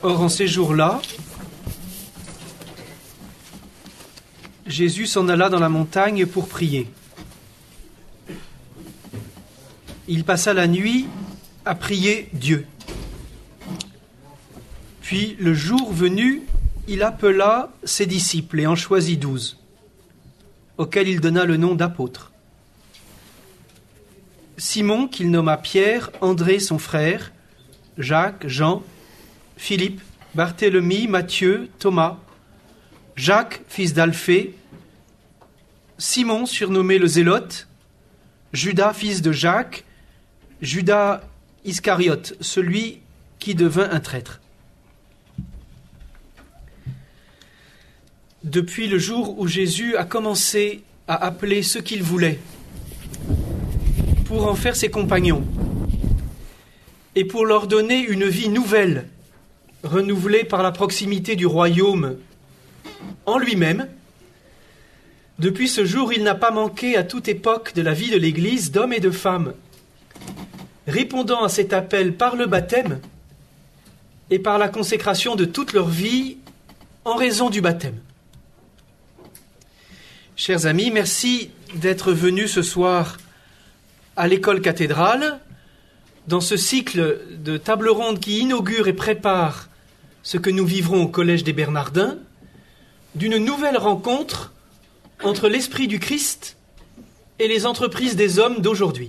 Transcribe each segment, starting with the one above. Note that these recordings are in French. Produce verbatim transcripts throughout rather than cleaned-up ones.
Or, en ces jours-là, Jésus s'en alla dans la montagne pour prier. Il passa la nuit à prier Dieu. Puis, le jour venu, il appela ses disciples et en choisit douze, auxquels il donna le nom d'apôtres. Simon, qu'il nomma Pierre, André son frère, Jacques, Jean, Philippe, Barthélemy, Matthieu, Thomas, Jacques, fils d'Alphée, Simon, surnommé le Zélote, Judas, fils de Jacques, Judas Iscariote, celui qui devint un traître. Depuis le jour où Jésus a commencé à appeler ceux qu'il voulait pour en faire ses compagnons et pour leur donner une vie nouvelle, renouvelée par la proximité du royaume en lui-même, depuis ce jour, il n'a pas manqué à toute époque de la vie de l'Église d'hommes et de femmes, répondant à cet appel par le baptême et par la consécration de toute leur vie en raison du baptême. Chers amis, merci d'être venus ce soir à l'école cathédrale, dans ce cycle de tables rondes qui inaugure et prépare ce que nous vivrons au Collège des Bernardins, d'une nouvelle rencontre entre l'Esprit du Christ et les entreprises des hommes d'aujourd'hui.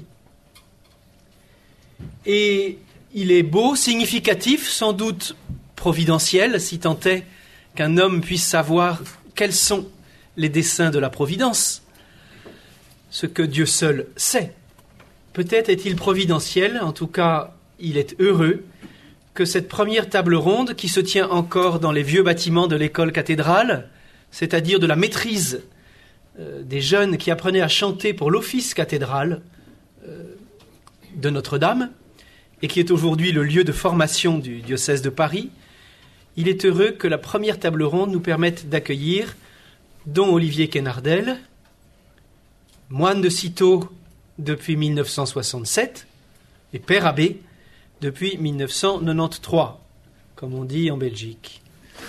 Et il est beau, significatif, sans doute providentiel, si tant est qu'un homme puisse savoir quels sont les desseins de la providence, ce que Dieu seul sait. Peut-être est-il providentiel, en tout cas, il est heureux que cette première table ronde, qui se tient encore dans les vieux bâtiments de l'école cathédrale, c'est-à-dire de la maîtrise euh, des jeunes qui apprenaient à chanter pour l'office cathédral euh, de Notre-Dame, et qui est aujourd'hui le lieu de formation du diocèse de Paris, il est heureux que la première table ronde nous permette d'accueillir don Olivier Quénardel, moine de Cîteaux depuis mille neuf cent soixante-sept et père abbé depuis mille neuf cent quatre-vingt-treize, comme on dit en Belgique.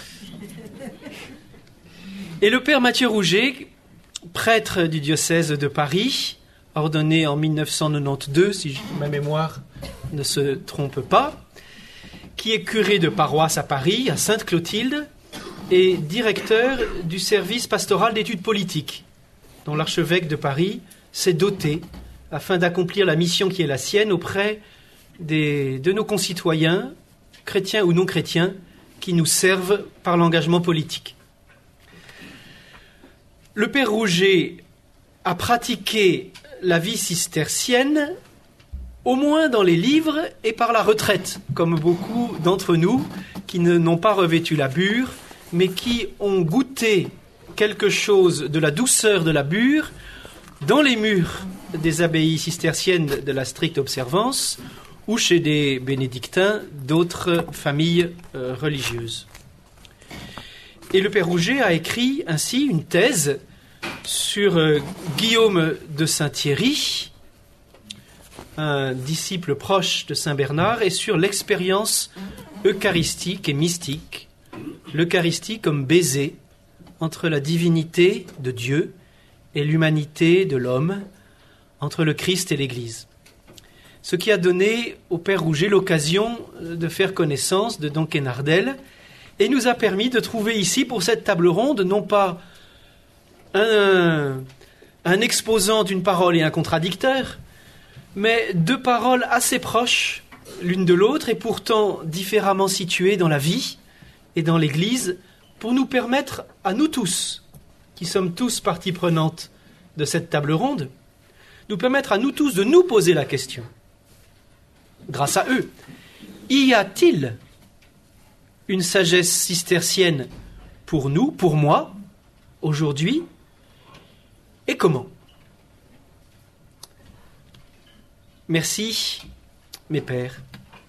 Et le père Mathieu Rouget, prêtre du diocèse de Paris, ordonné en mille neuf cent quatre-vingt-douze, si ma mémoire ne se trompe pas, qui est curé de paroisse à Paris, à Sainte-Clotilde, et directeur du service pastoral d'études politiques, dont l'archevêque de Paris s'est doté afin d'accomplir la mission qui est la sienne auprès des, de nos concitoyens, chrétiens ou non chrétiens, qui nous servent par l'engagement politique. Le père Rouget a pratiqué la vie cistercienne au moins dans les livres et par la retraite, comme beaucoup d'entre nous qui ne, n'ont pas revêtu la bure, mais qui ont goûté quelque chose de la douceur de la bure dans les murs des abbayes cisterciennes de la stricte observance ou chez des bénédictins d'autres familles euh, religieuses. Et le père Rouget a écrit ainsi une thèse sur euh, Guillaume de Saint-Thierry, un disciple proche de Saint Bernard, et sur l'expérience eucharistique et mystique, l'Eucharistie comme baiser entre la divinité de Dieu et l'humanité de l'homme, entre le Christ et l'Église. Ce qui a donné au père Rouget l'occasion de faire connaissance de don Quénardel et nous a permis de trouver ici, pour cette table ronde, non pas un, un exposant d'une parole et un contradicteur, mais deux paroles assez proches l'une de l'autre et pourtant différemment situées dans la vie et dans l'Église, pour nous permettre à nous tous, qui sommes tous partie prenante de cette table ronde, nous permettre à nous tous de nous poser la question. Grâce à eux, y a-t-il une sagesse cistercienne pour nous, pour moi, aujourd'hui, et comment ? Merci, mes pères.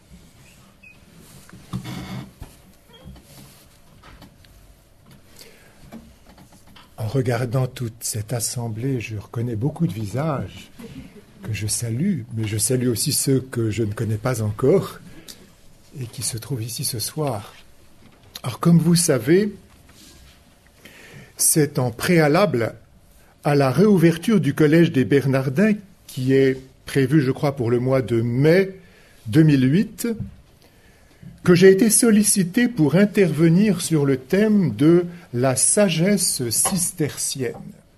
En regardant toute cette assemblée, je reconnais beaucoup de visages que je salue, mais je salue aussi ceux que je ne connais pas encore et qui se trouvent ici ce soir. Alors, comme vous savez, c'est en préalable à la réouverture du Collège des Bernardins, qui est prévue, je crois, pour le mois de mai deux mille huit, que j'ai été sollicité pour intervenir sur le thème de la sagesse cistercienne.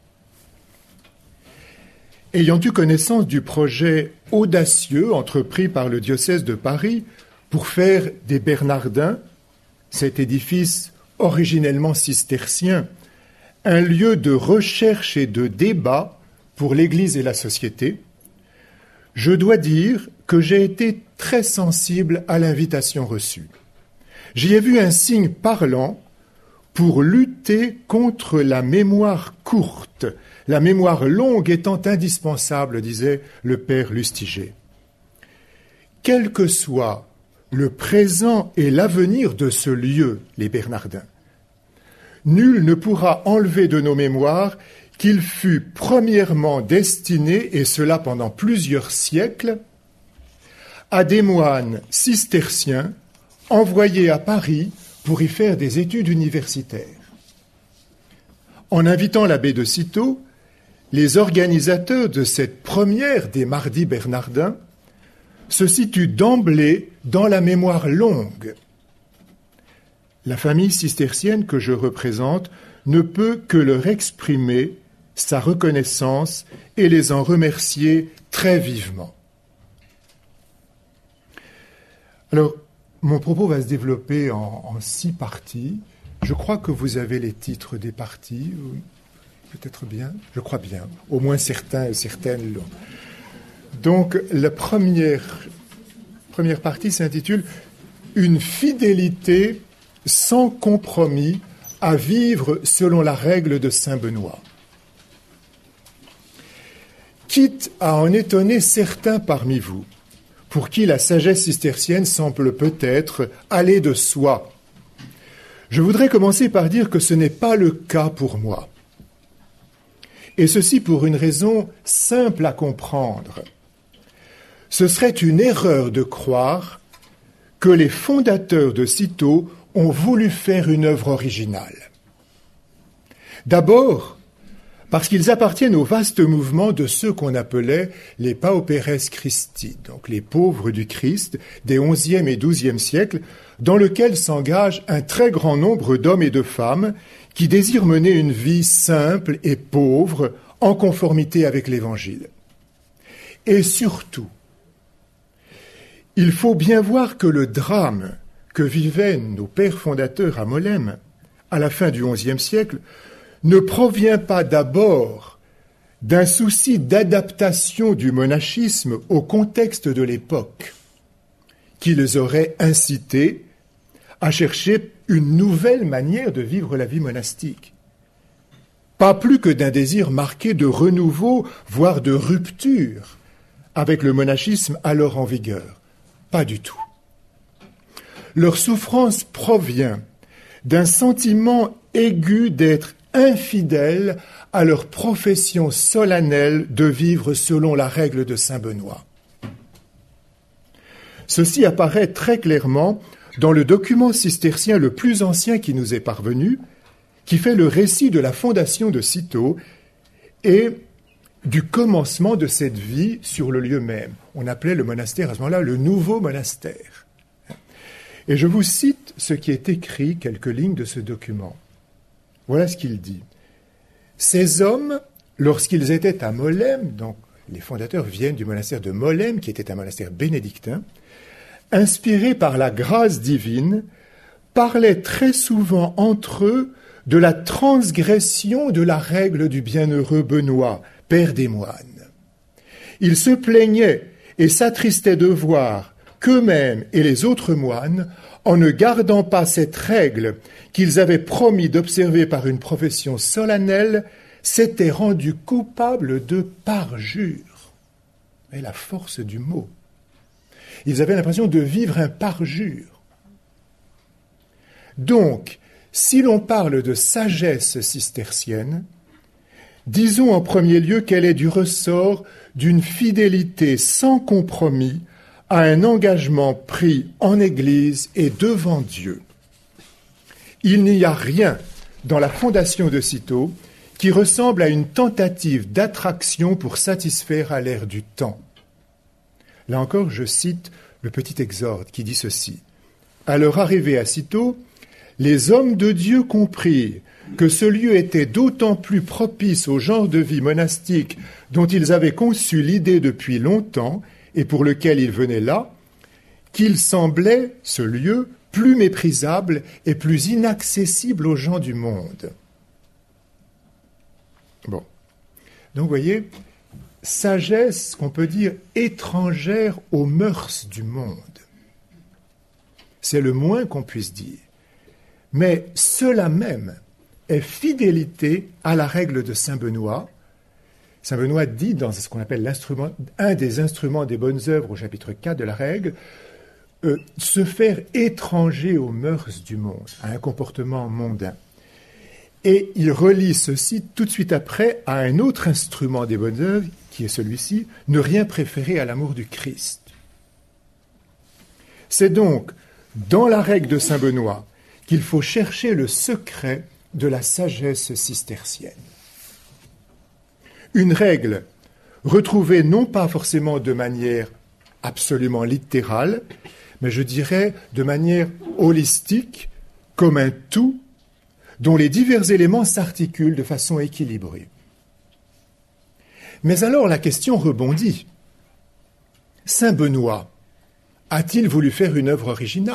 Ayant eu connaissance du projet audacieux entrepris par le diocèse de Paris pour faire des Bernardins, cet édifice originellement cistercien, un lieu de recherche et de débat pour l'Église et la société, je dois dire que j'ai été très sensible à l'invitation reçue. J'y ai vu un signe parlant pour lutter contre la mémoire courte, la mémoire longue étant indispensable, disait le père Lustiger. Quel que soit le présent et l'avenir de ce lieu, les Bernardins, nul ne pourra enlever de nos mémoires qu'il fut premièrement destiné, et cela pendant plusieurs siècles, à des moines cisterciens envoyés à Paris pour y faire des études universitaires. En invitant l'abbé de Cîteaux, les organisateurs de cette première des Mardis Bernardins se situent d'emblée dans la mémoire longue. La famille cistercienne que je représente ne peut que leur exprimer sa reconnaissance et les en remercier très vivement. Alors, mon propos va se développer en, en six parties. Je crois que vous avez les titres des parties. Peut-être bien, je crois bien. Au moins certains et certaines l'ont. Donc, la première, première partie s'intitule « Une fidélité sans compromis à vivre selon la règle de saint Benoît ». Quitte à en étonner certains parmi vous, pour qui la sagesse cistercienne semble peut-être aller de soi, je voudrais commencer par dire que ce n'est pas le cas pour moi. Et ceci pour une raison simple à comprendre. Ce serait une erreur de croire que les fondateurs de Cîteaux ont voulu faire une œuvre originale. D'abord, parce qu'ils appartiennent au vaste mouvement de ceux qu'on appelait les Pauperes Christi, donc les pauvres du Christ des onzième et douzième siècles, dans lequel s'engage un très grand nombre d'hommes et de femmes qui désirent mener une vie simple et pauvre en conformité avec l'Évangile. Et surtout, il faut bien voir que le drame que vivaient nos pères fondateurs à Molesme, à la fin du onzième siècle, ne provient pas d'abord d'un souci d'adaptation du monachisme au contexte de l'époque, qui les aurait incités à chercher une nouvelle manière de vivre la vie monastique. Pas plus que d'un désir marqué de renouveau, voire de rupture, avec le monachisme alors en vigueur. Pas du tout. Leur souffrance provient d'un sentiment aigu d'être infidèles à leur profession solennelle de vivre selon la règle de saint Benoît. Ceci apparaît très clairement dans le document cistercien le plus ancien qui nous est parvenu, qui fait le récit de la fondation de Cîteaux et du commencement de cette vie sur le lieu même. On appelait le monastère à ce moment-là le nouveau monastère. Et je vous cite ce qui est écrit, quelques lignes de ce document. Voilà ce qu'il dit. Ces hommes, lorsqu'ils étaient à Molesme, donc les fondateurs viennent du monastère de Molesme, qui était un monastère bénédictin, inspirés par la grâce divine, parlaient très souvent entre eux de la transgression de la règle du bienheureux Benoît, père des moines. Ils se plaignaient et s'attristaient de voir qu'eux-mêmes et les autres moines, en ne gardant pas cette règle qu'ils avaient promis d'observer par une profession solennelle, s'étaient rendus coupables de parjure. Et la force du mot. Ils avaient l'impression de vivre un parjure. Donc, si l'on parle de sagesse cistercienne, disons en premier lieu qu'elle est du ressort d'une fidélité sans compromis à un engagement pris en Église et devant Dieu. Il n'y a rien dans la fondation de Cîteaux qui ressemble à une tentative d'attraction pour satisfaire à l'air du temps. Là encore, je cite le petit exorde qui dit ceci. « À leur arrivée à Cîteaux, les hommes de Dieu comprirent que ce lieu était d'autant plus propice au genre de vie monastique dont ils avaient conçu l'idée depuis longtemps et pour lequel ils venaient là, qu'il semblait, ce lieu, plus méprisable et plus inaccessible aux gens du monde. » Bon. Donc, vous voyez, sagesse qu'on peut dire étrangère aux mœurs du monde. C'est le moins qu'on puisse dire. Mais cela même est fidélité à la règle de saint Benoît. Saint Benoît dit dans ce qu'on appelle l'instrument, un des instruments des bonnes œuvres au chapitre quatre de la règle, euh, se faire étranger aux mœurs du monde, à un comportement mondain. Et il relie ceci tout de suite après à un autre instrument des bonnes œuvres, qui est celui-ci, ne rien préférer à l'amour du Christ. C'est donc dans la règle de saint Benoît qu'il faut chercher le secret de la sagesse cistercienne. Une règle retrouvée non pas forcément de manière absolument littérale, mais je dirais de manière holistique, comme un tout, dont les divers éléments s'articulent de façon équilibrée. Mais alors la question rebondit. Saint Benoît a-t-il voulu faire une œuvre originale ?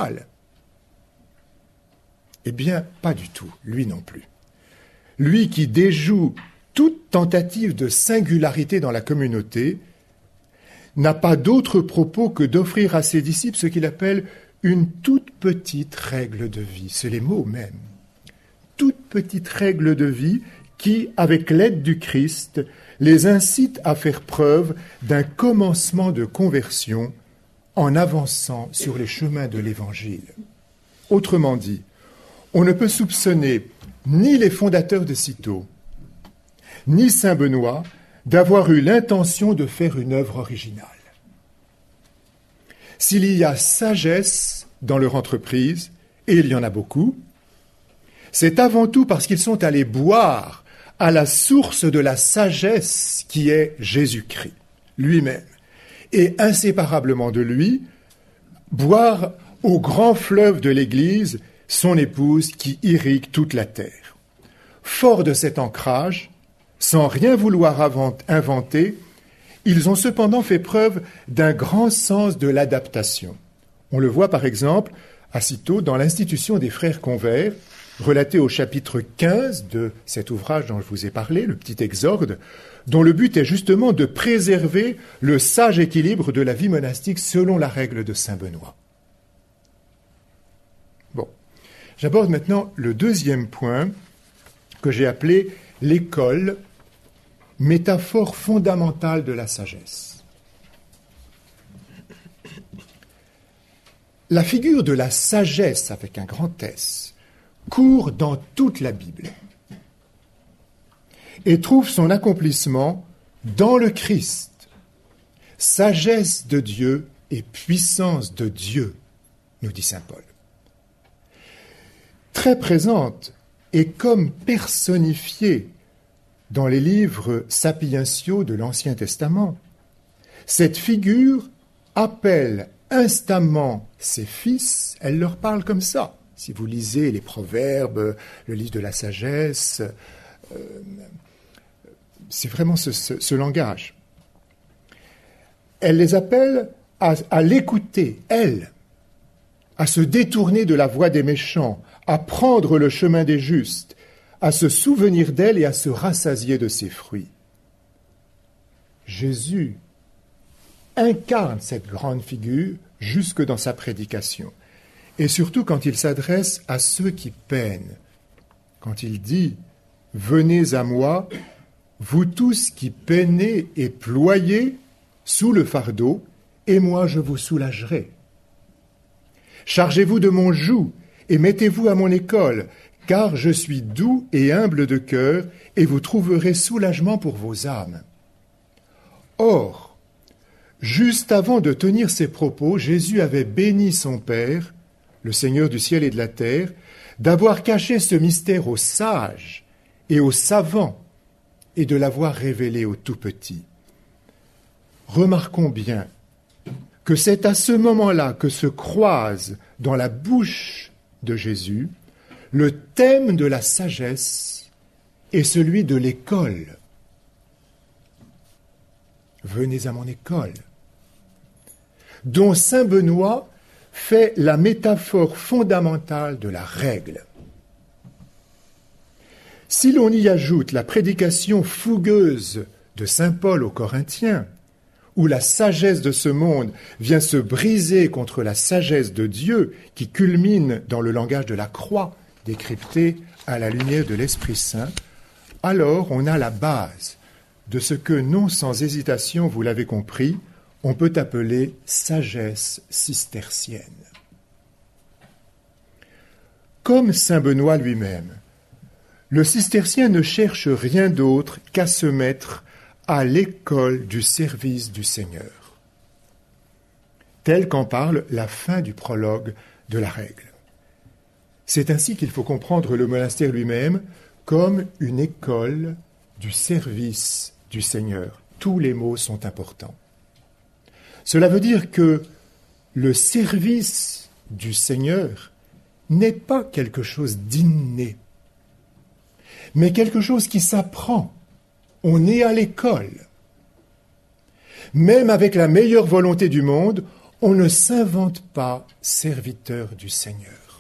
Eh bien, pas du tout, lui non plus. Lui qui déjoue toute tentative de singularité dans la communauté, n'a pas d'autre propos que d'offrir à ses disciples ce qu'il appelle une toute petite règle de vie. C'est les mots mêmes. Toute petite règle de vie qui, avec l'aide du Christ, les incite à faire preuve d'un commencement de conversion en avançant sur les chemins de l'Évangile. Autrement dit, on ne peut soupçonner ni les fondateurs de Cîteaux, ni saint Benoît d'avoir eu l'intention de faire une œuvre originale. S'il y a sagesse dans leur entreprise, et il y en a beaucoup, c'est avant tout parce qu'ils sont allés boire à la source de la sagesse qui est Jésus-Christ, lui-même, et inséparablement de lui, boire au grand fleuve de l'Église son épouse qui irrigue toute la terre. Fort de cet ancrage, sans rien vouloir inventer, ils ont cependant fait preuve d'un grand sens de l'adaptation. On le voit par exemple à Cîteaux dans l'institution des frères convers, relaté au chapitre quinze de cet ouvrage dont je vous ai parlé, le petit exorde, dont le but est justement de préserver le sage équilibre de la vie monastique selon la règle de saint Benoît. Bon, j'aborde maintenant le deuxième point que j'ai appelé l'école, métaphore fondamentale de la sagesse. La figure de la sagesse avec un grand S court dans toute la Bible et trouve son accomplissement dans le Christ. Sagesse de Dieu et puissance de Dieu, nous dit saint Paul. Très présente et comme personnifiée dans les livres sapientiaux de l'Ancien Testament, cette figure appelle instamment ses fils, elle leur parle comme ça. Si vous lisez les Proverbes, le livre de la sagesse, euh, c'est vraiment ce, ce, ce langage. Elle les appelle à, à l'écouter, elle, à se détourner de la voie des méchants, à prendre le chemin des justes, à se souvenir d'elle et à se rassasier de ses fruits. Jésus incarne cette grande figure jusque dans sa prédication, et surtout quand il s'adresse à ceux qui peinent, quand il dit « Venez à moi, vous tous qui peinez et ployez sous le fardeau, et moi je vous soulagerai. Chargez-vous de mon joug et mettez-vous à mon école, car je suis doux et humble de cœur, et vous trouverez soulagement pour vos âmes. » Or, juste avant de tenir ces propos, Jésus avait béni son Père, le Seigneur du ciel et de la terre, d'avoir caché ce mystère aux sages et aux savants et de l'avoir révélé aux tout-petits. Remarquons bien que c'est à ce moment-là que se croise dans la bouche de Jésus le thème de la sagesse et celui de l'école. Venez à mon école, dont saint Benoît fait la métaphore fondamentale de la règle. Si l'on y ajoute la prédication fougueuse de saint Paul aux Corinthiens, où la sagesse de ce monde vient se briser contre la sagesse de Dieu qui culmine dans le langage de la croix, décrypté à la lumière de l'Esprit Saint, alors on a la base de ce que, non sans hésitation, vous l'avez compris, on peut appeler sagesse cistercienne. Comme saint Benoît lui-même, le cistercien ne cherche rien d'autre qu'à se mettre à l'école du service du Seigneur, tel qu'en parle la fin du prologue de la règle. C'est ainsi qu'il faut comprendre le monastère lui-même comme une école du service du Seigneur. Tous les mots sont importants. Cela veut dire que le service du Seigneur n'est pas quelque chose d'inné, mais quelque chose qui s'apprend. On est à l'école. Même avec la meilleure volonté du monde, on ne s'invente pas serviteur du Seigneur.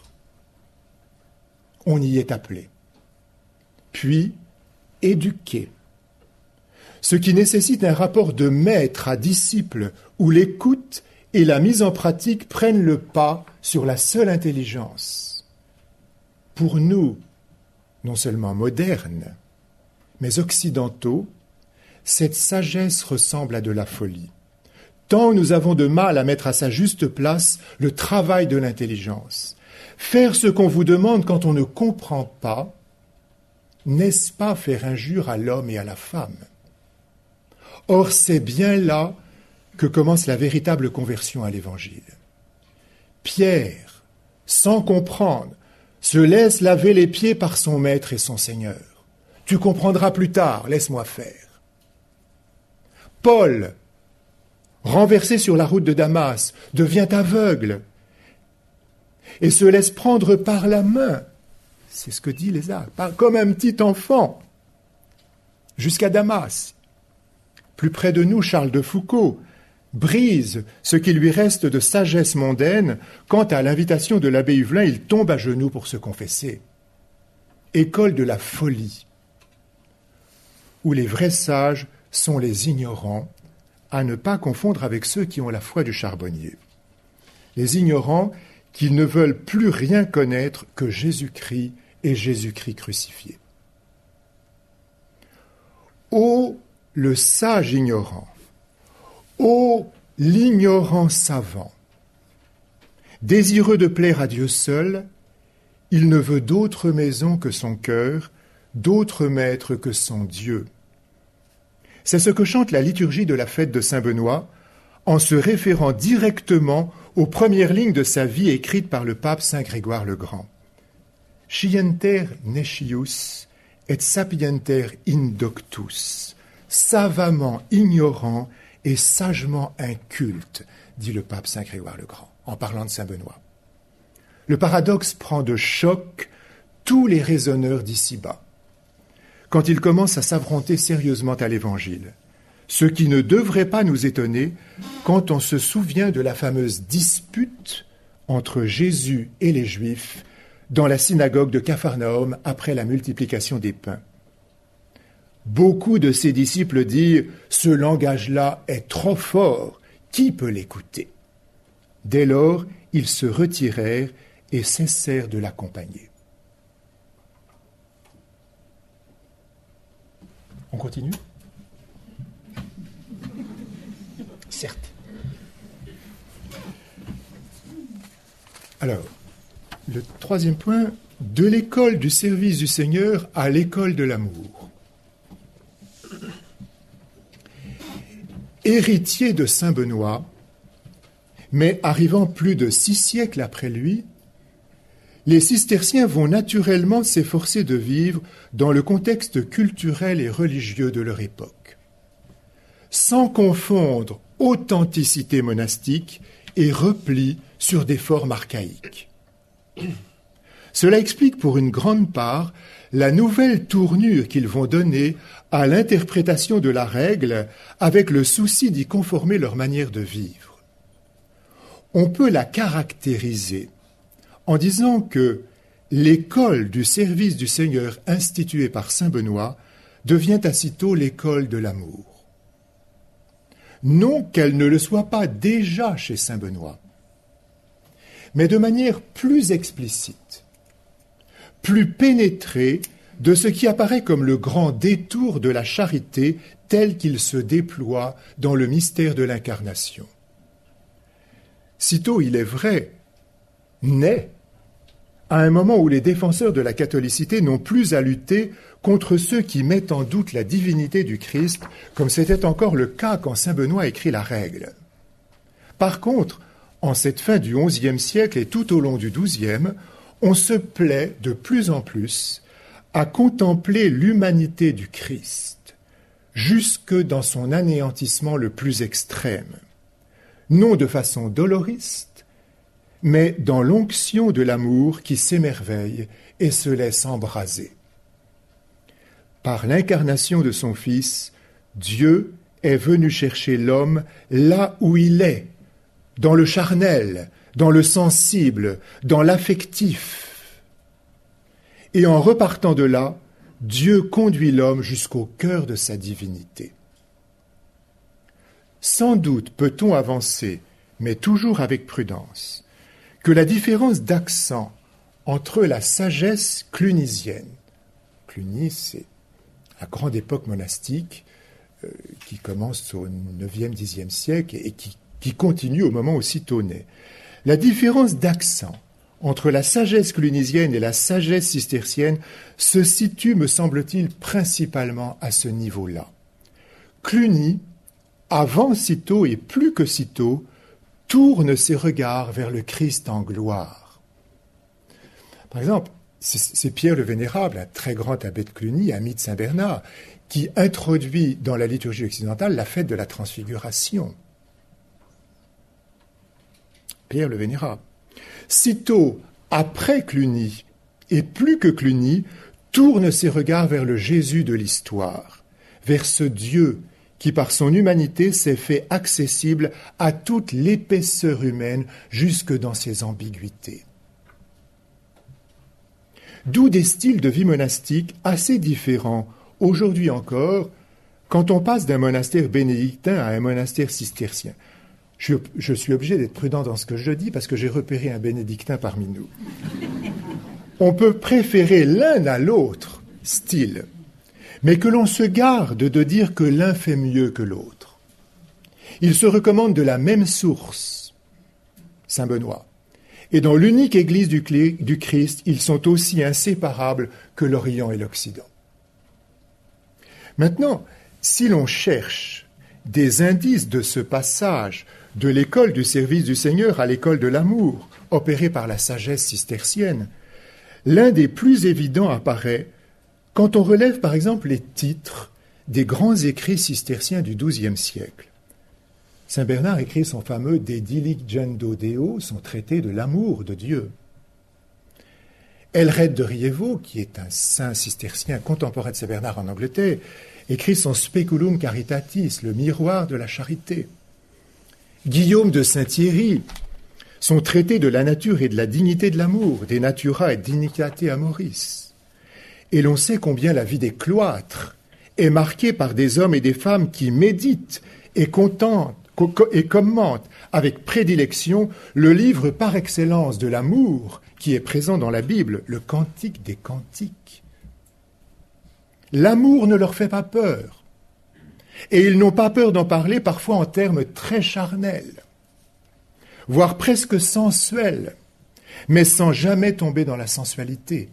On y est appelé. Puis, éduqué. Ce qui nécessite un rapport de maître à disciple où l'écoute et la mise en pratique prennent le pas sur la seule intelligence. Pour nous, non seulement modernes, mais occidentaux, cette sagesse ressemble à de la folie. Tant nous avons de mal à mettre à sa juste place le travail de l'intelligence. Faire ce qu'on vous demande quand on ne comprend pas, n'est-ce pas faire injure à l'homme et à la femme? Or, c'est bien là que commence la véritable conversion à l'Évangile. Pierre, sans comprendre, se laisse laver les pieds par son maître et son Seigneur. Tu comprendras plus tard, laisse-moi faire. Paul, renversé sur la route de Damas, devient aveugle et se laisse prendre par la main, c'est ce que dit les actes, comme un petit enfant, jusqu'à Damas. Plus près de nous, Charles de Foucauld brise ce qui lui reste de sagesse mondaine quand, à l'invitation de l'abbé Huvelin, il tombe à genoux pour se confesser. École de la folie, où les vrais sages sont les ignorants, à ne pas confondre avec ceux qui ont la foi du charbonnier. Les ignorants qui ne veulent plus rien connaître que Jésus-Christ et Jésus-Christ crucifié. Ô le sage ignorant, ô l'ignorant savant, désireux de plaire à Dieu seul, il ne veut d'autre maison que son cœur, d'autre maître que son Dieu. C'est ce que chante la liturgie de la fête de Saint-Benoît, en se référant directement aux premières lignes de sa vie écrites par le pape Saint Grégoire le Grand. Scienter nescius et sapienter indoctus, savamment ignorant et sagement inculte, dit le pape Saint Grégoire le Grand, en parlant de Saint-Benoît. Le paradoxe prend de choc tous les raisonneurs d'ici-bas, quand ils commencent à s'affronter sérieusement à l'Évangile, ce qui ne devrait pas nous étonner quand on se souvient de la fameuse dispute entre Jésus et les Juifs dans la synagogue de Capharnaüm après la multiplication des pains. Beaucoup de ses disciples dirent « Ce langage-là est trop fort, qui peut l'écouter ?» Dès lors, ils se retirèrent et cessèrent de l'accompagner. On continue ? Certes. Alors, le troisième point, de l'école du service du Seigneur à l'école de l'amour. Héritier de saint Benoît, mais arrivant plus de six siècles après lui, les cisterciens vont naturellement s'efforcer de vivre dans le contexte culturel et religieux de leur époque, sans confondre authenticité monastique et repli sur des formes archaïques. Cela explique pour une grande part la nouvelle tournure qu'ils vont donner à l'interprétation de la règle avec le souci d'y conformer leur manière de vivre. On peut la caractériser en disant que l'école du service du Seigneur instituée par saint Benoît devient aussitôt l'école de l'amour. Non qu'elle ne le soit pas déjà chez saint Benoît, mais de manière plus explicite, plus pénétrée de ce qui apparaît comme le grand détour de la charité tel qu'il se déploie dans le mystère de l'incarnation. Sitôt, il est vrai, naît à un moment où les défenseurs de la catholicité n'ont plus à lutter contre ceux qui mettent en doute la divinité du Christ, comme c'était encore le cas quand saint Benoît écrit la règle. Par contre, en cette fin du onzième siècle et tout au long du douzième, on se plaît de plus en plus à contempler l'humanité du Christ, jusque dans son anéantissement le plus extrême, non de façon doloriste, mais dans l'onction de l'amour qui s'émerveille et se laisse embraser. Par l'incarnation de son Fils, Dieu est venu chercher l'homme là où il est, dans le charnel, dans le sensible, dans l'affectif. Et en repartant de là, Dieu conduit l'homme jusqu'au cœur de sa divinité. Sans doute peut-on avancer, mais toujours avec prudence, que la différence d'accent entre la sagesse clunisienne, Cluny, c'est la grande époque monastique euh, qui commence au neuvième, dixième siècle et qui, qui continue au moment où Cîteaux naît. La différence d'accent entre la sagesse clunisienne et la sagesse cistercienne se situe, me semble-t-il, principalement à ce niveau-là. Cluny, avant Cîteaux et plus que Cîteaux, tourne ses regards vers le Christ en gloire. Par exemple, c'est Pierre le Vénérable, un très grand abbé de Cluny, ami de saint Bernard, qui introduit dans la liturgie occidentale la fête de la Transfiguration. Pierre le Vénérable. Cîteaux, après Cluny, et plus que Cluny, tourne ses regards vers le Jésus de l'histoire, vers ce Dieu qui, par son humanité, s'est fait accessible à toute l'épaisseur humaine, jusque dans ses ambiguïtés. D'où des styles de vie monastique assez différents, aujourd'hui encore, quand on passe d'un monastère bénédictin à un monastère cistercien. Je, je suis obligé d'être prudent dans ce que je dis, parce que j'ai repéré un bénédictin parmi nous. On peut préférer l'un à l'autre style, mais que l'on se garde de dire que l'un fait mieux que l'autre. Ils se recommandent de la même source, saint Benoît. Et dans l'unique Église du, du Christ, ils sont aussi inséparables que l'Orient et l'Occident. Maintenant, si l'on cherche des indices de ce passage de l'école du service du Seigneur à l'école de l'amour, opérée par la sagesse cistercienne, l'un des plus évidents apparaît quand on relève par exemple les titres des grands écrits cisterciens du douzième siècle. Saint Bernard écrit son fameux De Diligendo Deo, son traité de l'amour de Dieu. Elred de Rievaulx, qui est un saint cistercien contemporain de Saint Bernard en Angleterre, écrit son Speculum Caritatis, le miroir de la charité. Guillaume de Saint-Thierry, son traité de la nature et de la dignité de l'amour, De Natura et Dignitate Amoris. Et l'on sait combien la vie des cloîtres est marquée par des hommes et des femmes qui méditent et contentent et commentent avec prédilection le livre par excellence de l'amour qui est présent dans la Bible, le Cantique des Cantiques. L'amour ne leur fait pas peur, et ils n'ont pas peur d'en parler parfois en termes très charnels, voire presque sensuels, mais sans jamais tomber dans la sensualité.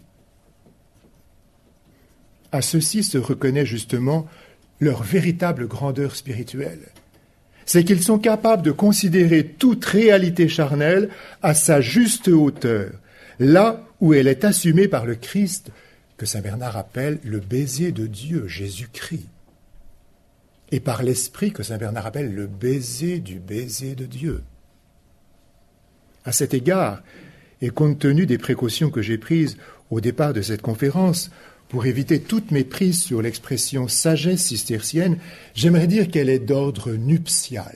À ceci se reconnaît justement leur véritable grandeur spirituelle. C'est qu'ils sont capables de considérer toute réalité charnelle à sa juste hauteur, là où elle est assumée par le Christ, que saint Bernard appelle le baiser de Dieu, Jésus-Christ, et par l'Esprit que saint Bernard appelle le baiser du baiser de Dieu. À cet égard, et compte tenu des précautions que j'ai prises au départ de cette conférence, pour éviter toute méprise sur l'expression sagesse cistercienne, j'aimerais dire qu'elle est d'ordre nuptial.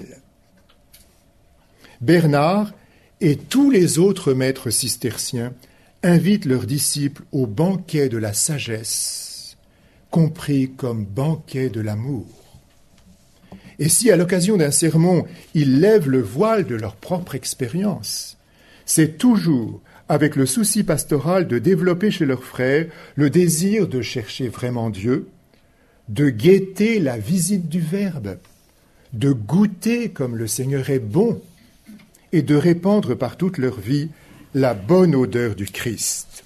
Bernard et tous les autres maîtres cisterciens invitent leurs disciples au banquet de la sagesse, compris comme banquet de l'amour. Et si, à l'occasion d'un sermon, ils lèvent le voile de leur propre expérience, c'est toujours avec le souci pastoral de développer chez leurs frères le désir de chercher vraiment Dieu, de guetter la visite du Verbe, de goûter comme le Seigneur est bon, et de répandre par toute leur vie la bonne odeur du Christ.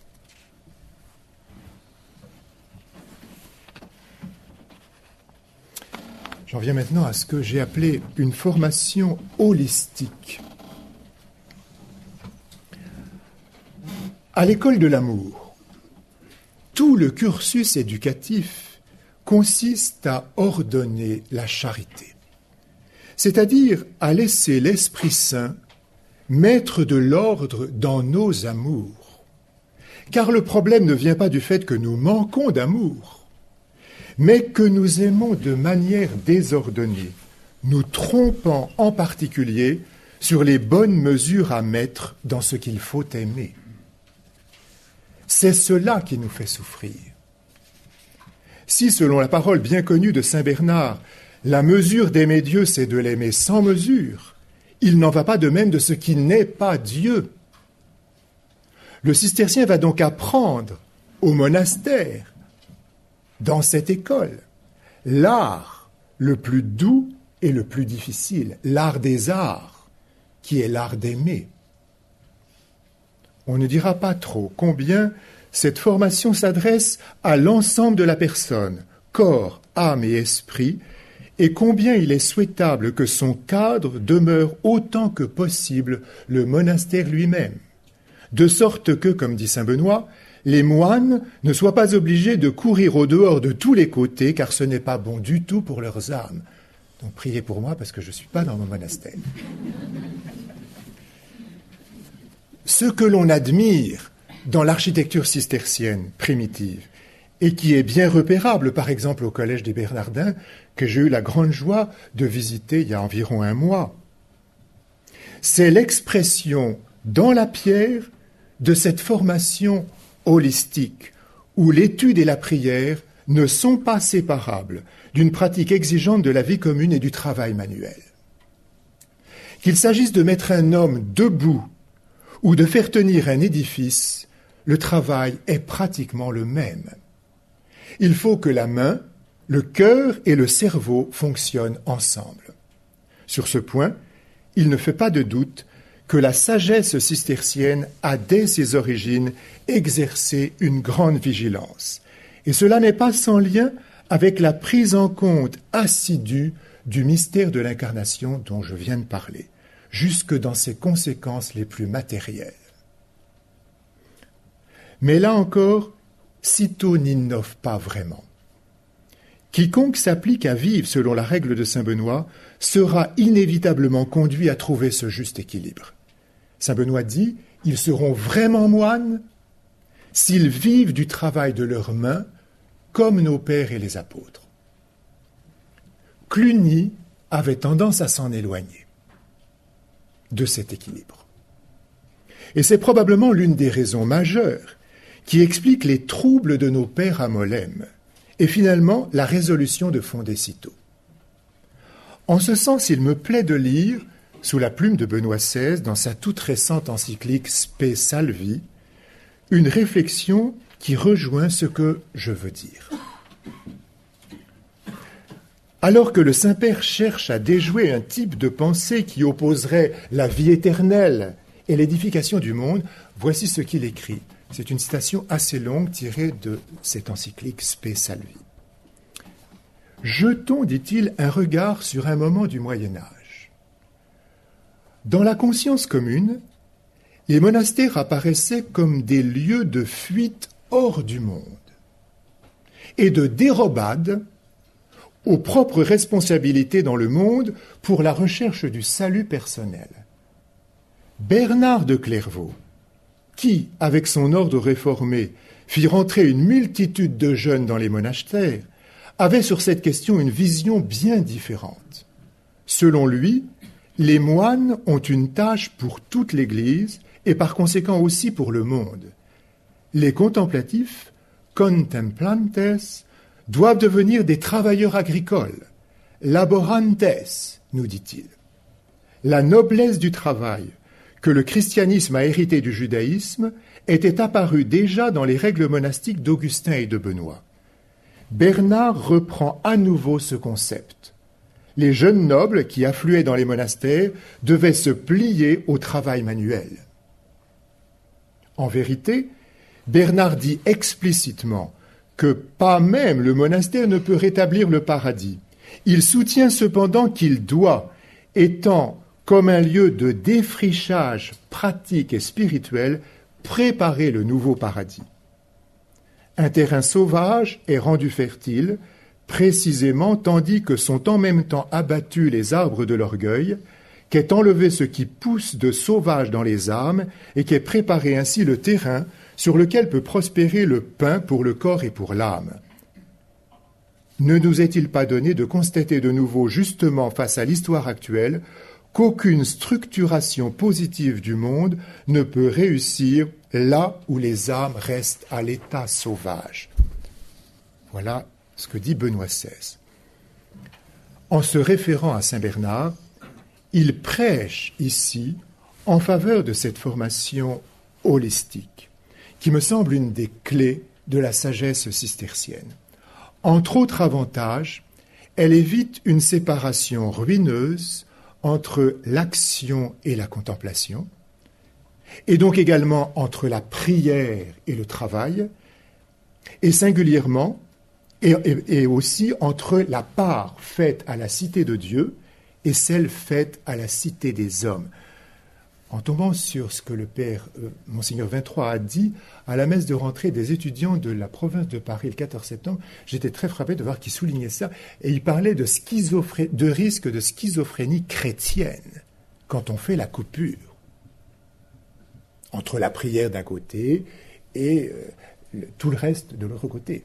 J'en viens maintenant à ce que j'ai appelé une formation holistique. À l'école de l'amour, tout le cursus éducatif consiste à ordonner la charité, c'est-à-dire à laisser l'Esprit Saint maître de l'ordre dans nos amours. Car le problème ne vient pas du fait que nous manquons d'amour, mais que nous aimons de manière désordonnée, nous trompant en particulier sur les bonnes mesures à mettre dans ce qu'il faut aimer. C'est cela qui nous fait souffrir. Si, selon la parole bien connue de saint Bernard, la mesure d'aimer Dieu, c'est de l'aimer sans mesure, il n'en va pas de même de ce qui n'est pas Dieu. Le cistercien va donc apprendre au monastère, dans cette école, l'art le plus doux et le plus difficile, l'art des arts, qui est l'art d'aimer. On ne dira pas trop combien cette formation s'adresse à l'ensemble de la personne, corps, âme et esprit, et combien il est souhaitable que son cadre demeure autant que possible le monastère lui-même, de sorte que, comme dit saint Benoît, les moines ne soient pas obligés de courir au dehors de tous les côtés, car ce n'est pas bon du tout pour leurs âmes. Donc priez pour moi, parce que je ne suis pas dans mon monastère. Ce que l'on admire dans l'architecture cistercienne primitive, et qui est bien repérable, par exemple, au Collège des Bernardins, que j'ai eu la grande joie de visiter il y a environ un mois, c'est l'expression dans la pierre de cette formation holistique, où l'étude et la prière ne sont pas séparables d'une pratique exigeante de la vie commune et du travail manuel. Qu'il s'agisse de mettre un homme debout ou de faire tenir un édifice, le travail est pratiquement le même. Il faut que la main, le cœur et le cerveau fonctionnent ensemble. Sur ce point, il ne fait pas de doute que la sagesse cistercienne a dès ses origines exercé une grande vigilance. Et cela n'est pas sans lien avec la prise en compte assidue du mystère de l'incarnation dont je viens de parler, jusque dans ses conséquences les plus matérielles. Mais là encore, Cîteaux n'innove pas vraiment. Quiconque s'applique à vivre selon la règle de saint Benoît sera inévitablement conduit à trouver ce juste équilibre. Saint Benoît dit « Ils seront vraiment moines s'ils vivent du travail de leurs mains comme nos pères et les apôtres. » Cluny avait tendance à s'en éloigner de cet équilibre. Et c'est probablement l'une des raisons majeures qui explique les troubles de nos pères à Molesme et finalement la résolution de fonder Cîteaux. En ce sens, il me plaît de lire, sous la plume de Benoît seize, dans sa toute récente encyclique Spe Salvi, une réflexion qui rejoint ce que je veux dire. Alors que le Saint-Père cherche à déjouer un type de pensée qui opposerait la vie éternelle et l'édification du monde, voici ce qu'il écrit. C'est une citation assez longue tirée de cette encyclique Spe Salvi. « Jetons, dit-il, un regard sur un moment du Moyen Âge. Dans la conscience commune, les monastères apparaissaient comme des lieux de fuite hors du monde et de dérobade aux propres responsabilités dans le monde pour la recherche du salut personnel. Bernard de Clairvaux, qui, avec son ordre réformé, fit rentrer une multitude de jeunes dans les monastères, avait sur cette question une vision bien différente. Selon lui, les moines ont une tâche pour toute l'Église et par conséquent aussi pour le monde. Les contemplatifs, contemplantes, doivent devenir des travailleurs agricoles, laborantes, nous dit-il. La noblesse du travail, que le christianisme a hérité du judaïsme, était apparue déjà dans les règles monastiques d'Augustin et de Benoît. Bernard reprend à nouveau ce concept. Les jeunes nobles qui affluaient dans les monastères devaient se plier au travail manuel. En vérité, Bernard dit explicitement que pas même le monastère ne peut rétablir le paradis. Il soutient cependant qu'il doit, étant comme un lieu de défrichage pratique et spirituel, préparer le nouveau paradis. Un terrain sauvage est rendu fertile, précisément tandis que sont en même temps abattus les arbres de l'orgueil, qu'est enlevé ce qui pousse de sauvage dans les âmes et qu'est préparé ainsi le terrain sur lequel peut prospérer le pain pour le corps et pour l'âme. Ne nous est-il pas donné de constater de nouveau, justement face à l'histoire actuelle, qu'aucune structuration positive du monde ne peut réussir là où les âmes restent à l'état sauvage. Voilà ce que dit Benoît seize. En se référant à saint Bernard, il prêche ici en faveur de cette formation holistique, qui me semble une des clés de la sagesse cistercienne. Entre autres avantages, elle évite une séparation ruineuse entre l'action et la contemplation, et donc également entre la prière et le travail, et singulièrement, et, et, et aussi entre la part faite à la cité de Dieu et celle faite à la cité des hommes. En tombant sur ce que le père euh, Monseigneur vingt-trois a dit à la messe de rentrée des étudiants de la province de Paris le quatorze septembre, j'étais très frappé de voir qu'il soulignait ça, et il parlait de, schizophré- de risque de schizophrénie chrétienne quand on fait la coupure entre la prière d'un côté et euh, le, tout le reste de l'autre côté.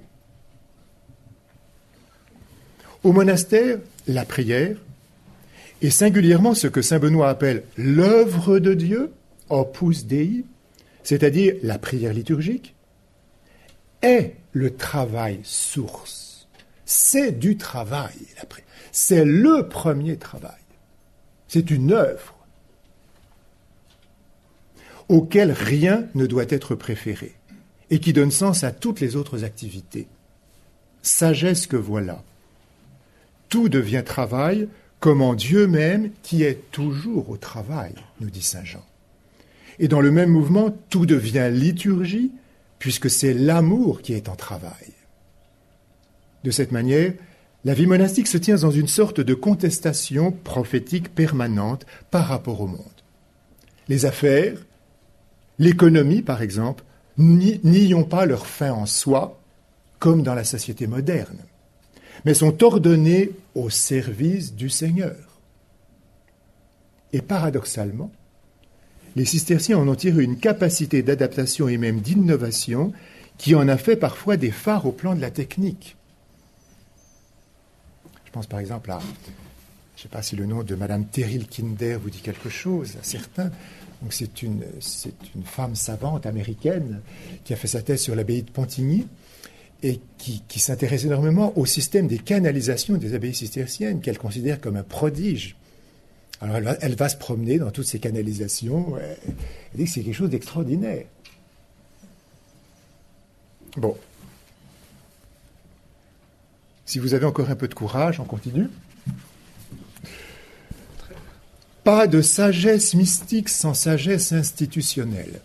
Au monastère, la prière, et singulièrement ce que saint Benoît appelle l'œuvre de Dieu, opus Dei, c'est-à-dire la prière liturgique, est le travail source. C'est du travail, la prière. C'est le premier travail. C'est une œuvre auquel rien ne doit être préféré et qui donne sens à toutes les autres activités. Sagesse que voilà. Tout devient travail, comme en Dieu même, qui est toujours au travail, nous dit saint Jean. Et dans le même mouvement, tout devient liturgie, puisque c'est l'amour qui est en travail. De cette manière, la vie monastique se tient dans une sorte de contestation prophétique permanente par rapport au monde. Les affaires, l'économie par exemple, n'y ont pas leur fin en soi, comme dans la société moderne, mais sont ordonnés au service du Seigneur. Et paradoxalement, les cisterciens en ont tiré une capacité d'adaptation et même d'innovation qui en a fait parfois des phares au plan de la technique. Je pense par exemple à, je ne sais pas si le nom de Madame Terryl Kinder vous dit quelque chose, à certains. Donc c'est une, c'est une femme savante américaine qui a fait sa thèse sur l'abbaye de Pontigny et qui, qui s'intéresse énormément au système des canalisations des abbayes cisterciennes, qu'elle considère comme un prodige. Alors elle va, elle va se promener dans toutes ces canalisations, elle dit que c'est quelque chose d'extraordinaire. Bon. Si vous avez encore un peu de courage, on continue. Pas de sagesse mystique sans sagesse institutionnelle.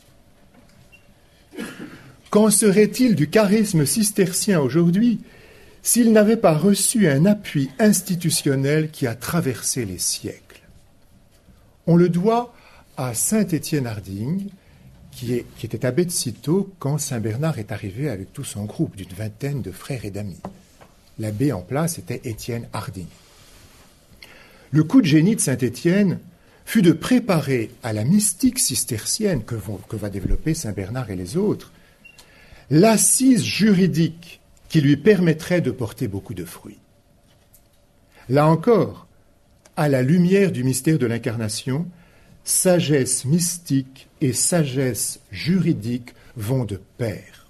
Qu'en serait-il du charisme cistercien aujourd'hui s'il n'avait pas reçu un appui institutionnel qui a traversé les siècles? On le doit à Saint-Étienne-Harding, qui, est, qui était abbé de Cîteaux quand saint Bernard est arrivé avec tout son groupe d'une vingtaine de frères et d'amis. L'abbé en place était Étienne Harding. Le coup de génie de Saint-Étienne fut de préparer à la mystique cistercienne que, vont, que va développer saint Bernard et les autres l'assise juridique qui lui permettrait de porter beaucoup de fruits. Là encore, à la lumière du mystère de l'incarnation, sagesse mystique et sagesse juridique vont de pair.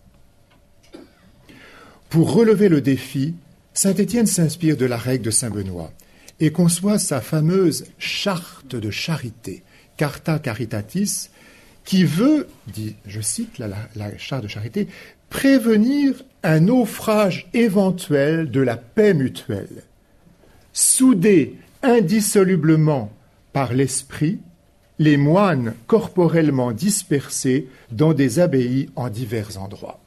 Pour relever le défi, saint Étienne s'inspire de la règle de saint Benoît et conçoit sa fameuse charte de charité, Carta Caritatis, qui veut, dit, je cite la, la, la charte de charité, prévenir un naufrage éventuel de la paix mutuelle, soudés indissolublement par l'esprit, les moines corporellement dispersés dans des abbayes en divers endroits.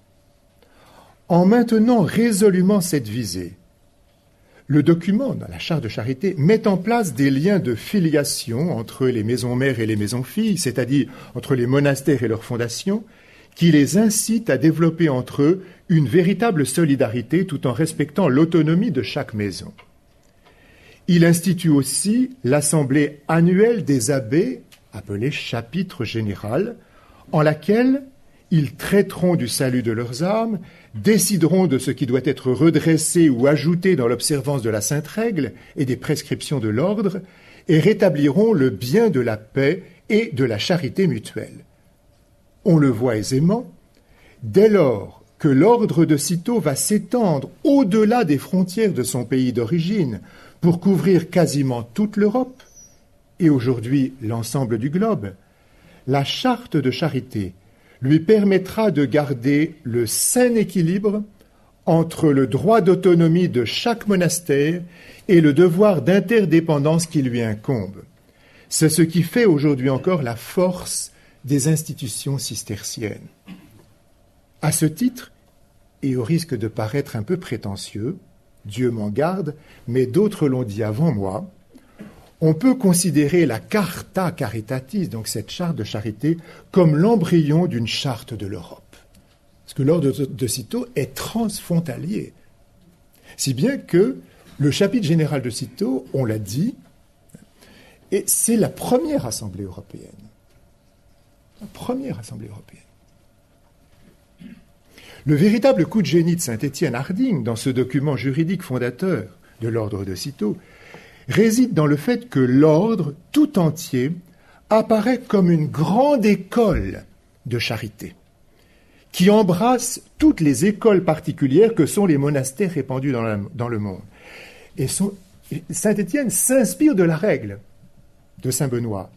En maintenant résolument cette visée, le document, dans la charte de charité, met en place des liens de filiation entre les maisons mères et les maisons filles, c'est-à-dire entre les monastères et leurs fondations, qui les incitent à développer entre eux une véritable solidarité tout en respectant l'autonomie de chaque maison. Il institue aussi l'assemblée annuelle des abbés, appelée chapitre général, en laquelle ils traiteront du salut de leurs âmes, décideront de ce qui doit être redressé ou ajouté dans l'observance de la sainte règle et des prescriptions de l'ordre, et rétabliront le bien de la paix et de la charité mutuelle. On le voit aisément, dès lors que l'ordre de Cîteaux va s'étendre au-delà des frontières de son pays d'origine pour couvrir quasiment toute l'Europe, et aujourd'hui l'ensemble du globe, la charte de charité lui permettra de garder le sain équilibre entre le droit d'autonomie de chaque monastère et le devoir d'interdépendance qui lui incombe. C'est ce qui fait aujourd'hui encore la force des institutions cisterciennes. À ce titre, et au risque de paraître un peu prétentieux, Dieu m'en garde, mais d'autres l'ont dit avant moi, on peut considérer la Carta Caritatis, donc cette charte de charité, comme l'embryon d'une charte de l'Europe. Parce que l'ordre de, de Cîteaux est transfrontalier. Si bien que le chapitre général de Cîteaux, on l'a dit, et c'est la première assemblée européenne. La première assemblée européenne. Le véritable coup de génie de Saint-Étienne-Harding, dans ce document juridique fondateur de l'ordre de Cîteaux, réside dans le fait que l'ordre tout entier apparaît comme une grande école de charité, qui embrasse toutes les écoles particulières que sont les monastères répandus dans, la, dans le monde. Et son, Saint-Étienne s'inspire de la règle de saint Benoît.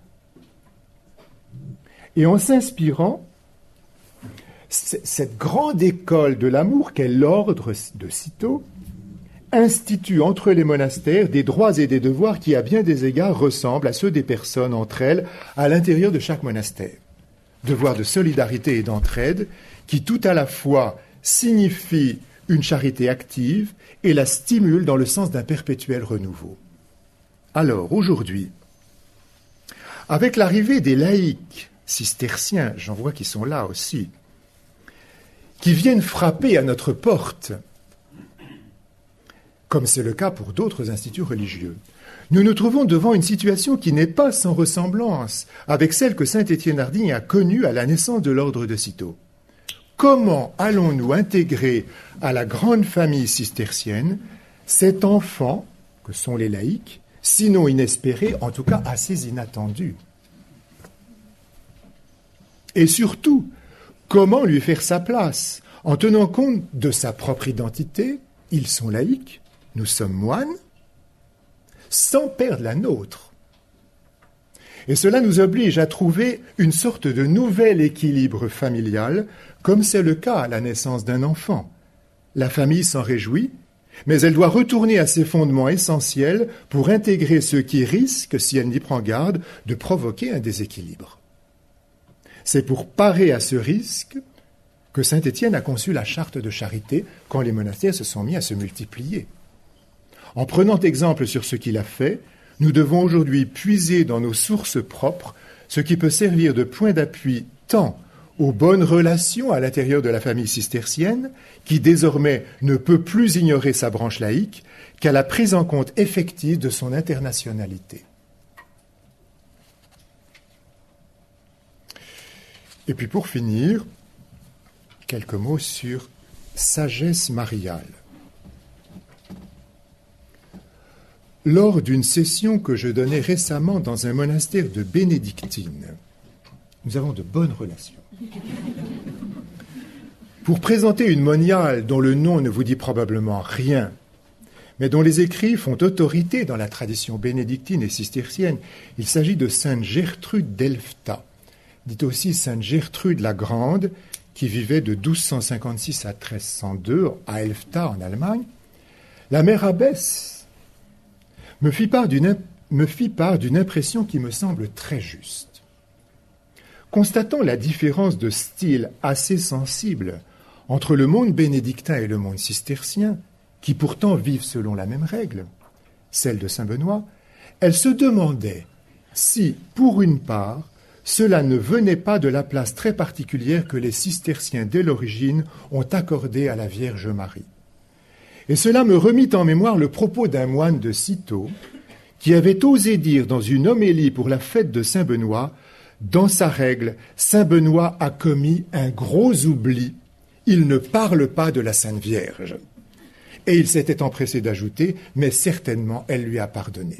Et en s'inspirant, cette grande école de l'amour qu'est l'ordre de Cîteaux institue entre les monastères des droits et des devoirs qui, à bien des égards, ressemblent à ceux des personnes entre elles à l'intérieur de chaque monastère. Devoirs de solidarité et d'entraide qui, tout à la fois, signifient une charité active et la stimulent dans le sens d'un perpétuel renouveau. Alors, aujourd'hui, avec l'arrivée des laïcs cisterciens, j'en vois qui sont là aussi, qui viennent frapper à notre porte, comme c'est le cas pour d'autres instituts religieux. Nous nous trouvons devant une situation qui n'est pas sans ressemblance avec celle que Saint-Étienne-Harding a connue à la naissance de l'ordre de Cîteaux. Comment allons-nous intégrer à la grande famille cistercienne cet enfant, que sont les laïcs, sinon inespéré, en tout cas assez inattendu? Et surtout, comment lui faire sa place, en tenant compte de sa propre identité, ils sont laïcs, nous sommes moines, sans perdre la nôtre. Et cela nous oblige à trouver une sorte de nouvel équilibre familial, comme c'est le cas à la naissance d'un enfant. La famille s'en réjouit, mais elle doit retourner à ses fondements essentiels pour intégrer ce qui risque, si elle n'y prend garde, de provoquer un déséquilibre. C'est pour parer à ce risque que Saint-Étienne a conçu la charte de charité quand les monastères se sont mis à se multiplier. En prenant exemple sur ce qu'il a fait, nous devons aujourd'hui puiser dans nos sources propres ce qui peut servir de point d'appui tant aux bonnes relations à l'intérieur de la famille cistercienne, qui désormais ne peut plus ignorer sa branche laïque, qu'à la prise en compte effective de son internationalité. Et puis pour finir, quelques mots sur sagesse mariale. Lors d'une session que je donnais récemment dans un monastère de bénédictines, nous avons de bonnes relations. Pour présenter une moniale dont le nom ne vous dit probablement rien, mais dont les écrits font autorité dans la tradition bénédictine et cistercienne, il s'agit de sainte Gertrude d'Elfta, dite aussi sainte Gertrude la Grande, qui vivait de douze cent cinquante-six à treize cent deux à Elfta en Allemagne. La mère abbesse me fit part d'une, me fit part d'une impression qui me semble très juste. Constatant la différence de style assez sensible entre le monde bénédictin et le monde cistercien, qui pourtant vivent selon la même règle, celle de saint Benoît, elle se demandait si, pour une part, cela ne venait pas de la place très particulière que les cisterciens dès l'origine ont accordée à la Vierge Marie. Et cela me remit en mémoire le propos d'un moine de Cîteaux qui avait osé dire dans une homélie pour la fête de saint Benoît: dans sa règle, saint Benoît a commis un gros oubli, il ne parle pas de la Sainte Vierge. Et il s'était empressé d'ajouter: mais certainement elle lui a pardonné.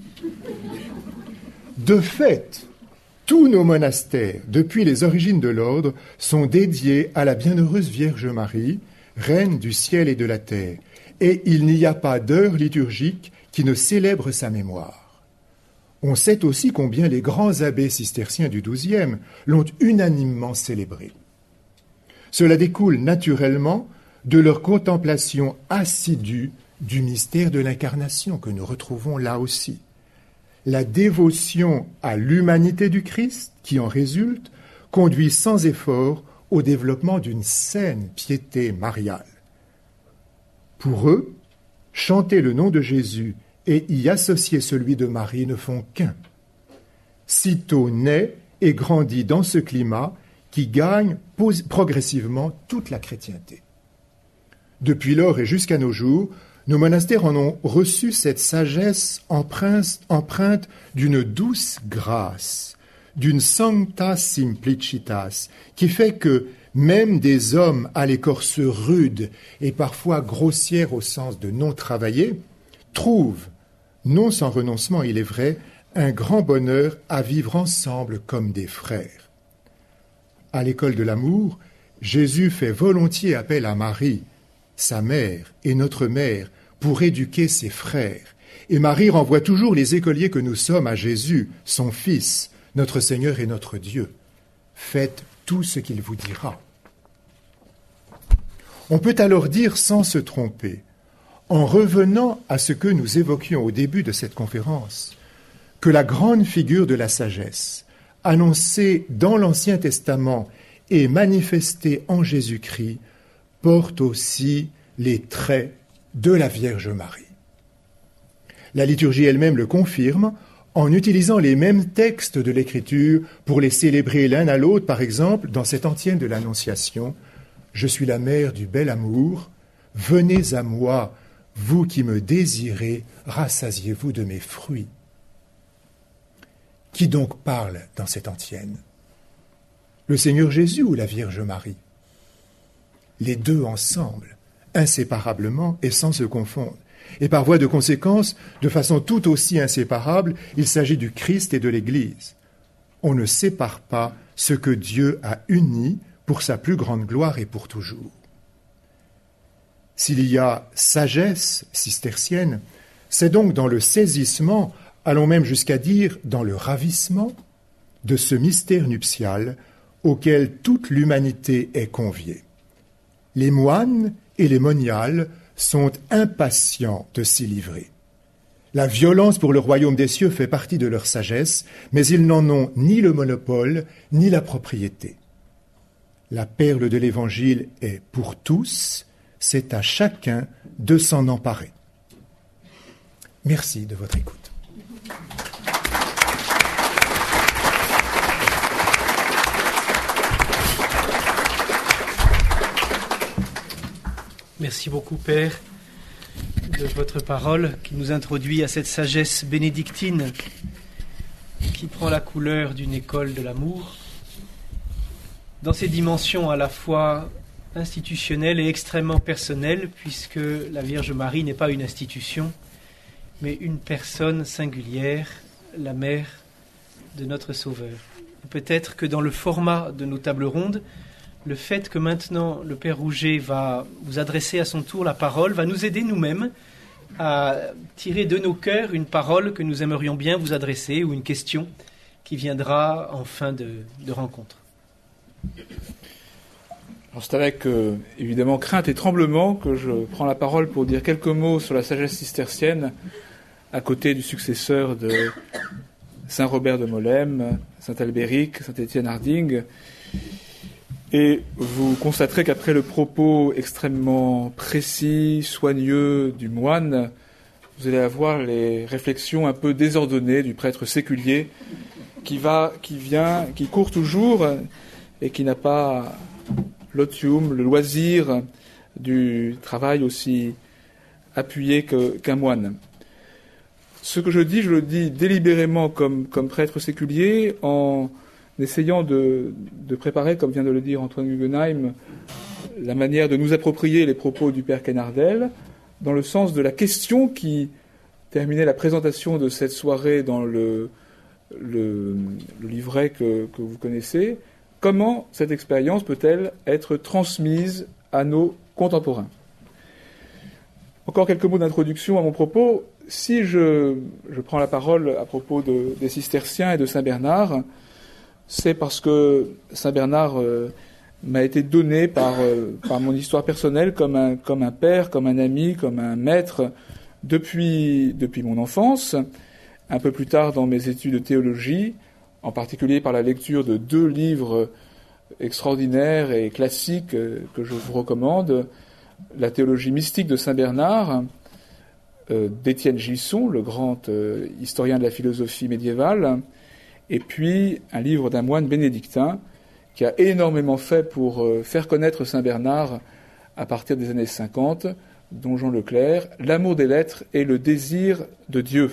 De fait, tous nos monastères, depuis les origines de l'ordre, sont dédiés à la bienheureuse Vierge Marie, reine du ciel et de la terre, et il n'y a pas d'heure liturgique qui ne célèbre sa mémoire. On sait aussi combien les grands abbés cisterciens du douzième l'ont unanimement célébrée. Cela découle naturellement de leur contemplation assidue du mystère de l'incarnation que nous retrouvons là aussi. La dévotion à l'humanité du Christ, qui en résulte, conduit sans effort au développement d'une saine piété mariale. Pour eux, chanter le nom de Jésus et y associer celui de Marie ne font qu'un. Cîteaux naît et grandit dans ce climat qui gagne progressivement toute la chrétienté. Depuis lors et jusqu'à nos jours, nos monastères en ont reçu cette sagesse empreinte, empreinte d'une douce grâce, d'une sancta simplicitas, qui fait que même des hommes à l'écorce rude et parfois grossière au sens de non travaillé, trouvent, non sans renoncement il est vrai, un grand bonheur à vivre ensemble comme des frères. À l'école de l'amour, Jésus fait volontiers appel à Marie, sa mère et notre mère, pour éduquer ses frères. Et Marie renvoie toujours les écoliers que nous sommes à Jésus, son Fils, notre Seigneur et notre Dieu. Faites tout ce qu'il vous dira. On peut alors dire sans se tromper, en revenant à ce que nous évoquions au début de cette conférence, que la grande figure de la sagesse, annoncée dans l'Ancien Testament et manifestée en Jésus-Christ, porte aussi les traits de la Vierge Marie. La liturgie elle-même le confirme en utilisant les mêmes textes de l'Écriture pour les célébrer l'un à l'autre, par exemple, dans cette antienne de l'Annonciation, « Je suis la mère du bel amour, venez à moi, vous qui me désirez, rassasiez-vous de mes fruits. » Qui donc parle dans cette antienne? Le Seigneur Jésus ou la Vierge Marie? Les deux ensemble, inséparablement et sans se confondre. Et par voie de conséquence, de façon tout aussi inséparable, il s'agit du Christ et de l'Église. On ne sépare pas ce que Dieu a uni pour sa plus grande gloire et pour toujours. S'il y a sagesse cistercienne, c'est donc dans le saisissement, allons même jusqu'à dire dans le ravissement, de ce mystère nuptial auquel toute l'humanité est conviée. Les moines et les moniales sont impatients de s'y livrer. La violence pour le royaume des cieux fait partie de leur sagesse, mais ils n'en ont ni le monopole, ni la propriété. La perle de l'Évangile est pour tous, c'est à chacun de s'en emparer. Merci de votre écoute. Merci beaucoup, Père, de votre parole qui nous introduit à cette sagesse bénédictine qui prend la couleur d'une école de l'amour dans ses dimensions à la fois institutionnelles et extrêmement personnelles, puisque la Vierge Marie n'est pas une institution, mais une personne singulière, la mère de notre Sauveur. Peut-être que dans le format de nos tables rondes, le fait que maintenant le Père Rouget va vous adresser à son tour la parole va nous aider nous-mêmes à tirer de nos cœurs une parole que nous aimerions bien vous adresser ou une question qui viendra en fin de, de rencontre. Alors c'est avec euh, évidemment crainte et tremblement que je prends la parole pour dire quelques mots sur la sagesse cistercienne à côté du successeur de Saint Robert de Molem, Saint Albéric, Saint Étienne Harding. Et vous constaterez qu'après le propos extrêmement précis, soigneux du moine, vous allez avoir les réflexions un peu désordonnées du prêtre séculier qui va, qui vient, qui court toujours et qui n'a pas l'otium, le loisir du travail aussi appuyé que, qu'un moine. Ce que je dis, je le dis délibérément comme, comme prêtre séculier, en essayant de, de préparer, comme vient de le dire Antoine Guggenheim, la manière de nous approprier les propos du Père Quennardel, dans le sens de la question qui terminait la présentation de cette soirée dans le, le, le livret que, que vous connaissez. Comment cette expérience peut-elle être transmise à nos contemporains ? Encore quelques mots d'introduction à mon propos. Si je, je prends la parole à propos de, des cisterciens et de Saint Bernard, c'est parce que Saint Bernard euh, m'a été donné par, euh, par mon histoire personnelle comme un, comme un père, comme un ami, comme un maître depuis, depuis mon enfance, un peu plus tard dans mes études de théologie, en particulier par la lecture de deux livres extraordinaires et classiques euh, que je vous recommande, la théologie mystique de Saint Bernard, euh, d'Étienne Gilson, le grand euh, historien de la philosophie médiévale, et puis un livre d'un moine bénédictin qui a énormément fait pour euh, faire connaître Saint Bernard à partir des années cinquante, dont Jean Leclerc, L'amour des lettres et le désir de Dieu.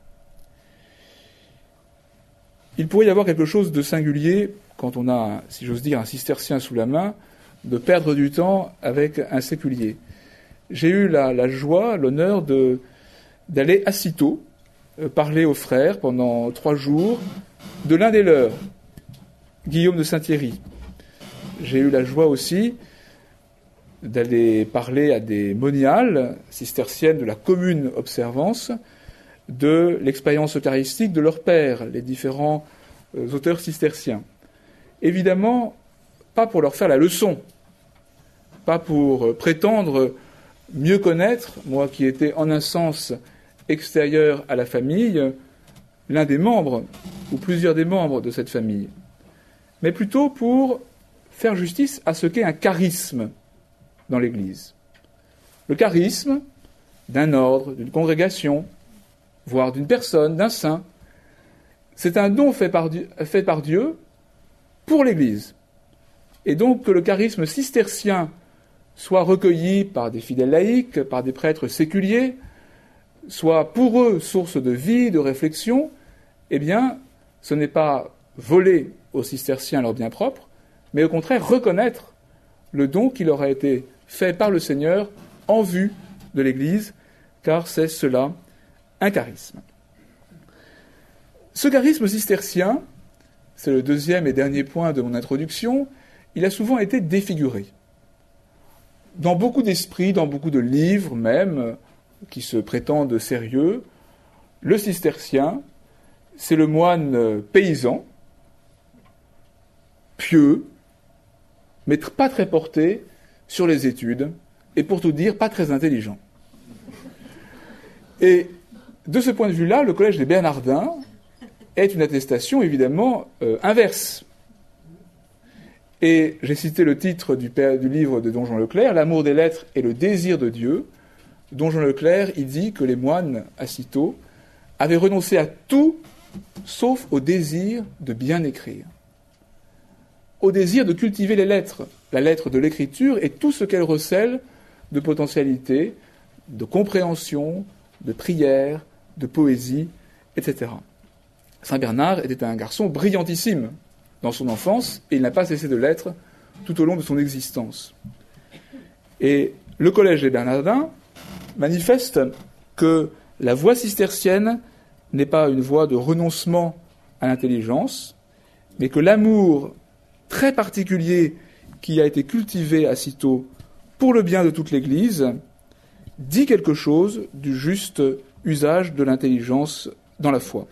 Il pourrait y avoir quelque chose de singulier quand on a, si j'ose dire, un cistercien sous la main, de perdre du temps avec un séculier. J'ai eu la, la joie, l'honneur de, d'aller à Cîteaux, euh, parler aux frères pendant trois jours de l'un des leurs, Guillaume de Saint-Thierry. J'ai eu la joie aussi d'aller parler à des moniales cisterciennes de la commune observance de l'expérience eucharistique de leurs pères, les différents euh, auteurs cisterciens. Évidemment, pas pour leur faire la leçon, pas pour euh, prétendre mieux connaître, moi qui étais en un sens extérieur à la famille, l'un des membres, ou plusieurs des membres de cette famille, mais plutôt pour faire justice à ce qu'est un charisme dans l'Église. Le charisme d'un ordre, d'une congrégation, voire d'une personne, d'un saint, c'est un don fait par Dieu, fait par Dieu pour l'Église. Et donc que le charisme cistercien soit recueilli par des fidèles laïcs, par des prêtres séculiers, soit pour eux source de vie, de réflexion, eh bien, ce n'est pas voler aux cisterciens leur bien propre, mais au contraire reconnaître le don qui leur a été fait par le Seigneur en vue de l'Église, car c'est cela un charisme. Ce charisme cistercien, c'est le deuxième et dernier point de mon introduction, il a souvent été défiguré. Dans beaucoup d'esprits, dans beaucoup de livres même, qui se prétendent sérieux, le cistercien, c'est le moine paysan, pieux, mais pas très porté sur les études, et pour tout dire, pas très intelligent. Et de ce point de vue-là, le collège des Bernardins est une attestation évidemment euh, inverse. Et j'ai cité le titre du, père, du livre de Don Jean Leclerc, L'amour des lettres et le désir de Dieu. Don Jean Leclerc, il dit que les moines à Cîteaux avaient renoncé à tout sauf au désir de bien écrire, au désir de cultiver les lettres, la lettre de l'écriture et tout ce qu'elle recèle de potentialité, de compréhension, de prière, de poésie, et cetera. Saint Bernard était un garçon brillantissime dans son enfance, et il n'a pas cessé de l'être tout au long de son existence. Et le Collège des Bernardins manifeste que la voie cistercienne n'est pas une voie de renoncement à l'intelligence, mais que l'amour très particulier qui a été cultivé à Cîteaux pour le bien de toute l'Église dit quelque chose du juste usage de l'intelligence dans la foi.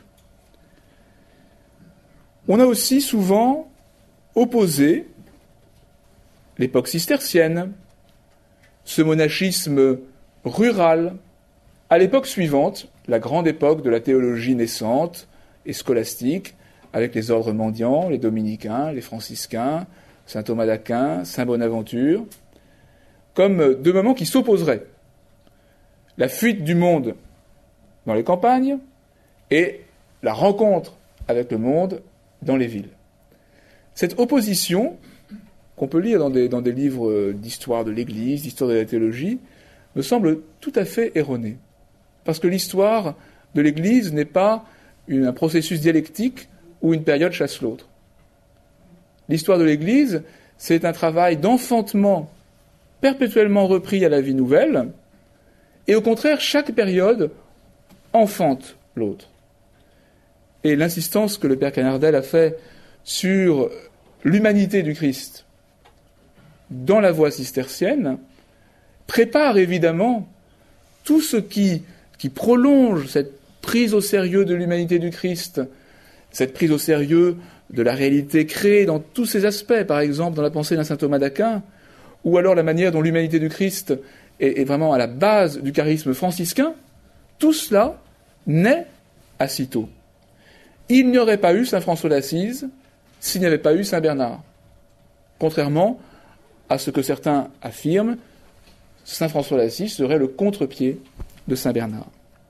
On a aussi souvent opposé l'époque cistercienne, ce monachisme rural, à l'époque suivante, la grande époque de la théologie naissante et scolastique, avec les ordres mendiants, les dominicains, les franciscains, saint Thomas d'Aquin, saint Bonaventure, comme deux moments qui s'opposeraient. La fuite du monde dans les campagnes et la rencontre avec le monde dans les villes. Cette opposition, qu'on peut lire dans des, dans des livres d'histoire de l'Église, d'histoire de la théologie, me semble tout à fait erronée. Parce que l'histoire de l'Église n'est pas une, un processus dialectique où une période chasse l'autre. L'histoire de l'Église, c'est un travail d'enfantement perpétuellement repris à la vie nouvelle, et au contraire, chaque période enfante l'autre. Et l'insistance que le père Canardel a fait sur l'humanité du Christ dans la voie cistercienne prépare évidemment tout ce qui, qui prolonge cette prise au sérieux de l'humanité du Christ, cette prise au sérieux de la réalité créée dans tous ses aspects, par exemple dans la pensée d'un saint Thomas d'Aquin, ou alors la manière dont l'humanité du Christ est, est vraiment à la base du charisme franciscain. Tout cela naît à Cîteaux. Il n'y aurait pas eu saint François d'Assise s'il n'y avait pas eu saint Bernard. Contrairement à ce que certains affirment, saint François d'Assise serait le contre-pied de saint Bernard.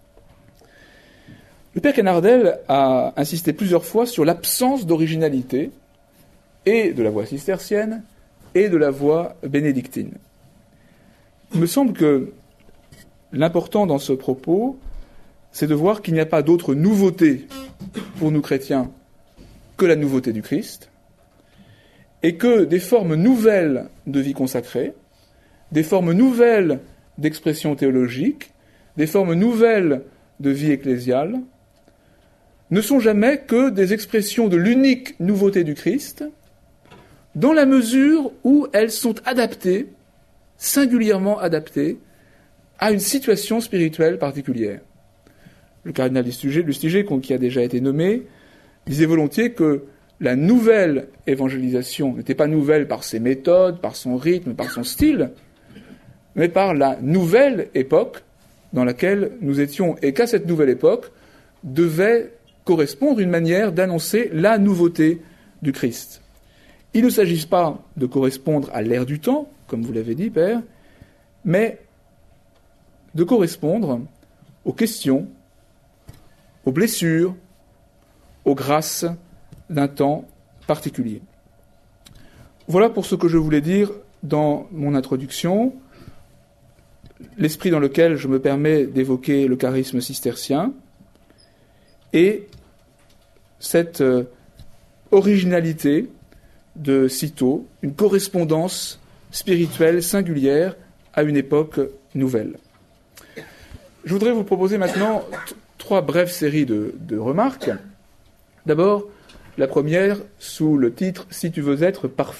Le père Canardel a insisté plusieurs fois sur l'absence d'originalité et de la voie cistercienne et de la voie bénédictine. Il me semble que l'important dans ce propos, c'est de voir qu'il n'y a pas d'autre nouveauté pour nous chrétiens que la nouveauté du Christ, et que des formes nouvelles de vie consacrée, des formes nouvelles d'expression théologique, des formes nouvelles de vie ecclésiale, ne sont jamais que des expressions de l'unique nouveauté du Christ, dans la mesure où elles sont adaptées, singulièrement adaptées, à une situation spirituelle particulière. Le cardinal Lustiger, qui a déjà été nommé, disait volontiers que la nouvelle évangélisation n'était pas nouvelle par ses méthodes, par son rythme, par son style, mais par la nouvelle époque dans laquelle nous étions, et qu'à cette nouvelle époque devait correspondre une manière d'annoncer la nouveauté du Christ. Il ne s'agit pas de correspondre à l'ère du temps, comme vous l'avez dit, Père, mais de correspondre aux questions, aux blessures, aux grâces d'un temps particulier. Voilà pour ce que je voulais dire dans mon introduction, l'esprit dans lequel je me permets d'évoquer le charisme cistercien et cette euh, originalité de Cîteaux, une correspondance spirituelle singulière à une époque nouvelle. Je voudrais vous proposer maintenant t- trois brèves séries de, de remarques. D'abord, la première sous le titre « Si tu veux être parfait ».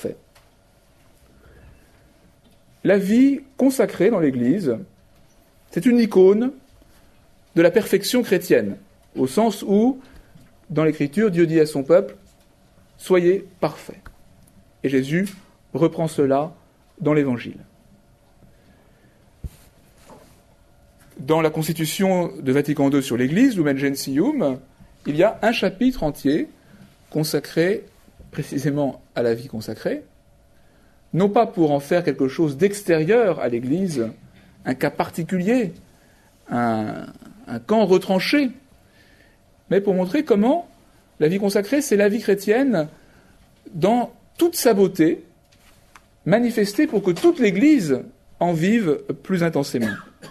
La vie consacrée dans l'Église, c'est une icône de la perfection chrétienne, au sens où, dans l'Écriture, Dieu dit à son peuple « Soyez parfaits ». Et Jésus reprend cela dans l'Évangile. Dans la Constitution de Vatican deux sur l'Église, Lumen Gentium, il y a un chapitre entier consacré précisément à la vie consacrée, non pas pour en faire quelque chose d'extérieur à l'Église, un cas particulier, un, un camp retranché, mais pour montrer comment la vie consacrée, c'est la vie chrétienne dans toute sa beauté, manifestée pour que toute l'Église en vivent plus intensément.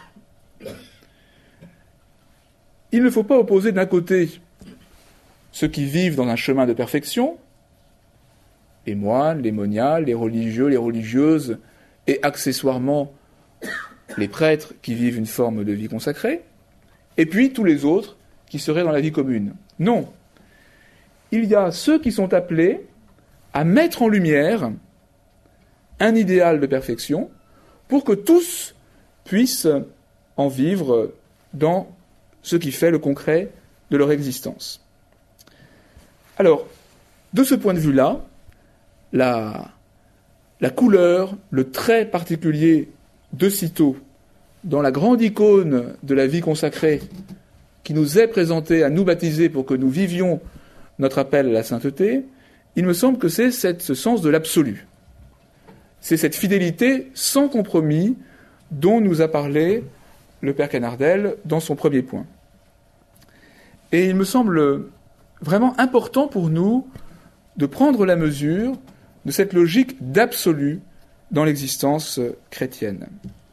Il ne faut pas opposer d'un côté ceux qui vivent dans un chemin de perfection, les moines, les moniales, les religieux, les religieuses, et accessoirement les prêtres qui vivent une forme de vie consacrée, et puis tous les autres qui seraient dans la vie commune. Non. Il y a ceux qui sont appelés à mettre en lumière un idéal de perfection pour que tous puissent en vivre dans ce qui fait le concret de leur existence. Alors, de ce point de vue-là, la, la couleur, le trait particulier de Cîteaux dans la grande icône de la vie consacrée qui nous est présentée à nous baptiser pour que nous vivions notre appel à la sainteté, il me semble que c'est cette, ce sens de l'absolu. C'est cette fidélité sans compromis dont nous a parlé le Père Canardel dans son premier point. Et il me semble vraiment important pour nous de prendre la mesure de cette logique d'absolu dans l'existence chrétienne.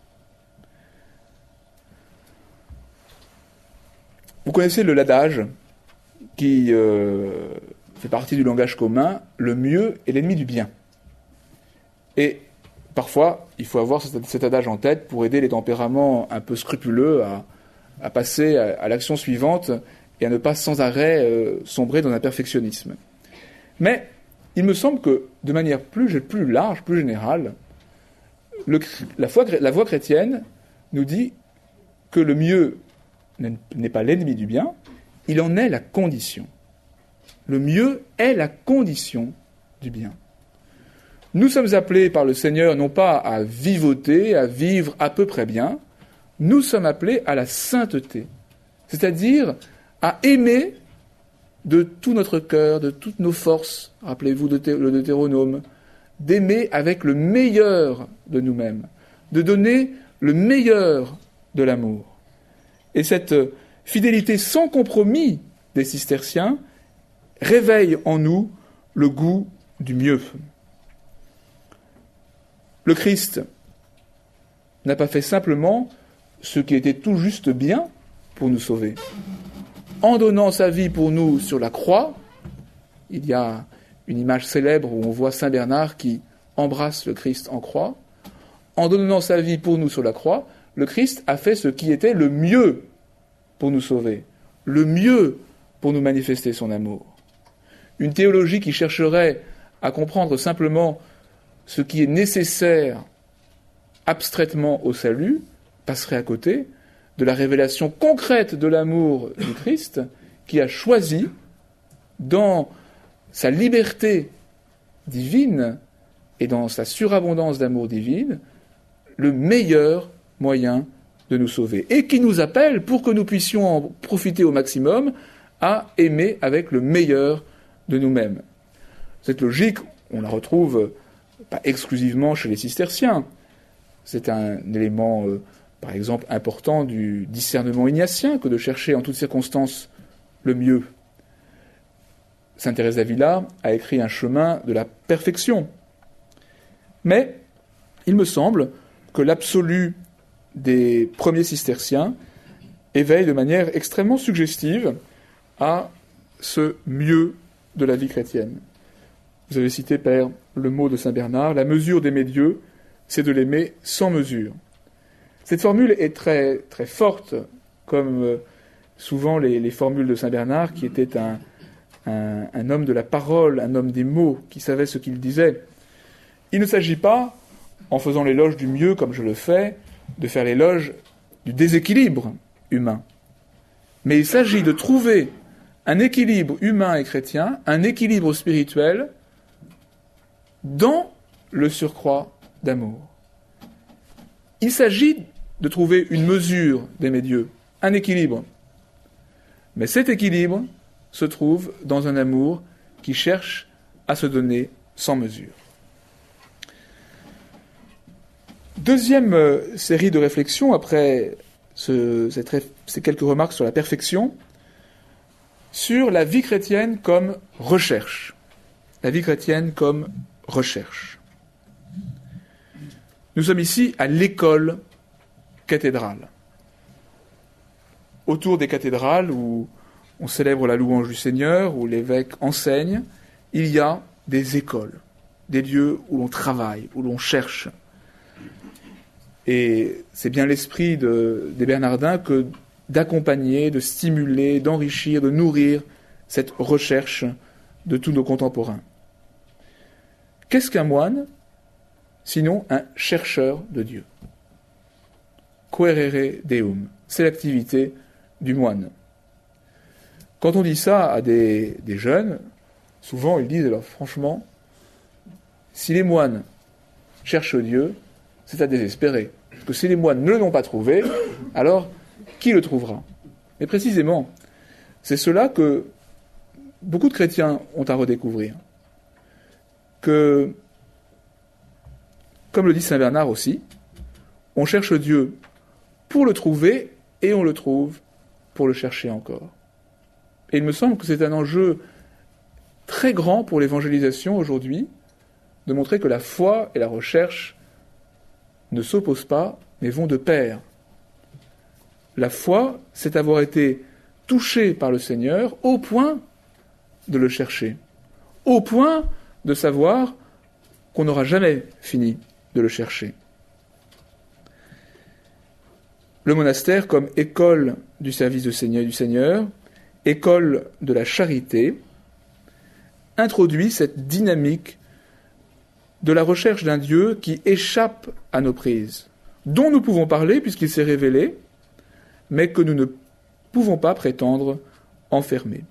Vous connaissez le l'adage qui euh, fait partie du langage commun, le mieux est l'ennemi du bien. Et parfois, il faut avoir cet, cet adage en tête pour aider les tempéraments un peu scrupuleux à, à passer à, à l'action suivante et à ne pas sans arrêt euh, sombrer dans un perfectionnisme. Mais il me semble que, de manière plus, plus large, plus générale, le, la, foi, la voie chrétienne nous dit que le mieux n'est pas l'ennemi du bien, il en est la condition. Le mieux est la condition du bien. Nous sommes appelés par le Seigneur non pas à vivoter, à vivre à peu près bien, nous sommes appelés à la sainteté, c'est-à-dire à aimer de tout notre cœur, de toutes nos forces, rappelez-vous le Deutéronome, d'aimer avec le meilleur de nous-mêmes, de donner le meilleur de l'amour. Et cette fidélité sans compromis des cisterciens réveille en nous le goût du mieux. Le Christ n'a pas fait simplement ce qui était tout juste bien pour nous sauver. En donnant sa vie pour nous sur la croix, il y a une image célèbre où on voit Saint Bernard qui embrasse le Christ en croix. En donnant sa vie pour nous sur la croix, le Christ a fait ce qui était le mieux pour nous sauver, le mieux pour nous manifester son amour. Une théologie qui chercherait à comprendre simplement ce qui est nécessaire abstraitement au salut passerait à côté de la révélation concrète de l'amour du Christ qui a choisi, dans sa liberté divine et dans sa surabondance d'amour divine, le meilleur moyen de nous sauver, et qui nous appelle, pour que nous puissions en profiter au maximum, à aimer avec le meilleur de nous-mêmes. Cette logique, on la retrouve pas exclusivement chez les cisterciens. C'est un élément, euh, par exemple, important du discernement ignatien que de chercher en toutes circonstances le mieux. Sainte Thérèse d'Avila a écrit un chemin de la perfection. Mais il me semble que l'absolu des premiers cisterciens éveille de manière extrêmement suggestive à ce mieux de la vie chrétienne. Vous avez cité, Père, le mot de Saint Bernard, la mesure d'aimer Dieu, c'est de l'aimer sans mesure. Cette formule est très, très forte, comme euh, souvent les, les formules de Saint Bernard, qui était un, un, un homme de la parole, un homme des mots, qui savait ce qu'il disait. Il ne s'agit pas, en faisant l'éloge du mieux comme je le fais, de faire l'éloge du déséquilibre humain. Mais il s'agit de trouver un équilibre humain et chrétien, un équilibre spirituel, dans le surcroît d'amour. Il s'agit de trouver une mesure d'aimer Dieu, un équilibre. Mais cet équilibre se trouve dans un amour qui cherche à se donner sans mesure. Deuxième euh, série de réflexions, après ce, cette, ces quelques remarques sur la perfection, sur la vie chrétienne comme recherche. La vie chrétienne comme recherche. Nous Nous sommes ici à l'école cathédrale. Autour des cathédrales où on célèbre la louange du Seigneur, où l'évêque enseigne, il y a des écoles, des lieux où l'on travaille, où l'on cherche. Et c'est bien l'esprit de, des Bernardins que d'accompagner, de stimuler, d'enrichir, de nourrir cette recherche de tous nos contemporains. Qu'est-ce qu'un moine, sinon un chercheur de Dieu? Quaerere Deum, c'est l'activité du moine. Quand on dit ça à des, des jeunes, souvent ils disent, alors franchement, si les moines cherchent Dieu, c'est à désespérer. Parce que si les moines ne l'ont pas trouvé, alors qui le trouvera? Mais précisément, c'est cela que beaucoup de chrétiens ont à redécouvrir. Que, comme le dit saint Bernard aussi, on cherche Dieu pour le trouver et on le trouve pour le chercher encore. Et il me semble que c'est un enjeu très grand pour l'évangélisation aujourd'hui, de montrer que la foi et la recherche ne s'opposent pas, mais vont de pair. La foi, c'est avoir été touché par le Seigneur au point de le chercher, au point de savoir qu'on n'aura jamais fini de le chercher. Le monastère comme école du service du Seigneur, du Seigneur, école de la charité, introduit cette dynamique de la recherche d'un Dieu qui échappe à nos prises, dont nous pouvons parler puisqu'il s'est révélé, mais que nous ne pouvons pas prétendre enfermer.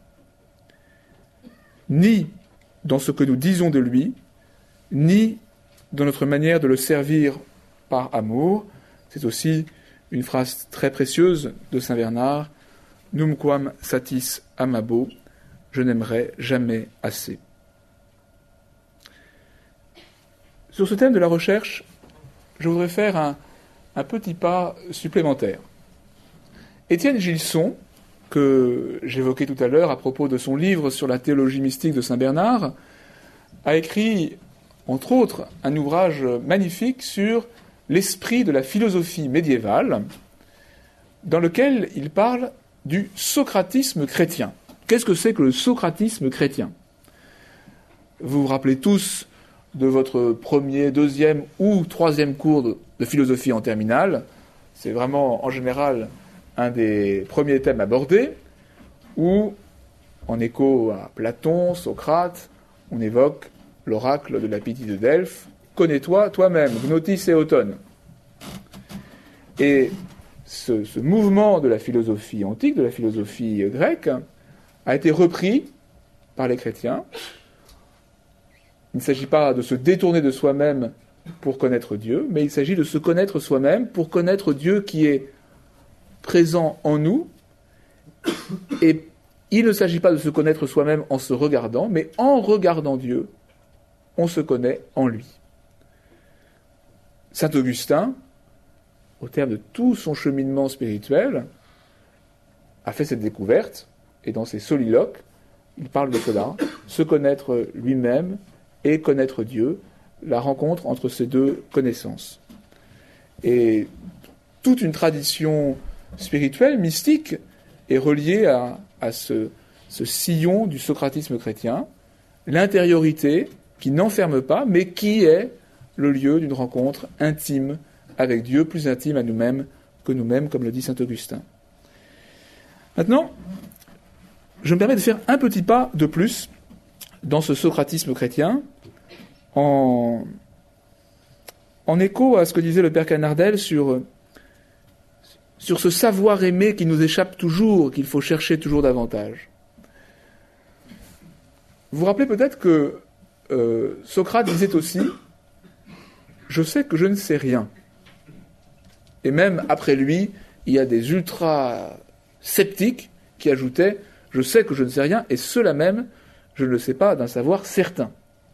Ni dans ce que nous disons de lui, ni dans notre manière de le servir par amour. C'est aussi une phrase très précieuse de saint Bernard, « Numquam satis amabo », je n'aimerai jamais assez. Sur ce thème de la recherche, je voudrais faire un, un petit pas supplémentaire. Étienne Gilson, que j'évoquais tout à l'heure à propos de son livre sur la théologie mystique de saint Bernard, a écrit, entre autres, un ouvrage magnifique sur l'esprit de la philosophie médiévale, dans lequel il parle du socratisme chrétien. Qu'est-ce que c'est que le socratisme chrétien? Vous vous rappelez tous de votre premier, deuxième ou troisième cours de, de philosophie en terminale. C'est vraiment, en général, un des premiers thèmes abordés, où, en écho à Platon, Socrate, on évoque l'oracle de la Pythie de Delphes, « Connais-toi toi-même, gnotis et auton ». Et ce, ce mouvement de la philosophie antique, de la philosophie grecque, a été repris par les chrétiens. Il ne s'agit pas de se détourner de soi-même pour connaître Dieu, mais il s'agit de se connaître soi-même pour connaître Dieu qui est présent en nous. Et il ne s'agit pas de se connaître soi-même en se regardant, mais en regardant Dieu, on se connaît en lui. Saint Augustin, au terme de tout son cheminement spirituel, a fait cette découverte, et dans ses soliloques, il parle de cela, se connaître lui-même et connaître Dieu, la rencontre entre ces deux connaissances. Et toute une tradition spirituelle, mystique, est reliée à, à ce, ce sillon du socratisme chrétien, l'intériorité qui n'enferme pas, mais qui est le lieu d'une rencontre intime avec Dieu, plus intime à nous-mêmes que nous-mêmes, comme le dit saint Augustin. Maintenant, je me permets de faire un petit pas de plus dans ce socratisme chrétien, en, en écho à ce que disait le père Canardel sur, sur ce savoir aimer qui nous échappe toujours, qu'il faut chercher toujours davantage. Vous vous rappelez peut-être que euh, Socrate disait aussi « Je sais que je ne sais rien ». Et même après lui, il y a des ultra-sceptiques qui ajoutaient « Je sais que je ne sais rien, et cela même, je ne le sais pas d'un savoir certain ».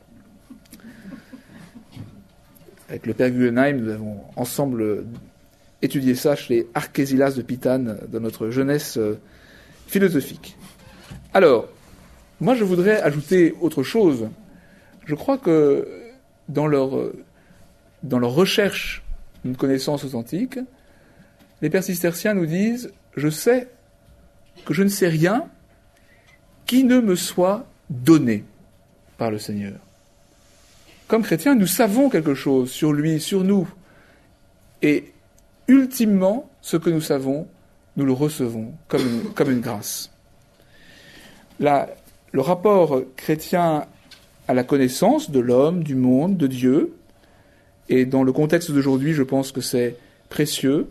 Avec le père Guggenheim, nous avons ensemble étudié ça chez les Archésilas de Pitane dans notre jeunesse philosophique. Alors, moi je voudrais ajouter autre chose. Je crois que dans leur, dans leur recherche une connaissance authentique, les pères cisterciens nous disent « Je sais que je ne sais rien qui ne me soit donné par le Seigneur. » Comme chrétiens, nous savons quelque chose sur lui, sur nous. Et ultimement, ce que nous savons, nous le recevons comme une, comme une grâce. La, le rapport chrétien à la connaissance de l'homme, du monde, de Dieu, et dans le contexte d'aujourd'hui, je pense que c'est précieux,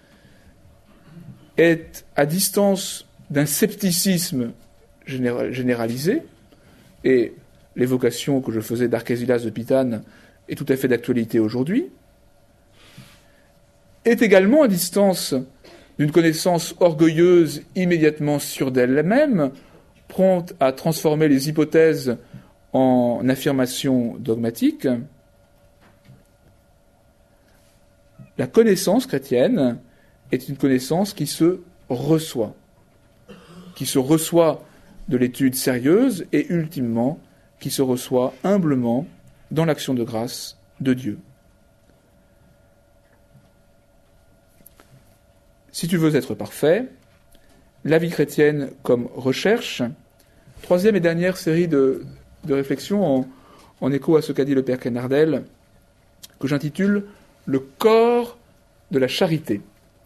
est à distance d'un scepticisme généralisé, et l'évocation que je faisais d'Archésilas de Pitane est tout à fait d'actualité aujourd'hui, est également à distance d'une connaissance orgueilleuse immédiatement sûre d'elle-même, prompte à transformer les hypothèses en affirmations dogmatiques. La connaissance chrétienne est une connaissance qui se reçoit, qui se reçoit de l'étude sérieuse et ultimement qui se reçoit humblement dans l'action de grâce de Dieu. Si tu veux être parfait, la vie chrétienne comme recherche, troisième et dernière série de, de réflexions en, en écho à ce qu'a dit le père Kennardel, que j'intitule « Le corps de la charité ».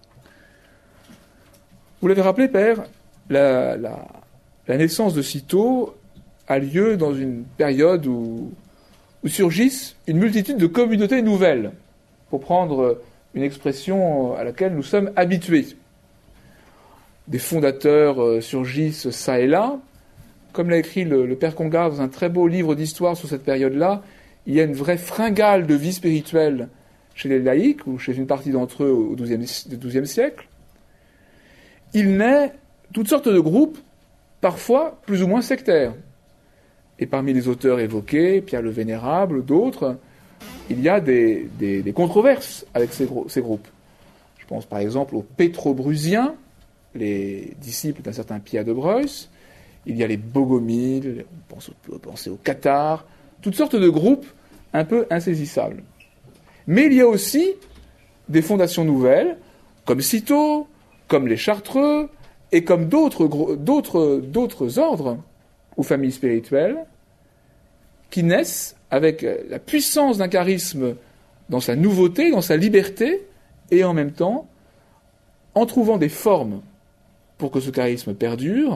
Vous l'avez rappelé, père, la, la, la naissance de Cîteaux a lieu dans une période où, où surgissent une multitude de communautés nouvelles, pour prendre une expression à laquelle nous sommes habitués. Des fondateurs surgissent çà et là. Comme l'a écrit le, le père Congar dans un très beau livre d'histoire sur cette période-là, il y a une vraie fringale de vie spirituelle chez les laïcs, ou chez une partie d'entre eux au douzième siècle. Il naît toutes sortes de groupes, parfois plus ou moins sectaires. Et parmi les auteurs évoqués, Pierre le Vénérable, d'autres, il y a des, des, des controverses avec ces, ces groupes. Je pense par exemple aux Pétrobrusiens, les disciples d'un certain Pierre de Breuil. Il y a les Bogomiles, on pense, on peut penser au Cathare, toutes sortes de groupes un peu insaisissables. Mais il y a aussi des fondations nouvelles, comme Cîteaux, comme les Chartreux, et comme d'autres, d'autres, d'autres ordres ou familles spirituelles, qui naissent avec la puissance d'un charisme dans sa nouveauté, dans sa liberté, et en même temps, en trouvant des formes pour que ce charisme perdure,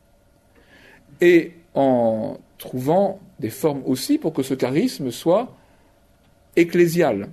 et en trouvant des formes aussi pour que ce charisme soit ecclésial.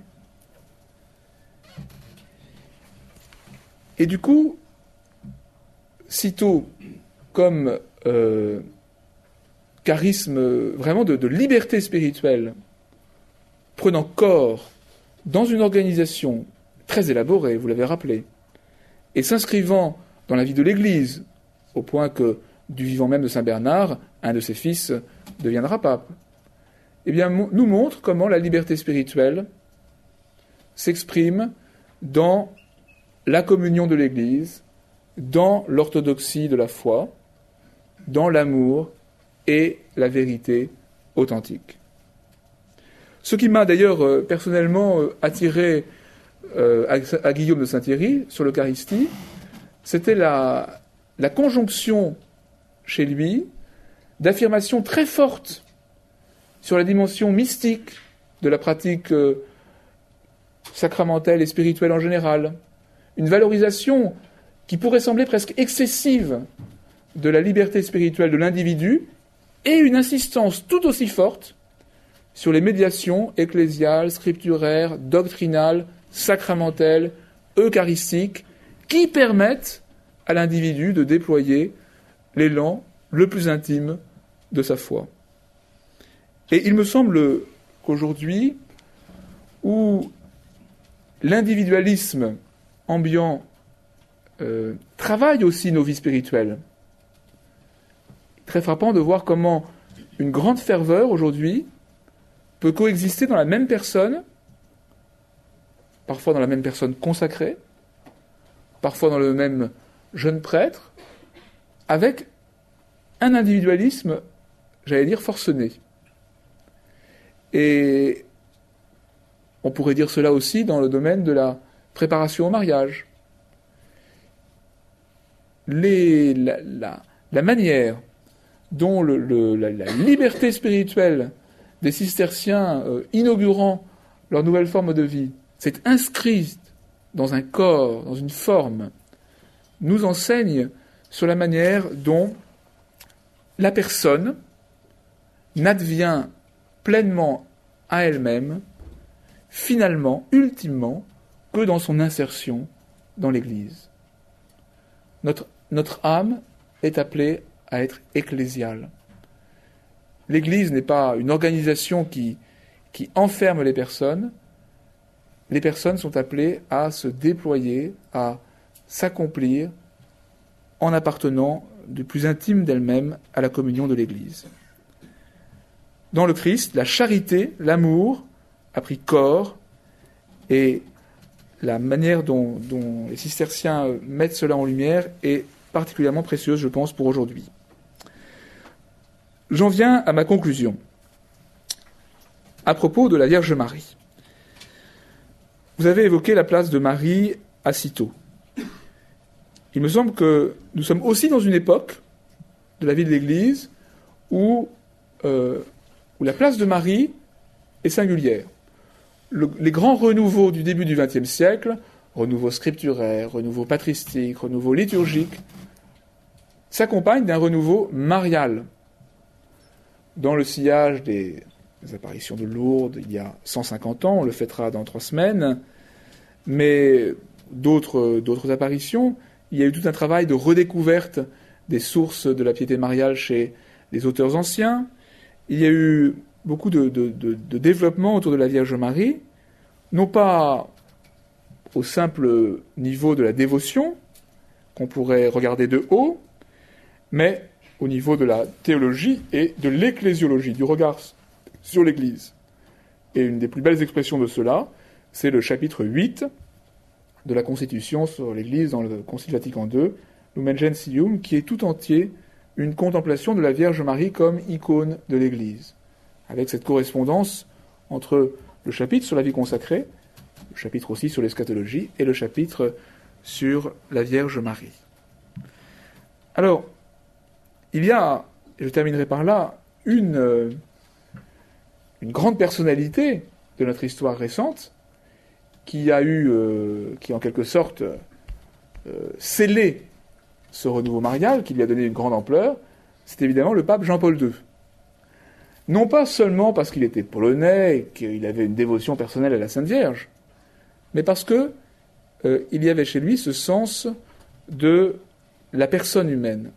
Et du coup, Cîteaux, comme euh, charisme vraiment de, de liberté spirituelle, prenant corps dans une organisation très élaborée, vous l'avez rappelé, et s'inscrivant dans la vie de l'Église, au point que, du vivant même de Saint Bernard, un de ses fils deviendra pape, eh bien, nous montre comment la liberté spirituelle s'exprime dans la communion de l'Église, dans l'orthodoxie de la foi, dans l'amour et la vérité authentique. Ce qui m'a d'ailleurs euh, personnellement euh, attiré euh, à, à Guillaume de Saint-Thierry sur l'Eucharistie, c'était la, la conjonction chez lui d'affirmations très fortes sur la dimension mystique de la pratique euh, sacramentelle et spirituelle en général, une valorisation qui pourrait sembler presque excessive de la liberté spirituelle de l'individu, et une insistance tout aussi forte sur les médiations ecclésiales, scripturaires, doctrinales, sacramentelles, eucharistiques, qui permettent à l'individu de déployer l'élan le plus intime de sa foi. Et il me semble qu'aujourd'hui, où l'individualisme ambiant euh, travaille aussi nos vies spirituelles, très frappant de voir comment une grande ferveur aujourd'hui peut coexister dans la même personne, parfois dans la même personne consacrée, parfois dans le même jeune prêtre, avec un individualisme, j'allais dire, forcené. Et On pourrait dire cela aussi dans le domaine de la préparation au mariage. Les, la, la, la manière dont le, le, la, la liberté spirituelle des cisterciens euh, inaugurant leur nouvelle forme de vie s'est inscrite dans un corps, dans une forme, nous enseigne sur la manière dont la personne n'advient pleinement à elle-même, finalement, ultimement, que dans son insertion dans l'Église. Notre, notre âme est appelée à être ecclésiale. L'Église n'est pas une organisation qui, qui enferme les personnes. Les personnes sont appelées à se déployer, à s'accomplir en appartenant du plus intime d'elles-mêmes à la communion de l'Église. Dans le Christ, la charité, l'amour, a pris corps, et la manière dont, dont les cisterciens mettent cela en lumière est particulièrement précieuse, je pense, pour aujourd'hui. J'en viens à ma conclusion, à propos de la Vierge Marie. Vous avez évoqué la place de Marie à Cîteaux. Il me semble que nous sommes aussi dans une époque de la vie de l'Église où, euh, où la place de Marie est singulière. Le, les grands renouveaux du début du vingtième siècle, renouveau scripturaire, renouveau patristique, renouveau liturgique, s'accompagnent d'un renouveau marial. Dans le sillage des, des apparitions de Lourdes il y a cent cinquante ans, on le fêtera dans trois semaines, mais d'autres, d'autres apparitions, il y a eu tout un travail de redécouverte des sources de la piété mariale chez les auteurs anciens. Il y a eu beaucoup de, de, de, de développement autour de la Vierge Marie, non pas au simple niveau de la dévotion, qu'on pourrait regarder de haut, mais au niveau de la théologie et de l'ecclésiologie, du regard sur l'Église. Et une des plus belles expressions de cela, c'est le chapitre huit de la Constitution sur l'Église dans le Concile Vatican deux, Lumen Gentium, qui est tout entier une contemplation de la Vierge Marie comme icône de l'Église, avec cette correspondance entre le chapitre sur la vie consacrée, le chapitre aussi sur l'eschatologie, et le chapitre sur la Vierge Marie. Alors, il y a, et je terminerai par là, une, une grande personnalité de notre histoire récente qui a eu, euh, qui en quelque sorte euh, scellé ce renouveau marial, qui lui a donné une grande ampleur, c'est évidemment le pape Jean-Paul deux. Non pas seulement parce qu'il était polonais et qu'il avait une dévotion personnelle à la Sainte Vierge, mais parce que euh, il y avait chez lui ce sens de la personne humaine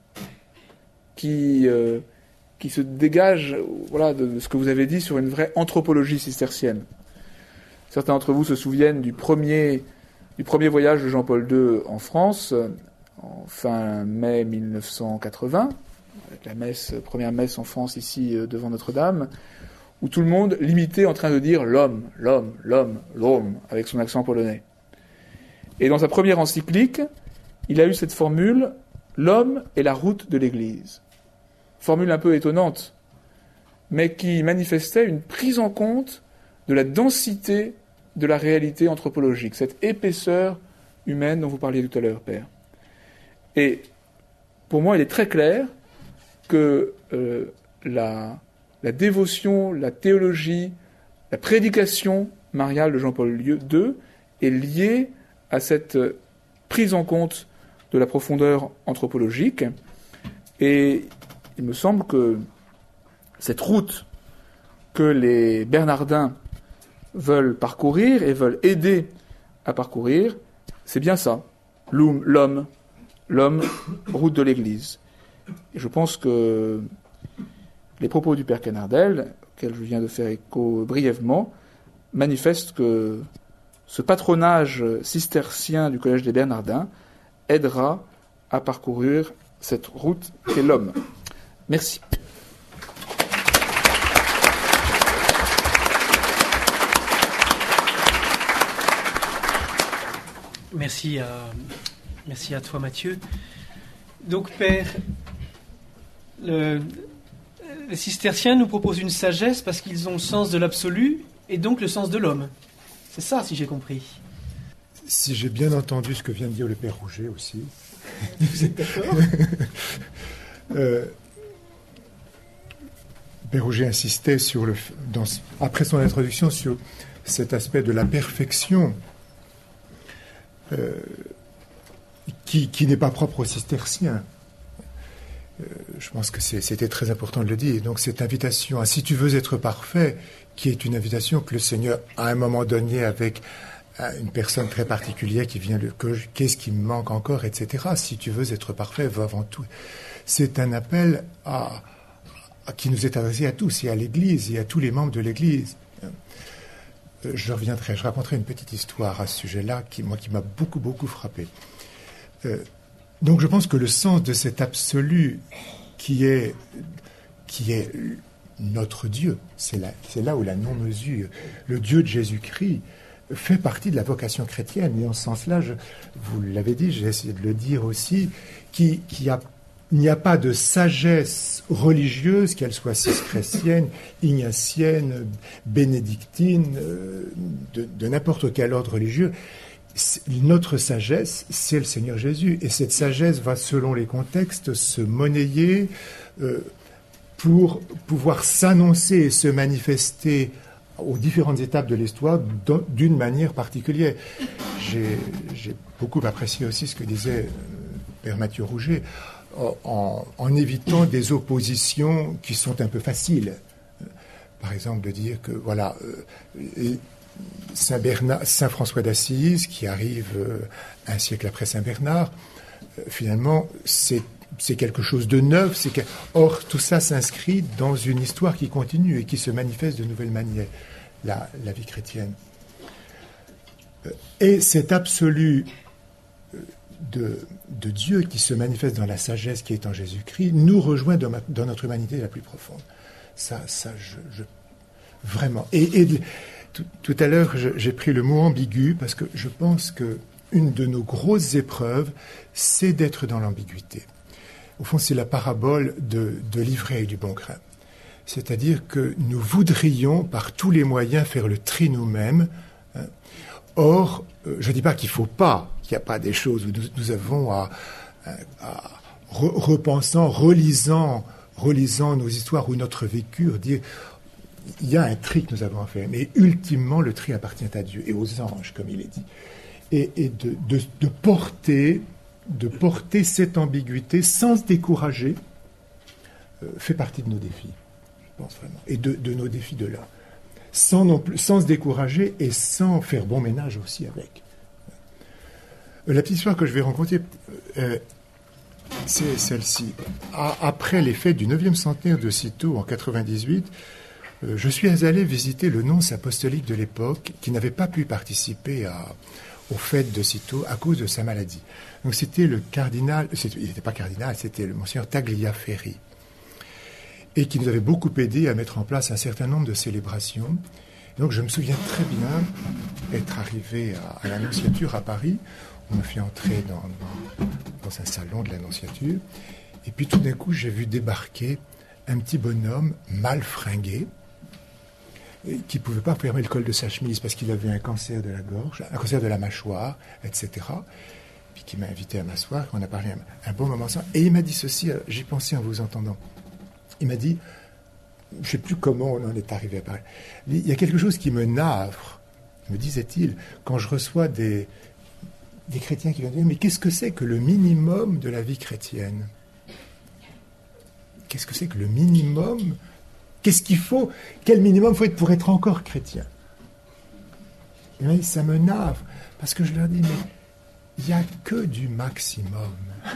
qui, euh, qui se dégage voilà, de, de ce que vous avez dit sur une vraie anthropologie cistercienne. Certains d'entre vous se souviennent du premier, du premier voyage de Jean-Paul deux en France, en fin mai mille neuf cent quatre-vingts, avec la messe, première messe en France ici devant Notre-Dame, où tout le monde l'imitait en train de dire « l'homme, l'homme, l'homme, l'homme » avec son accent polonais. Et dans sa première encyclique, il a eu cette formule « l'homme est la route de l'Église ». Formule un peu étonnante, mais qui manifestait une prise en compte de la densité de la réalité anthropologique, cette épaisseur humaine dont vous parliez tout à l'heure, Père. Et pour moi, il est très clair que euh, la, la dévotion, la théologie, la prédication mariale de Jean-Paul deux est liée à cette prise en compte de la profondeur anthropologique. Et il me semble que cette route que les Bernardins veulent parcourir et veulent aider à parcourir, c'est bien ça, l'homme, l'homme, route de l'Église. Et je pense que les propos du Père Canardel, auxquels je viens de faire écho brièvement, manifestent que ce patronage cistercien du Collège des Bernardins aidera à parcourir cette route qu'est l'homme. Merci. Merci à, merci à toi, Mathieu. Donc, Père, le, les cisterciens nous proposent une sagesse parce qu'ils ont le sens de l'absolu et donc le sens de l'homme. C'est ça, si j'ai compris. Si j'ai bien entendu ce que vient de dire le Père Rouget aussi. Vous êtes d'accord? euh, Père Rouget insistait sur le, dans, après son introduction sur cet aspect de la perfection euh, qui, qui n'est pas propre aux cisterciens. Euh, je pense que c'est, c'était très important de le dire. Donc cette invitation à « si tu veux être parfait », qui est une invitation que le Seigneur, à un moment donné, avec une personne très particulière qui vient, le, que, qu'est-ce qui me manque encore, et cetera. Si tu veux être parfait, va avant tout. C'est un appel à, à, qui nous est adressé à tous, et à l'Église, et à tous les membres de l'Église. Je reviendrai, je raconterai une petite histoire à ce sujet-là, qui, moi, qui m'a beaucoup, beaucoup frappé. Euh, donc je pense que le sens de cet absolu qui est, qui est notre Dieu, c'est là, c'est là où la non-mesure, le Dieu de Jésus-Christ, fait partie de la vocation chrétienne. Et en ce sens-là, je, vous l'avez dit, j'ai essayé de le dire aussi, qu'il qui a, il n'y a pas de sagesse religieuse, qu'elle soit cistercienne, ignatienne, bénédictine, de, de n'importe quel ordre religieux. Notre sagesse, c'est le Seigneur Jésus. Et cette sagesse va, selon les contextes, se monnayer euh, pour pouvoir s'annoncer et se manifester aux différentes étapes de l'histoire d'une manière particulière. J'ai, j'ai beaucoup apprécié aussi ce que disait euh, Père Mathieu Rouget, en, en évitant des oppositions qui sont un peu faciles. Par exemple, de dire que, voilà, euh, Saint Bernard, Saint François d'Assise, qui arrive euh, un siècle après Saint Bernard, euh, finalement, c'est c'est quelque chose de neuf. C'est que... Or, tout ça s'inscrit dans une histoire qui continue et qui se manifeste de nouvelles manières, la, la vie chrétienne. Et cet absolu de, de Dieu qui se manifeste dans la sagesse qui est en Jésus-Christ nous rejoint dans, ma, dans notre humanité la plus profonde. Ça, ça je, je vraiment. Et, et tout, tout à l'heure, je, j'ai pris le mot ambigu parce que je pense que une de nos grosses épreuves, c'est d'être dans l'ambiguïté. Au fond, c'est la parabole de, de l'ivraie et du bon grain. C'est-à-dire que nous voudrions, par tous les moyens, faire le tri nous-mêmes. Hein. Or, euh, je ne dis pas qu'il ne faut pas, qu'il n'y a pas des choses où nous, nous avons à, à, à re, repensant, relisant, relisant nos histoires ou notre vécu, dire il y a un tri que nous avons à faire. Mais ultimement, le tri appartient à Dieu et aux anges, comme il est dit. Et, et de, de, de porter... de porter cette ambiguïté sans se décourager, euh, fait partie de nos défis, je pense vraiment, et de, de nos défis de là. Sans, non plus, sans se décourager et sans faire bon ménage aussi avec. Euh, la petite histoire que je vais rencontrer, euh, c'est celle-ci. À, après les fêtes du neuvième centenaire de Cîteaux en quatre-vingt-dix-huit, euh, je suis allé visiter le nonce apostolique de l'époque qui n'avait pas pu participer à... aux fêtes de Cîteaux à cause de sa maladie. Donc c'était le cardinal, il n'était pas cardinal, c'était le monseigneur Tagliaferri, et qui nous avait beaucoup aidé à mettre en place un certain nombre de célébrations. Et donc je me souviens très bien être arrivé à, à l'Annonciature à Paris. On m'a fait entrer dans, dans, dans un salon de l'Annonciature, et puis tout d'un coup j'ai vu débarquer un petit bonhomme mal fringué, qui ne pouvait pas fermer le col de sa chemise parce qu'il avait un cancer de la gorge, un cancer de la mâchoire, et cetera. Puis qui m'a invité à m'asseoir, on a parlé un, un bon moment ensemble. Et il m'a dit ceci, j'ai pensé en vous entendant. Il m'a dit, je ne sais plus comment on en est arrivé à parler. Il y a quelque chose qui me navre, me disait-il, quand je reçois des, des chrétiens qui viennent dire, mais qu'est-ce que c'est que le minimum de la vie chrétienne ? Qu'est-ce que c'est que le minimum ? Qu'est-ce qu'il faut ? Quel minimum faut être pour être encore chrétien ? Et bien, ça me navre, parce que je leur dis, mais il n'y a que du maximum.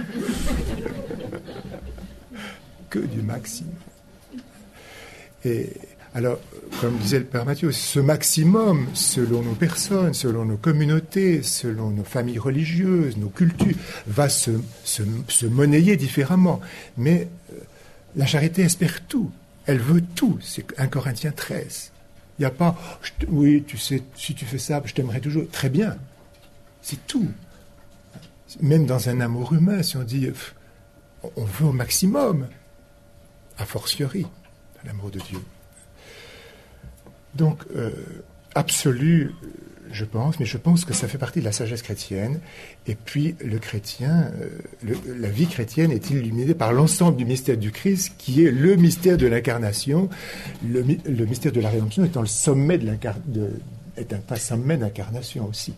Que du maximum. Et alors, comme disait le Père Mathieu, ce maximum, selon nos personnes, selon nos communautés, selon nos familles religieuses, nos cultures, va se, se, se monnayer différemment. Mais euh, la charité espère tout. Elle veut tout. C'est un Corinthiens treize. Il n'y a pas, je oui, tu sais, si tu fais ça, je t'aimerai toujours. Très bien. C'est tout. Même dans un amour humain, si on dit, on veut au maximum, a fortiori, dans l'amour de Dieu. Donc, euh, absolu, je pense, mais je pense que ça fait partie de la sagesse chrétienne. Et puis, le chrétien, euh, le, la vie chrétienne est illuminée par l'ensemble du mystère du Christ, qui est le mystère de l'incarnation, le, le mystère de la rédemption étant le sommet de l'incarnation, est un pas sommet d'incarnation aussi.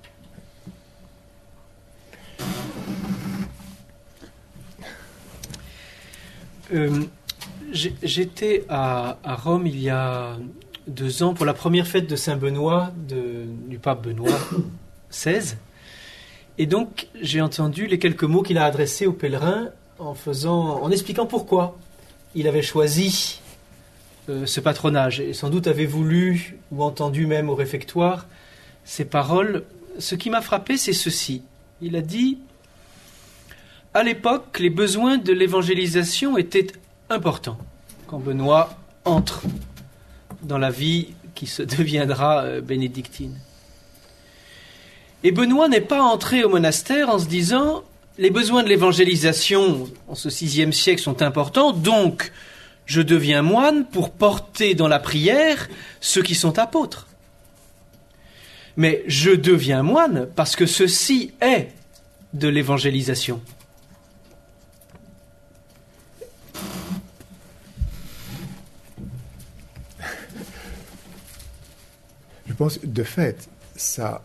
Euh, j'étais à, à Rome il y a deux ans pour la première fête de Saint-Benoît de, du pape Benoît seize, et donc j'ai entendu les quelques mots qu'il a adressés aux pèlerins en faisant, en expliquant pourquoi il avait choisi euh, ce patronage, et sans doute avait voulu ou entendu même au réfectoire ces paroles. Ce qui m'a frappé, c'est ceci. Il a dit: à l'époque, les besoins de l'évangélisation étaient importants. Quand Benoît entre dans la vie qui se deviendra euh, bénédictine. Et Benoît n'est pas entré au monastère en se disant « les besoins de l'évangélisation en ce sixième siècle sont importants, donc je deviens moine pour porter dans la prière ceux qui sont apôtres. » Mais je deviens moine parce que ceci est de l'évangélisation. Je pense, de fait, ça,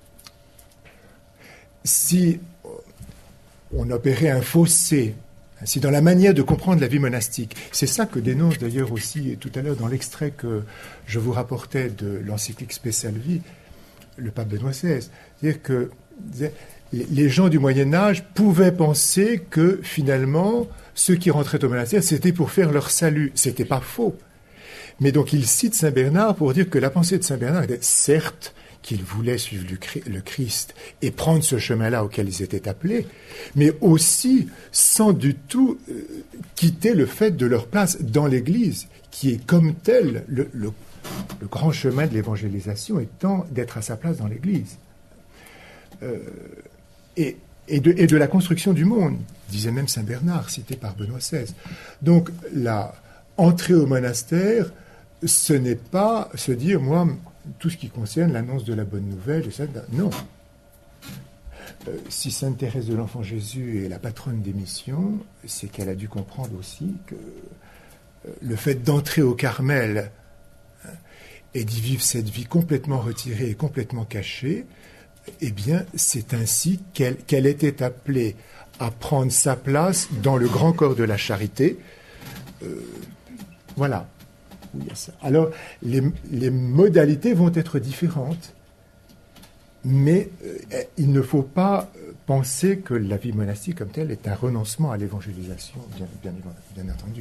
si on opérait un fossé, si dans la manière de comprendre la vie monastique, c'est ça que dénonce d'ailleurs aussi tout à l'heure dans l'extrait que je vous rapportais de l'encyclique Spe Salvi, le pape Benoît seize, c'est-à-dire que les gens du Moyen-Âge pouvaient penser que finalement, ceux qui rentraient au monastère, c'était pour faire leur salut. C'était pas faux. Mais donc il cite Saint Bernard pour dire que la pensée de Saint Bernard était certes qu'ils voulaient suivre le Christ et prendre ce chemin-là auquel ils étaient appelés, mais aussi sans du tout euh, quitter le fait de leur place dans l'Église, qui est comme tel le, le, le grand chemin de l'évangélisation étant d'être à sa place dans l'Église. Euh, et, et, de, et de la construction du monde, disait même Saint Bernard, cité par Benoît seize. Donc la entrée au monastère, ce n'est pas se dire, moi, tout ce qui concerne l'annonce de la bonne nouvelle, et ça, non. Euh, si Sainte Thérèse de l'Enfant Jésus est la patronne des missions, c'est qu'elle a dû comprendre aussi que euh, le fait d'entrer au Carmel hein, et d'y vivre cette vie complètement retirée et complètement cachée, eh bien, c'est ainsi qu'elle, qu'elle était appelée à prendre sa place dans le grand corps de la charité. Euh, voilà. Alors, les, les modalités vont être différentes, mais euh, il ne faut pas penser que la vie monastique comme telle est un renoncement à l'évangélisation, bien, bien, bien entendu.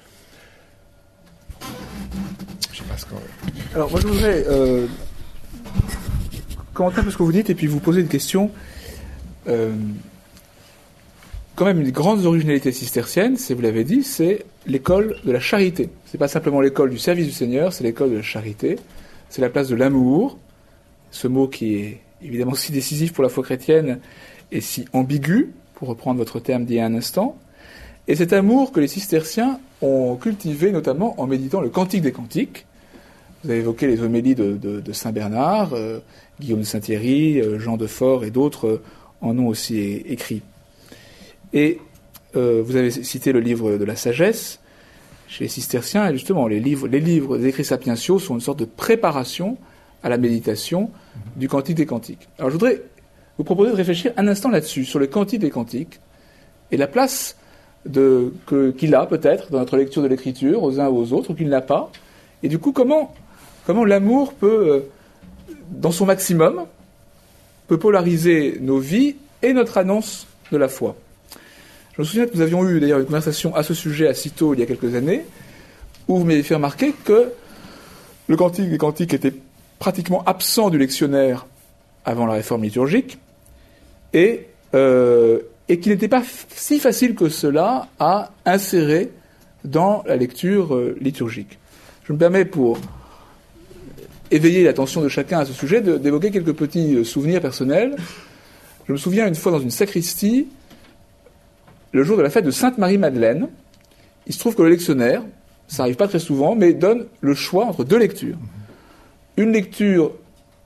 Je sais pas ce qu'on... Alors, moi, je voudrais euh, commenter un peu ce que vous dites et puis vous poser une question. Euh, quand même, une des grandes originalités cisterciennes, c'est, vous l'avez dit, c'est l'école de la charité. C'est pas simplement l'école du service du Seigneur, c'est l'école de la charité. C'est la place de l'amour, ce mot qui est évidemment si décisif pour la foi chrétienne et si ambigu, pour reprendre votre terme d'il y a un instant. Et cet amour que les cisterciens ont cultivé notamment en méditant le Cantique des Cantiques. Vous avez évoqué les homélies de, de, de Saint Bernard, euh, Guillaume de Saint-Thierry, euh, Jean de Fort et d'autres euh, en ont aussi é- écrit. Et euh, vous avez cité le livre de la sagesse chez les cisterciens, et justement, les livres, les livres des écrits sapientiaux sont une sorte de préparation à la méditation du Cantique des Cantiques. Alors je voudrais vous proposer de réfléchir un instant là-dessus, sur le Cantique des Cantiques, et la place de, que, qu'il a peut-être dans notre lecture de l'Écriture, aux uns ou aux autres, ou qu'il n'a pas, et du coup, comment, comment l'amour peut, euh, dans son maximum, peut polariser nos vies et notre annonce de la foi. Je me souviens que nous avions eu d'ailleurs une conversation à ce sujet à Cîteaux il y a quelques années, où vous m'avez fait remarquer que le Cantique des Cantiques était pratiquement absent du lectionnaire avant la réforme liturgique, et, euh, et qu'il n'était pas f- si facile que cela à insérer dans la lecture euh, liturgique. Je me permets, pour éveiller l'attention de chacun à ce sujet, de, d'évoquer quelques petits euh, souvenirs personnels. Je me souviens une fois dans une sacristie, le jour de la fête de Sainte-Marie-Madeleine, il se trouve que le lectionnaire, ça n'arrive pas très souvent, mais donne le choix entre deux lectures. Une lecture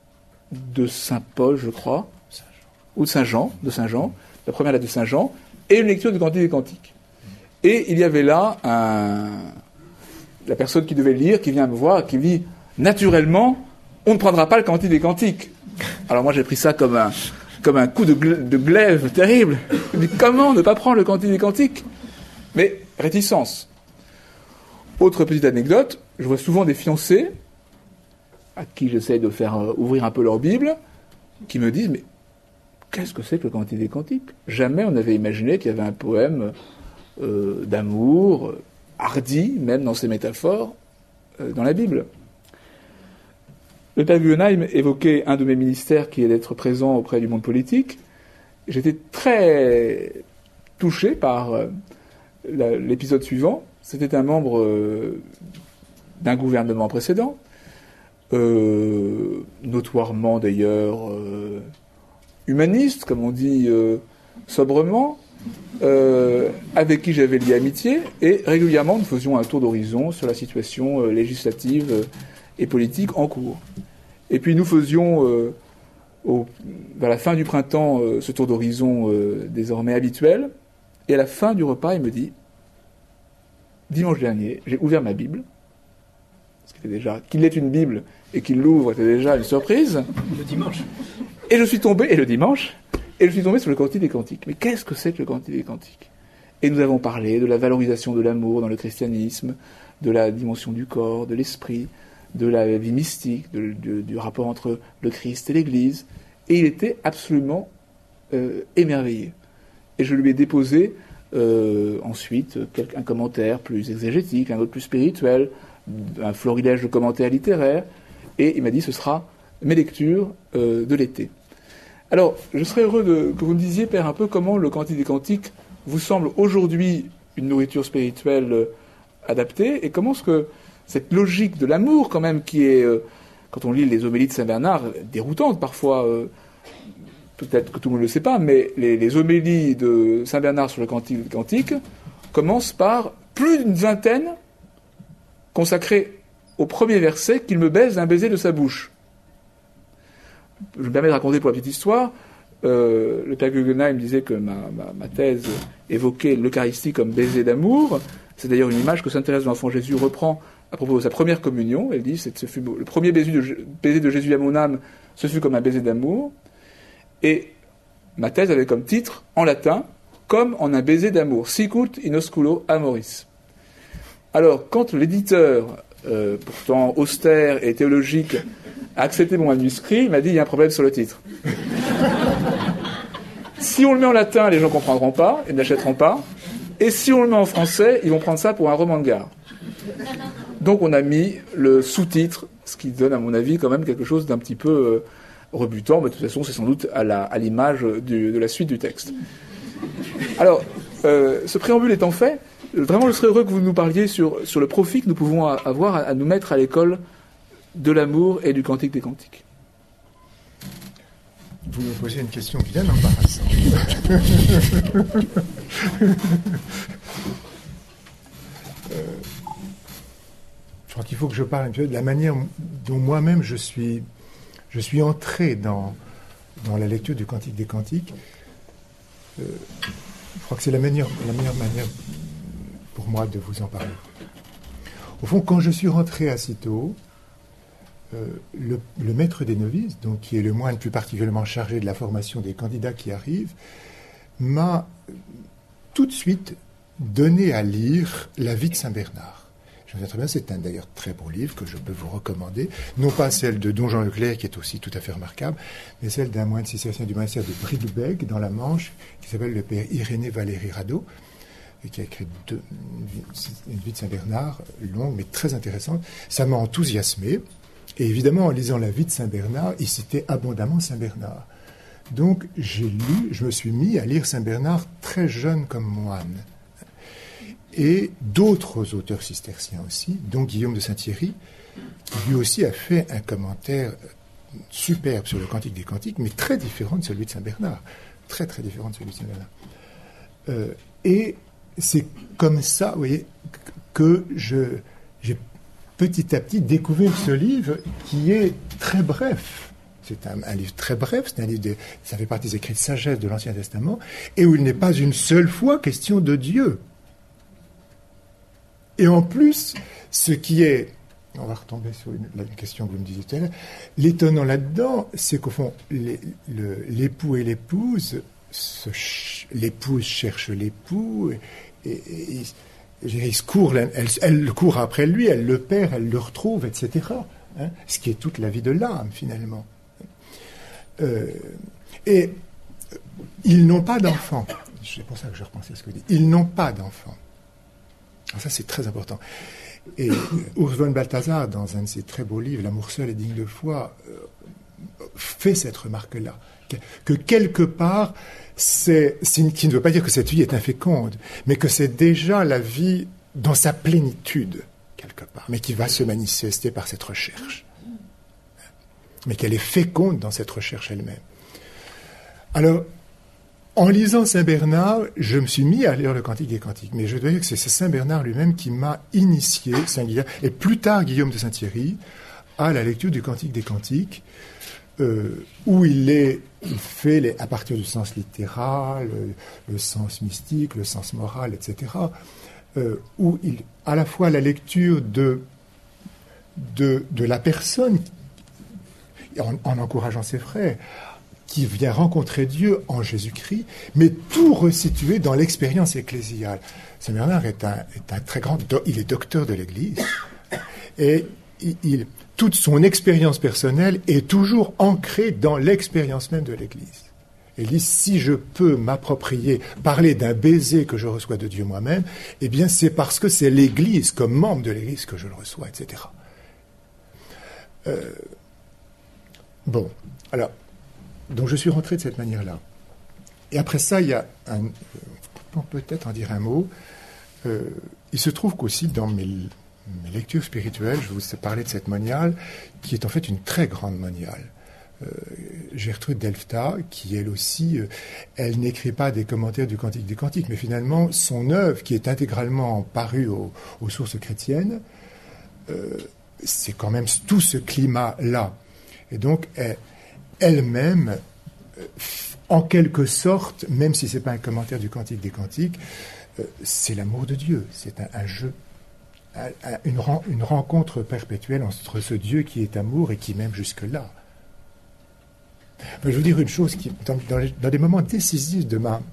de saint Paul, je crois, ou de saint Jean, de saint Jean, la première lettre de saint Jean, et une lecture du Cantique des Cantiques. Et il y avait là un... la personne qui devait lire, qui vient me voir, qui me dit « Naturellement, on ne prendra pas le Cantique des Cantiques. » Alors moi, j'ai pris ça comme un, comme un coup de, gl- de glaive terrible. Je me dis « Comment ne pas prendre le Cantique des Cantiques ?» Mais réticence. Autre petite anecdote, je vois souvent des fiancés, à qui j'essaie de faire euh, ouvrir un peu leur Bible, qui me disent « Mais qu'est-ce que c'est que le Cantique des Cantiques ?» Jamais on avait imaginé qu'il y avait un poème euh, d'amour, euh, hardi, même dans ses métaphores, euh, dans la Bible. Le père Guggenheim évoquait un de mes ministères qui est d'être présent auprès du monde politique. J'étais très touché par euh, la, l'épisode suivant. C'était un membre euh, d'un gouvernement précédent, euh, notoirement d'ailleurs euh, humaniste, comme on dit euh, sobrement, euh, avec qui j'avais lié amitié, et régulièrement nous faisions un tour d'horizon sur la situation euh, législative euh, et politique en cours. Et puis nous faisions, euh, au, vers la fin du printemps, euh, ce tour d'horizon euh, désormais habituel, et à la fin du repas, il me dit « Dimanche dernier, j'ai ouvert ma Bible », ce qui était déjà, qu'il ait une Bible et qu'il l'ouvre était déjà une surprise. Le dimanche. Et je suis tombé, et le dimanche, et je suis tombé sur le Cantique des Cantiques. Mais qu'est-ce que c'est que le Cantique des Cantiques ? Et nous avons parlé de la valorisation de l'amour dans le christianisme, de la dimension du corps, de l'esprit, de la vie mystique, de, de, du rapport entre le Christ et l'Église. Et il était absolument euh, émerveillé. Et je lui ai déposé euh, ensuite un commentaire plus exégétique, un autre plus spirituel, un florilège de commentaires littéraires. Et il m'a dit, ce sera mes lectures euh, de l'été. Alors, je serais heureux de, que vous me disiez, Père, un peu comment le Cantique des Cantiques vous semble aujourd'hui une nourriture spirituelle euh, adaptée, et comment est-ce que cette logique de l'amour, quand même, qui est, euh, quand on lit les homélies de Saint-Bernard, déroutante parfois, euh, peut-être que tout le monde ne le sait pas, mais les, les homélies de Saint-Bernard sur le Cantique des Cantiques commencent par plus d'une vingtaine consacrées au premier verset, qu'il me baise d'un baiser de sa bouche. Je me permets de raconter pour la petite histoire. Euh, le père Guggenheim disait que ma, ma, ma thèse évoquait l'Eucharistie comme baiser d'amour. C'est d'ailleurs une image que sainte Thérèse de l'Enfant Jésus reprend à propos de sa première communion. Elle dit c'est, ce fut le premier baiser de, baiser de Jésus à mon âme, ce fut comme un baiser d'amour. Et ma thèse avait comme titre, en latin, comme en un baiser d'amour. Sicut in osculo amoris. Alors, quand l'éditeur, euh, pourtant austère et théologique, a accepté mon manuscrit, il m'a dit il y a un problème sur le titre. Si on le met en latin, les gens ne comprendront pas et ne l'achèteront pas. Et si on le met en français, ils vont prendre ça pour un roman de gare. Donc on a mis le sous-titre, ce qui donne à mon avis quand même quelque chose d'un petit peu euh, rebutant, mais de toute façon c'est sans doute à, la, à l'image du, de la suite du texte. Alors, euh, ce préambule étant fait, vraiment je serais heureux que vous nous parliez sur, sur le profit que nous pouvons avoir à, à nous mettre à l'école de l'amour et du Cantique des Cantiques. Vous me posez une question bien embarrassante. euh, je crois qu'il faut que je parle un peu de la manière dont moi-même je suis, je suis entré dans, dans la lecture du Cantique des Cantiques. Euh, je crois que c'est la meilleure, la meilleure manière pour moi de vous en parler. Au fond, quand je suis rentré à Cîteaux, Euh, le, le maître des novices, donc qui est le moine plus particulièrement chargé de la formation des candidats qui arrivent, m'a tout de suite donné à lire La vie de Saint Bernard. Je me souviens très bien, c'est un d'ailleurs très beau livre que je peux vous recommander, non pas celle de Don Jean Leclerc qui est aussi tout à fait remarquable, mais celle d'un moine cistercien du monastère de Briguebec dans la Manche, qui s'appelle le père Irénée Valéry Radeau, et qui a écrit deux, une vie de Saint Bernard longue mais très intéressante. Ça m'a enthousiasmé. Et évidemment, en lisant la vie de Saint Bernard, il citait abondamment Saint Bernard. Donc, j'ai lu, je me suis mis à lire Saint Bernard très jeune comme moine. Et d'autres auteurs cisterciens aussi, dont Guillaume de Saint-Thierry, qui lui aussi a fait un commentaire superbe sur le Cantique des Cantiques, mais très différent de celui de Saint Bernard. Très, très différent de celui de Saint Bernard. Euh, et c'est comme ça, vous voyez, que je, j'ai petit à petit découvrir ce livre qui est très bref, C'est un, un livre très bref, c'est un livre de, ça fait partie des écrits de sagesse de l'Ancien Testament, et où il n'est pas une seule fois question de Dieu. Et en plus, ce qui est, on va retomber sur une, une question que vous me disiez tout à l'heure, l'étonnant là-dedans, c'est qu'au fond, les, le, l'époux et l'épouse, se, l'épouse cherche l'époux, et, et, et, et il se court, elle, elle court après lui, elle le perd, elle le retrouve, et cetera. Hein, ce qui est toute la vie de l'âme, finalement. Euh, et euh, ils n'ont pas d'enfants. C'est pour ça que je repensais à ce que vous dites. Ils n'ont pas d'enfants. Alors ça, c'est très important. Et euh, Urs von Balthasar, dans un de ses très beaux livres, L'amour seul est digne de foi, euh, fait cette remarque-là. Que, que quelque part, c'est, c'est, qui ne veut pas dire que cette vie est inféconde, mais que c'est déjà la vie dans sa plénitude, quelque part, mais qui va se manifester par cette recherche. Mais qu'elle est féconde dans cette recherche elle-même. Alors, en lisant Saint Bernard, je me suis mis à lire le Cantique des Cantiques, mais je dois dire que c'est Saint Bernard lui-même qui m'a initié, Saint Guillaume, et plus tard Guillaume de Saint-Thierry, à la lecture du Cantique des Cantiques, euh, où il, est, il fait, les, à partir du sens littéral, le, le sens mystique, le sens moral, et cetera, euh, où il, à la fois la lecture de, de, de la personne, en, en encourageant ses frères, qui vient rencontrer Dieu en Jésus-Christ, mais tout resitué dans l'expérience ecclésiale. Saint Bernard est un, est un très grand... Do, il est docteur de l'Église, et il, il, toute son expérience personnelle est toujours ancrée dans l'expérience même de l'Église. Il dit, si je peux m'approprier, parler d'un baiser que je reçois de Dieu moi-même, eh bien c'est parce que c'est l'Église, comme membre de l'Église, que je le reçois, et cetera. Euh, bon, alors... Donc je suis rentré de cette manière-là. Et après ça, il y a un... On peut peut-être en dire un mot. Euh, il se trouve qu'aussi dans mes, mes lectures spirituelles, je vous ai parlé de cette moniale, qui est en fait une très grande moniale. Euh, Gertrude Delfta, qui elle aussi, euh, elle n'écrit pas des commentaires du Cantique des Cantiques, mais finalement, son œuvre, qui est intégralement parue au, aux sources chrétiennes, euh, c'est quand même tout ce climat-là. Et donc, elle, elle-même, en quelque sorte, même si ce n'est pas un commentaire du Cantique des Cantiques, euh, c'est l'amour de Dieu, c'est un, un jeu, un, un, une, ren, une rencontre perpétuelle entre ce Dieu qui est amour et qui m'aime jusque-là. Mais je veux dire une chose qui, dans, dans, les, dans des moments décisifs de ma,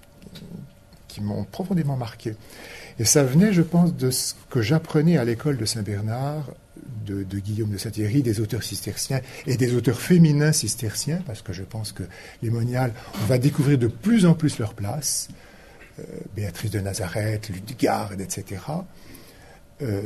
qui m'ont profondément marqué, et ça venait, je pense, de ce que j'apprenais à l'école de Saint-Bernard, De, de Guillaume de Saint-Thierry, des auteurs cisterciens et des auteurs féminins cisterciens, parce que je pense que les moniales, on va découvrir de plus en plus leur place, euh, Béatrice de Nazareth, Ludegarde, et cetera. Euh,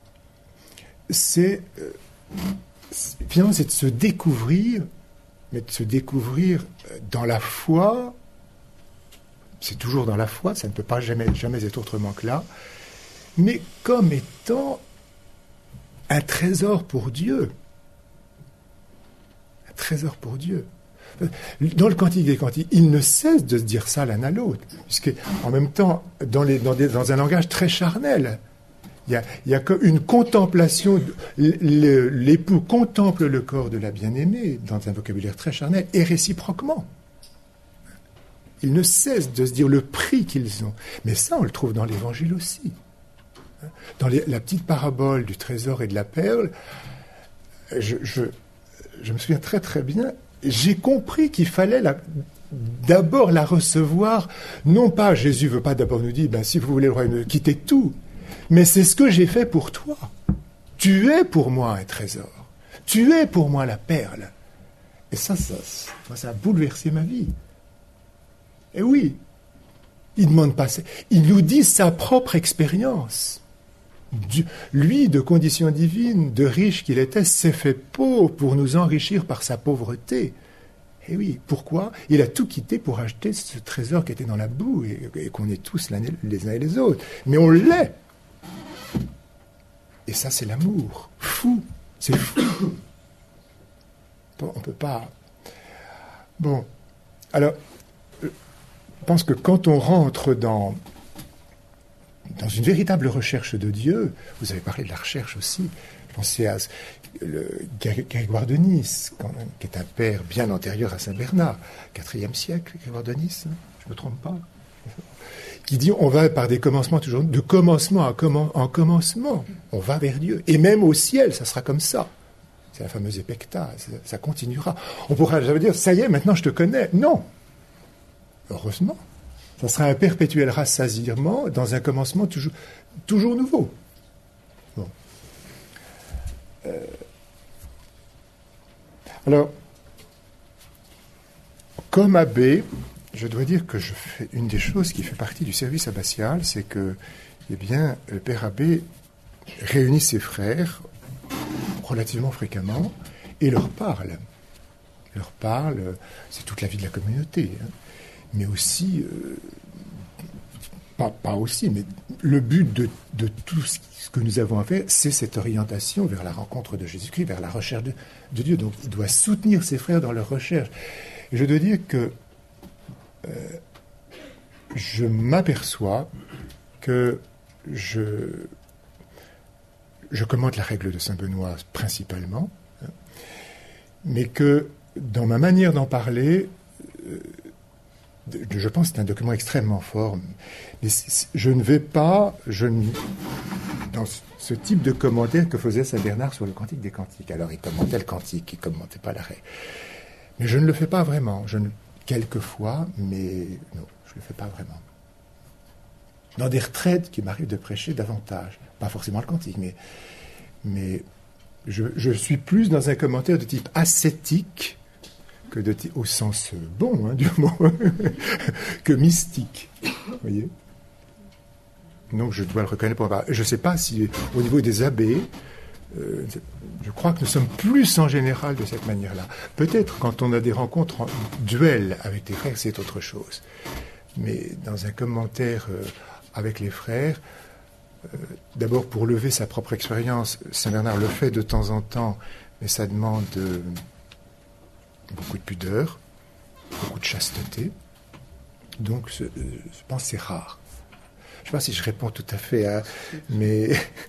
c'est, euh, c'est, finalement, c'est de se découvrir, mais de se découvrir dans la foi, c'est toujours dans la foi, ça ne peut pas jamais, jamais être autrement que là, mais comme étant un trésor pour Dieu. Un trésor pour Dieu. Dans le Cantique des Cantiques, il ne cesse de se dire ça l'un à l'autre, puisque en même temps, dans, les, dans, des, dans un langage très charnel, il y a, a qu'une contemplation, le, l'époux contemple le corps de la bien-aimée, dans un vocabulaire très charnel, et réciproquement. Ils ne cessent de se dire le prix qu'ils ont. Mais ça, on le trouve dans l'Évangile aussi. Dans les, la petite parabole du trésor et de la perle, je, je, je me souviens très très bien, j'ai compris qu'il fallait la, d'abord la recevoir, non pas, Jésus ne veut pas d'abord nous dire, ben, si vous voulez le royaume, quittez tout, mais c'est ce que j'ai fait pour toi. Tu es pour moi un trésor, tu es pour moi la perle. Et ça, ça, ça, ça a bouleversé ma vie. Et oui, il demande pas, il nous dit sa propre expérience. Dieu, lui, de condition divine, de riche qu'il était, s'est fait pauvre pour nous enrichir par sa pauvreté. Et oui, pourquoi ? Il a tout quitté pour acheter ce trésor qui était dans la boue et, et qu'on est tous les uns et les autres. Mais on l'est. Et ça, c'est l'amour. Fou. C'est fou. Bon, on ne peut pas... Bon. Alors, je pense que quand on rentre dans... dans une véritable recherche de Dieu, vous avez parlé de la recherche aussi, Pensez à le Grégoire de Nice, quand même, qui est un père bien antérieur à Saint Bernard, quatrième siècle, Grégoire de Nice, hein, je ne me trompe pas, qui dit on va par des commencements toujours, de commencement à commen- en commencement, on va vers Dieu. Et même au ciel, ça sera comme ça. C'est la fameuse épecta, ça, ça continuera. On pourra jamais dire, ça y est, maintenant je te connais. Non. Heureusement. Ça sera un perpétuel rassasiement dans un commencement toujours, toujours nouveau. Bon. Euh... Alors, comme abbé, je dois dire que je fais une des choses qui fait partie du service abbatial, c'est que, eh bien, le père abbé réunit ses frères relativement fréquemment et leur parle. Leur parle, c'est toute la vie de la communauté, hein, mais aussi, euh, pas, pas aussi, mais le but de, de tout ce que nous avons à faire, c'est cette orientation vers la rencontre de Jésus-Christ, vers la recherche de, de Dieu. Donc, il doit soutenir ses frères dans leur recherche. Et je dois dire que euh, je m'aperçois que je, je commente la règle de Saint-Benoît principalement, hein, mais que dans ma manière d'en parler, euh, je pense que c'est un document extrêmement fort, mais je ne vais pas, je ne, dans ce type de commentaire que faisait Saint Bernard sur le Cantique des Cantiques. Alors, il commentait le Cantique, il ne commentait pas la règle. Mais je ne le fais pas vraiment. Je ne, quelquefois, mais non, je ne le fais pas vraiment. Dans des retraites qui m'arrive de prêcher davantage, pas forcément le Cantique, mais, mais je, je suis plus dans un commentaire de type ascétique, que de type, au sens bon hein, du mot, que mystique. Vous voyez ? Donc je dois le reconnaître. Je ne sais pas si, au niveau des abbés, euh, je crois que nous sommes plus en général de cette manière-là. Peut-être quand on a des rencontres en duel avec des frères, c'est autre chose. Mais dans un commentaire euh, avec les frères, euh, d'abord pour lever sa propre expérience, Saint Bernard le fait de temps en temps, mais ça demande euh, beaucoup de pudeur, beaucoup de chasteté. Donc ce, euh, je pense que c'est rare. Je ne sais pas si je réponds tout à fait à... Mais...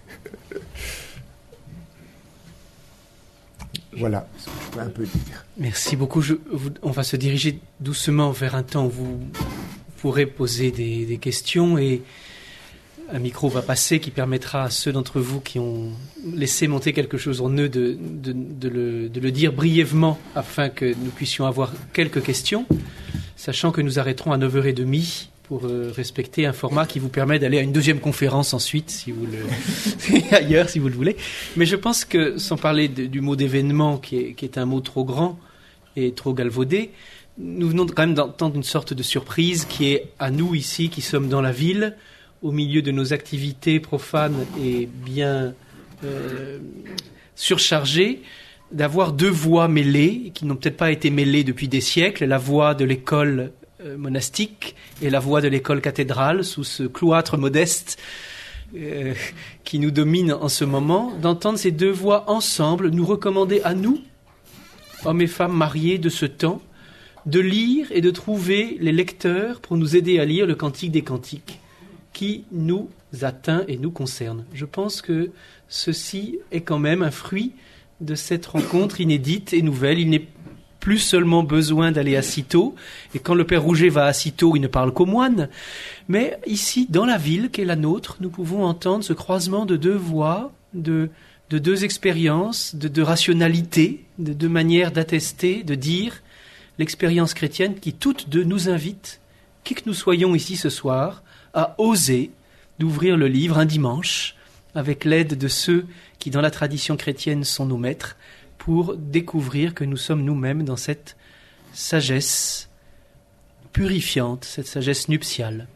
Voilà ce que je peux un peu dire. Merci beaucoup. Je, vous, on va se diriger doucement vers un temps où vous pourrez poser des, des questions et un micro va passer qui permettra à ceux d'entre vous qui ont laissé monter quelque chose en eux de, de, de, le, de le dire brièvement afin que nous puissions avoir quelques questions, sachant que nous arrêterons à neuf heures trente pour euh, respecter un format qui vous permet d'aller à une deuxième conférence ensuite, si vous le ailleurs, si vous le voulez. Mais je pense que, sans parler de, du mot d'événement, qui est, qui est un mot trop grand et trop galvaudé, nous venons quand même d'entendre une sorte de surprise qui est à nous ici, qui sommes dans la ville, au milieu de nos activités profanes et bien euh, surchargées, d'avoir deux voix mêlées, qui n'ont peut-être pas été mêlées depuis des siècles, la voix de l'école monastique et la voix de l'école cathédrale sous ce cloître modeste euh, qui nous domine en ce moment, d'entendre ces deux voix ensemble nous recommander à nous, hommes et femmes mariés de ce temps, de lire et de trouver les lecteurs pour nous aider à lire le Cantique des Cantiques qui nous atteint et nous concerne. Je pense que ceci est quand même un fruit de cette rencontre inédite et nouvelle. Il n'est plus seulement besoin d'aller à Cîteaux, et quand le Père Rouget va à Cîteaux, il ne parle qu'aux moines, mais ici, dans la ville qu'est la nôtre, nous pouvons entendre ce croisement de deux voix, de, de deux expériences, de deux rationalités, de deux manières d'attester, de dire l'expérience chrétienne qui toutes deux nous invite, qui que nous soyons ici ce soir, à oser d'ouvrir le livre un dimanche, avec l'aide de ceux qui, dans la tradition chrétienne, sont nos maîtres, pour découvrir que nous sommes nous-mêmes dans cette sagesse purifiante, cette sagesse nuptiale.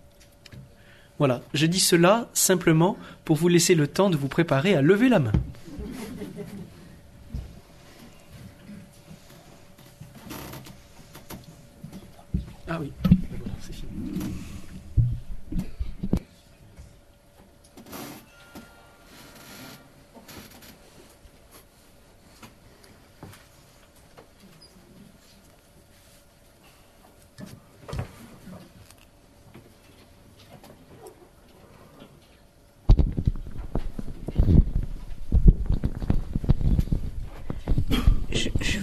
Voilà, je dis cela simplement pour vous laisser le temps de vous préparer à lever la main. Ah oui, voilà, c'est fini.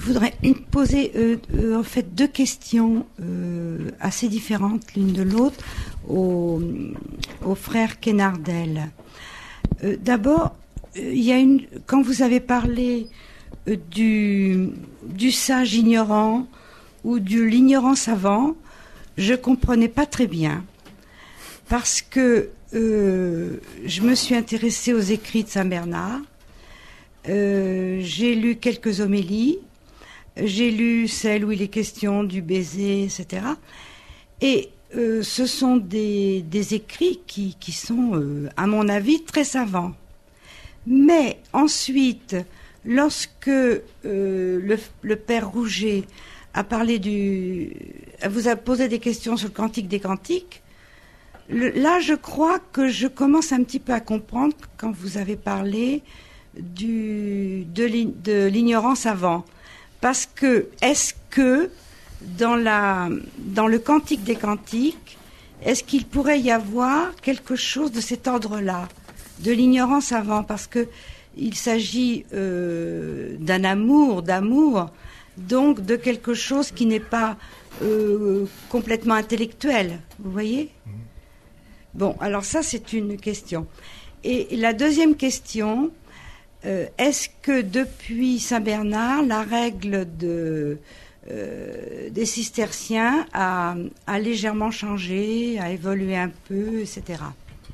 voudrais poser euh, euh, en fait deux questions euh, assez différentes l'une de l'autre au, au frère Kennardel. Euh, d'abord, euh, il y a une quand vous avez parlé euh, du du sage ignorant ou de l'ignorant savant, je comprenais pas très bien parce que euh, je me suis intéressée aux écrits de Saint Bernard. Euh, j'ai lu quelques homélies, j'ai lu celle où il est question du baiser, et cetera. Et euh, ce sont des, des écrits qui, qui sont, euh, à mon avis, très savants. Mais ensuite, lorsque euh, le, le père Rouget a parlé du, vous a posé des questions sur le Cantique des Cantiques, le, là, je crois que je commence un petit peu à comprendre quand vous avez parlé du, de, de l'ignorance avant. Parce que, est-ce que, dans, la, dans le Cantique des Cantiques, est-ce qu'il pourrait y avoir quelque chose de cet ordre-là, de l'ignorance avant? Parce que il s'agit euh, d'un amour, d'amour, donc de quelque chose qui n'est pas euh, complètement intellectuel, vous voyez? Bon, alors ça, c'est une question. Et la deuxième question... Euh, est-ce que depuis Saint Bernard, la règle de, euh, des cisterciens a, a légèrement changé, a évolué un peu, et cetera.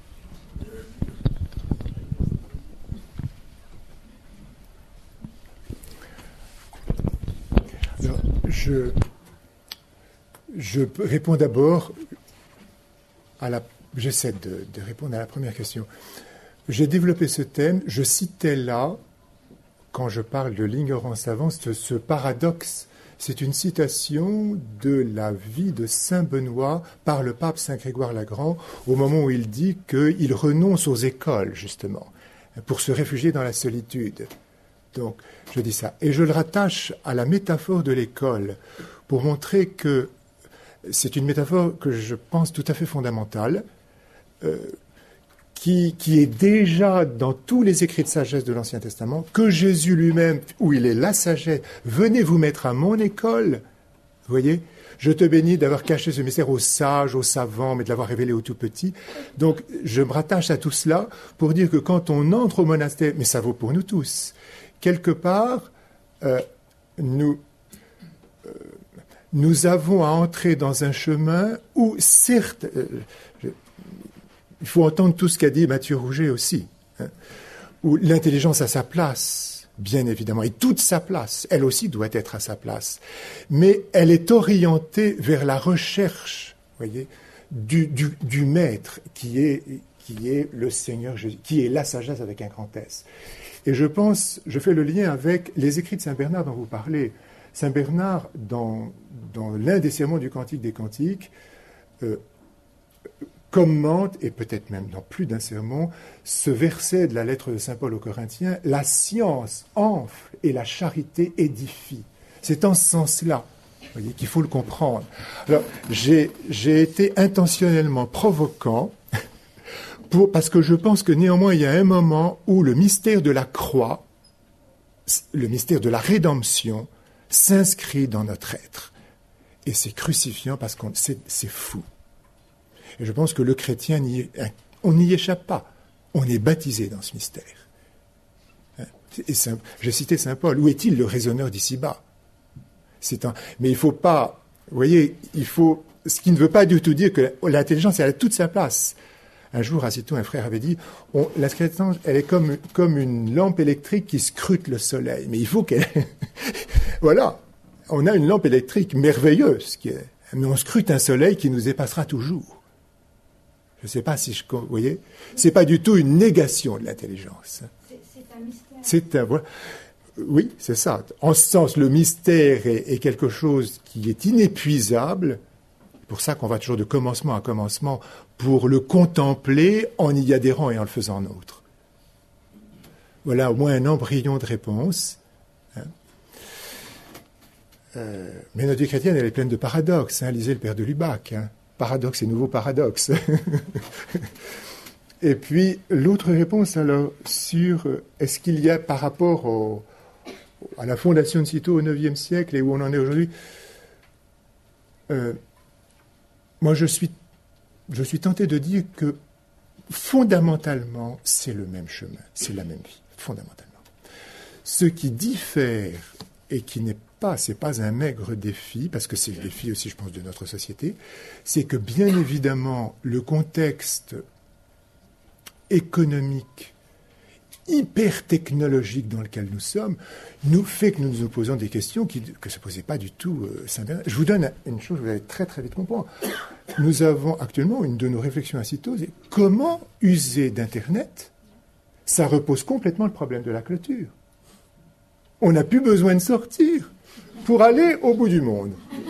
Alors, je, je réponds d'abord à la... J'essaie de, de répondre à la première question. J'ai développé ce thème, je citais là, quand je parle de l'ignorance savante, ce, ce paradoxe. C'est une citation de la vie de Saint Benoît par le pape Saint Grégoire Lagrand, au moment où il dit qu'il renonce aux écoles, justement, pour se réfugier dans la solitude. Donc, je dis ça. Et je le rattache à la métaphore de l'école, pour montrer que c'est une métaphore que je pense tout à fait fondamentale, euh, Qui, qui est déjà dans tous les écrits de sagesse de l'Ancien Testament, que Jésus lui-même, où il est la sagesse, venez vous mettre à mon école, vous voyez, je te bénis d'avoir caché ce mystère aux sages, aux savants, mais de l'avoir révélé aux tout petits. Donc, je me rattache à tout cela pour dire que quand on entre au monastère, mais ça vaut pour nous tous, quelque part, euh, nous, euh, nous avons à entrer dans un chemin où, certes, euh, je, il faut entendre tout ce qu'a dit Mathieu Rouget aussi, hein, où l'intelligence a sa place, bien évidemment, et toute sa place, elle aussi doit être à sa place, mais elle est orientée vers la recherche, voyez, du, du, du maître qui est, qui est le Seigneur Jésus, qui est la sagesse avec un grand S. Et je pense, je fais le lien avec les écrits de Saint Bernard dont vous parlez. Saint Bernard, dans, dans l'un des sermons du Cantique des Cantiques, euh, commente, et peut-être même dans plus d'un sermon, ce verset de la lettre de Saint Paul aux Corinthiens, « La science enfle et la charité édifie ». C'est en ce sens-là, vous voyez, qu'il faut le comprendre. Alors, j'ai, j'ai été intentionnellement provoquant, pour, parce que je pense que néanmoins, il y a un moment où le mystère de la croix, le mystère de la rédemption, s'inscrit dans notre être. Et c'est crucifiant parce que c'est, c'est fou. Et je pense que le chrétien, n'y est, on n'y échappe pas. On est baptisé dans ce mystère. Et Saint, j'ai cité Saint Paul. Où est-il le raisonneur d'ici-bas? C'est un, mais il ne faut pas... Vous voyez, il faut... Ce qui ne veut pas du tout dire que l'intelligence, elle a toute sa place. Un jour, à Cîteaux, un frère avait dit, on, la l'intelligence, elle est comme, comme une lampe électrique qui scrute le soleil. Mais il faut qu'elle... Voilà. On a une lampe électrique merveilleuse, qui est... mais on scrute un soleil qui nous dépassera toujours. Je ne sais pas si je... Vous voyez, ce n'est pas du tout une négation de l'intelligence. C'est, c'est un mystère. C'est un... Voilà. Oui, c'est ça. En ce sens, le mystère est, est quelque chose qui est inépuisable. C'est pour ça qu'on va toujours de commencement à commencement pour le contempler en y adhérant et en le faisant nôtre. Voilà au moins un embryon de réponse. Hein. Euh, mais notre vie chrétienne, elle est pleine de paradoxes. Hein. Lisez le Père de Lubac. Hein. Paradoxe et nouveau paradoxe. Et puis, l'autre réponse, alors, sur est-ce qu'il y a par rapport au, à la fondation de Cîteaux au neuvième siècle et où on en est aujourd'hui, euh, moi je suis, je suis tenté de dire que fondamentalement, c'est le même chemin, c'est la même vie, fondamentalement. Ce qui diffère et qui n'est pas, c'est pas un maigre défi, parce que c'est le défi aussi, je pense, de notre société, c'est que bien évidemment, le contexte économique, hyper technologique dans lequel nous sommes, nous fait que nous nous posons des questions qui, que ne se posaient pas du tout euh, Saint-Bernard. Je vous donne une chose, vous allez très très vite comprendre. Nous avons actuellement une de nos réflexions à Cîteaux, c'est comment user d'Internet. Ça repose complètement le problème de la clôture. On n'a plus besoin de sortir pour aller au bout du monde.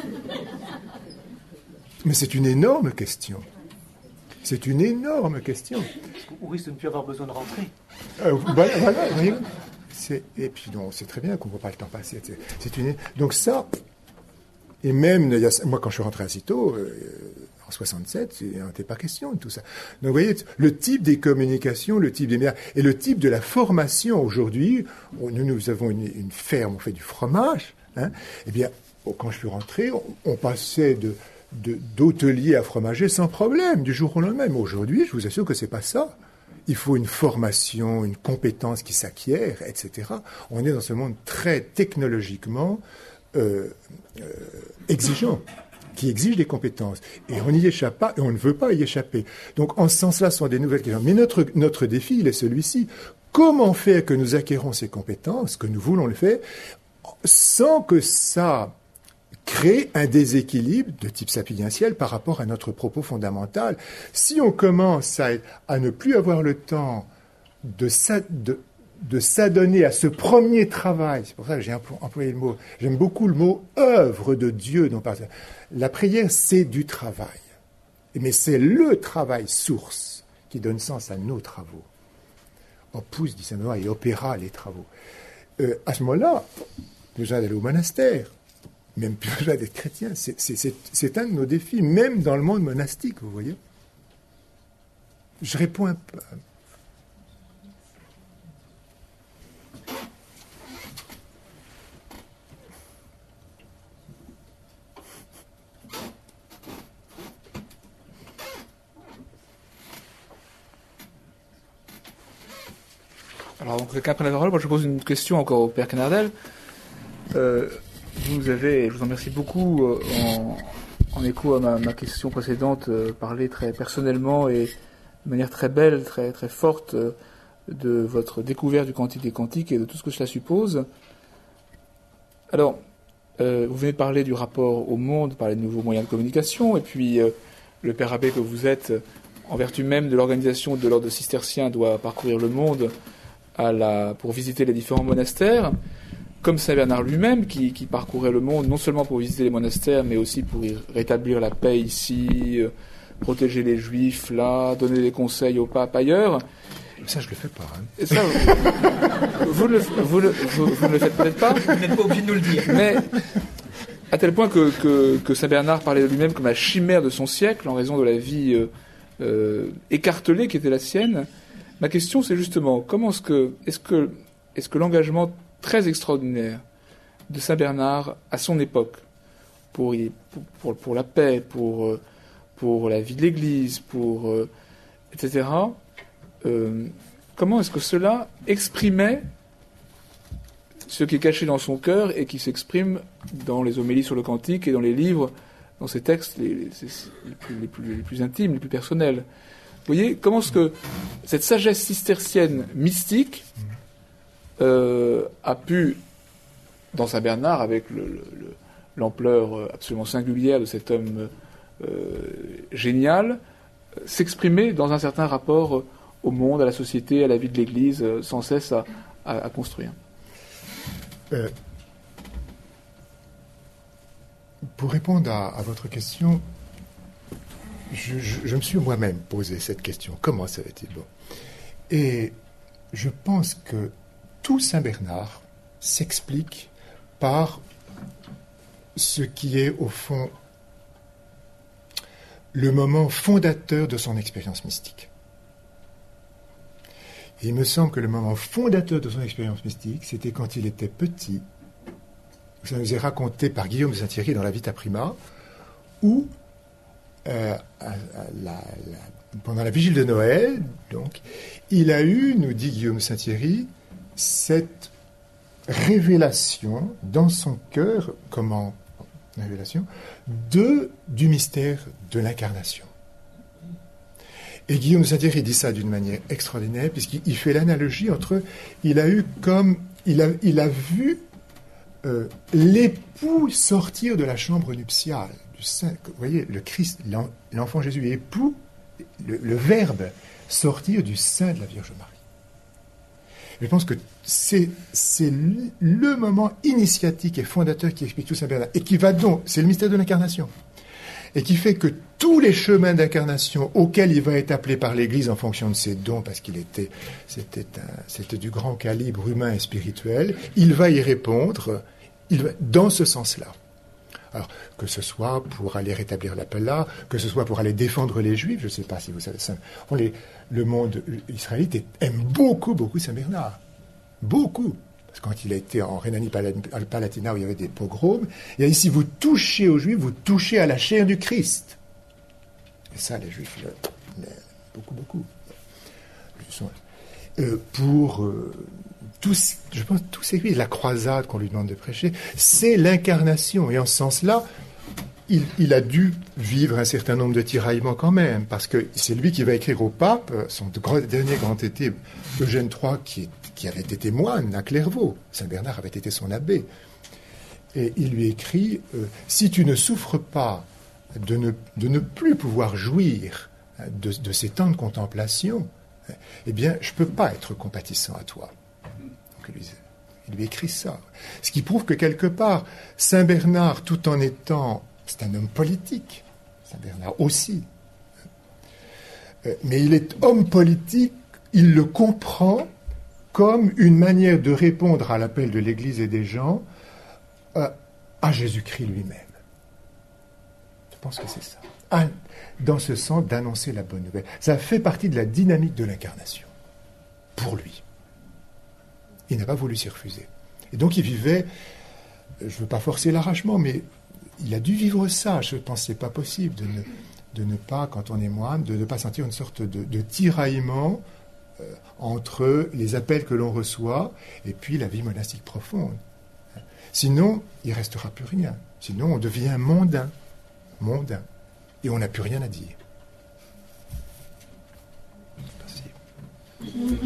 Mais c'est une énorme question. C'est une énorme question. On risque de ne plus avoir besoin de rentrer. Euh, voilà, voilà, voyez, c'est, et puis on sait très bien qu'on ne voit pas le temps passer. C'est, c'est une, donc ça, et même, il y a, moi quand je suis rentré à Cîteaux, euh, en soixante-sept, il n'en était pas question de tout ça. Donc vous voyez, le type des communications, le type des médias, et le type de la formation aujourd'hui, on, nous, nous avons une, une ferme, on fait du fromage, hein, eh bien, quand je suis rentré, on, on passait de, de, d'hôtelier à fromager sans problème, du jour au lendemain. Mais aujourd'hui, je vous assure que c'est pas ça. Il faut une formation, une compétence qui s'acquiert, et cetera. On est dans ce monde très technologiquement euh, euh, exigeant, qui exige des compétences. Et on n'y échappe pas, et on ne veut pas y échapper. Donc, en ce sens-là, ce sont des nouvelles questions. Mais notre, notre défi, il est celui-ci. Comment faire que nous acquérons ces compétences, que nous voulons le faire, sans que ça crée un déséquilibre de type sapientiel par rapport à notre propos fondamental. Si on commence à, à ne plus avoir le temps de, de, de s'adonner à ce premier travail, c'est pour ça que j'ai employé le mot, j'aime beaucoup le mot « œuvre de Dieu ». Dont parle. La prière, c'est du travail. Mais c'est le travail source qui donne sens à nos travaux. Opus, dit Saint Benoît, et opéra les travaux. Euh, à ce moment-là, nous allons aller au monastère. Même plus besoin d'être chrétien. C'est, c'est, c'est, c'est un de nos défis, même dans le monde monastique, vous voyez. Je réponds un peu. Alors, donc, quelqu'un prend la parole. Moi, je pose une question encore au Père Canardel. Euh, Vous avez, je vous en remercie beaucoup, euh, en, en écho à ma, ma question précédente, euh, parlé très personnellement et de manière très belle, très, très forte euh, de votre découverte du Cantique des Cantiques et de tout ce que cela suppose. Alors, euh, vous venez de parler du rapport au monde, parler de nouveaux moyens de communication, et puis euh, le Père Abbé que vous êtes, en vertu même de l'organisation de l'ordre cistercien, doit parcourir le monde à la, pour visiter les différents monastères. Comme Saint Bernard lui-même, qui, qui parcourait le monde, non seulement pour visiter les monastères, mais aussi pour y rétablir la paix ici, euh, protéger les Juifs là, donner des conseils au pape ailleurs. Ça, je le fais pas. Hein. Et ça, vous, vous, le, vous, le, vous, vous ne le faites peut-être pas. Vous n'êtes pas obligé de nous le dire. Mais à tel point que, que, que Saint Bernard parlait de lui-même comme la chimère de son siècle, en raison de la vie euh, euh, écartelée qui était la sienne. Ma question, c'est justement, comment est-ce que, est-ce que, est-ce que l'engagement très extraordinaire de Saint Bernard à son époque, pour, pour, pour, pour la paix, pour, pour la vie de l'Église, pour, euh, et cetera, euh, comment est-ce que cela exprimait ce qui est caché dans son cœur et qui s'exprime dans les homélies sur le cantique et dans les livres, dans ses textes les, les, les, plus, les, plus, les plus intimes, les plus personnels. Vous voyez, comment est-ce que cette sagesse cistercienne mystique Euh, a pu, dans Saint Bernard, avec le, le, l'ampleur absolument singulière de cet homme euh, génial, s'exprimer dans un certain rapport au monde, à la société, à la vie de l'Église, sans cesse à, à, à construire. Euh, pour répondre à, à votre question, je, je, je me suis moi-même posé cette question. Comment ça va-t-il bon Et je pense que tout Saint Bernard s'explique par ce qui est, au fond, le moment fondateur de son expérience mystique. Et il me semble que le moment fondateur de son expérience mystique, c'était quand il était petit. Ça nous est raconté par Guillaume de Saint-Thierry dans la Vita Prima, où, euh, à, à la, la, pendant la vigile de Noël, donc, il a eu, nous dit Guillaume de Saint-Thierry, cette révélation dans son cœur, comment révélation, de, du mystère de l'incarnation. Et Guillaume de Saint-Thierry dit ça d'une manière extraordinaire, puisqu'il fait l'analogie entre, il a eu comme, il a, il a vu euh, l'époux sortir de la chambre nuptiale, du sein, vous voyez, le Christ, l'enfant Jésus, époux, le, le Verbe, sortir du sein de la Vierge Marie. Je pense que c'est, c'est le moment initiatique et fondateur qui explique tout Saint Bernard, et qui va donc, c'est le mystère de l'incarnation, et qui fait que tous les chemins d'incarnation auxquels il va être appelé par l'Église en fonction de ses dons, parce qu'il était, c'était, un, c'était du grand calibre humain et spirituel, il va y répondre il va, dans ce sens-là. Alors, que ce soit pour aller rétablir l'appel-là, que ce soit pour aller défendre les Juifs, je ne sais pas si vous savez ça, on les, le monde israélite aime beaucoup, beaucoup Saint Bernard. Beaucoup. Parce que quand il a été en Rhénanie-Palatinat où il y avait des pogroms, il a dit, si vous touchez aux Juifs, vous touchez à la chair du Christ. Et ça, les Juifs, le, le, beaucoup, beaucoup. Euh, pour euh, tous, je pense, tous ces juifs, la croisade qu'on lui demande de prêcher, c'est l'incarnation. Et en ce sens-là, il, il a dû vivre un certain nombre de tiraillements quand même, parce que c'est lui qui va écrire au pape, son dernier grand été, Eugène trois, qui, qui avait été moine à Clairvaux. Saint Bernard avait été son abbé. Et il lui écrit, euh, si tu ne souffres pas de ne, de ne plus pouvoir jouir de, de ces temps de contemplation, eh bien, je ne peux pas être compatissant à toi. Donc, il, lui, il lui écrit ça. Ce qui prouve que quelque part, Saint Bernard, tout en étant... C'est un homme politique, Saint Bernard aussi. Mais il est homme politique, il le comprend comme une manière de répondre à l'appel de l'Église et des gens euh, à Jésus-Christ lui-même. Je pense que c'est ça. À, dans ce sens d'annoncer la bonne nouvelle. Ça fait partie de la dynamique de l'incarnation. Pour lui. Il n'a pas voulu s'y refuser. Et donc il vivait, je ne veux pas forcer l'arrachement, mais il a dû vivre ça. Je pense que ce n'est pas possible de ne, de ne pas, quand on est moine, de ne pas sentir une sorte de, de tiraillement euh, entre les appels que l'on reçoit et puis la vie monastique profonde. Sinon, il ne restera plus rien. Sinon, on devient mondain. Mondain. Et on n'a plus rien à dire. Merci.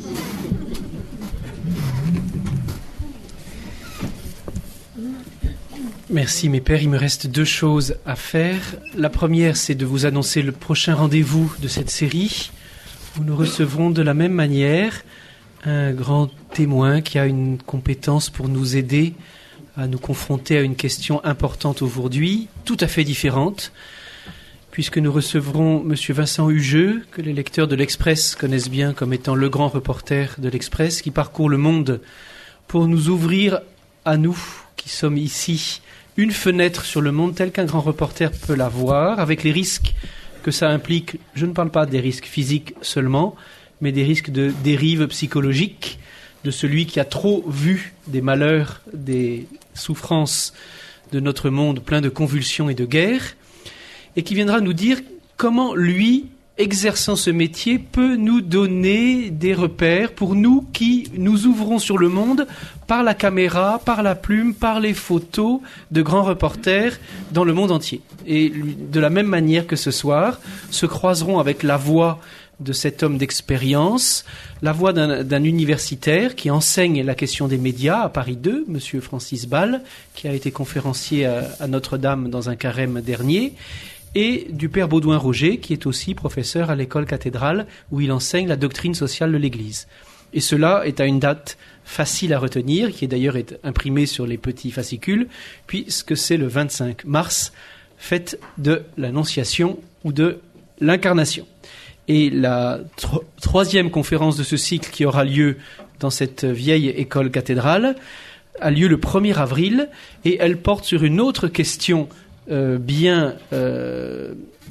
Merci mes pères, il me reste deux choses à faire. La première, c'est de vous annoncer le prochain rendez-vous de cette série, où nous recevrons de la même manière un grand témoin qui a une compétence pour nous aider à nous confronter à une question importante aujourd'hui, tout à fait différente, puisque nous recevrons M. Vincent Hugeux, que les lecteurs de l'Express connaissent bien comme étant le grand reporter de l'Express, qui parcourt le monde pour nous ouvrir à nous, qui sommes ici, une fenêtre sur le monde tel qu'un grand reporter peut l'avoir, avec les risques que ça implique. Je ne parle pas des risques physiques seulement, mais des risques de dérive psychologique, de celui qui a trop vu des malheurs, des souffrances de notre monde plein de convulsions et de guerres, et qui viendra nous dire comment lui, exerçant ce métier, peut nous donner des repères pour nous qui nous ouvrons sur le monde par la caméra, par la plume, par les photos de grands reporters dans le monde entier. Et de la même manière que ce soir, se croiseront avec la voix de cet homme d'expérience, la voix d'un, d'un universitaire qui enseigne la question des médias à Paris deux, M. Francis Ball, qui a été conférencier à, à Notre-Dame dans un carême dernier, et du père Baudouin-Roger, qui est aussi professeur à l'école cathédrale, où il enseigne la doctrine sociale de l'Église. Et cela est à une date facile à retenir, qui est d'ailleurs est imprimée sur les petits fascicules, puisque c'est le vingt-cinq mars, fête de l'Annonciation ou de l'Incarnation. Et la tro- troisième conférence de ce cycle qui aura lieu dans cette vieille école cathédrale a lieu le premier avril, et elle porte sur une autre question Euh, bien euh,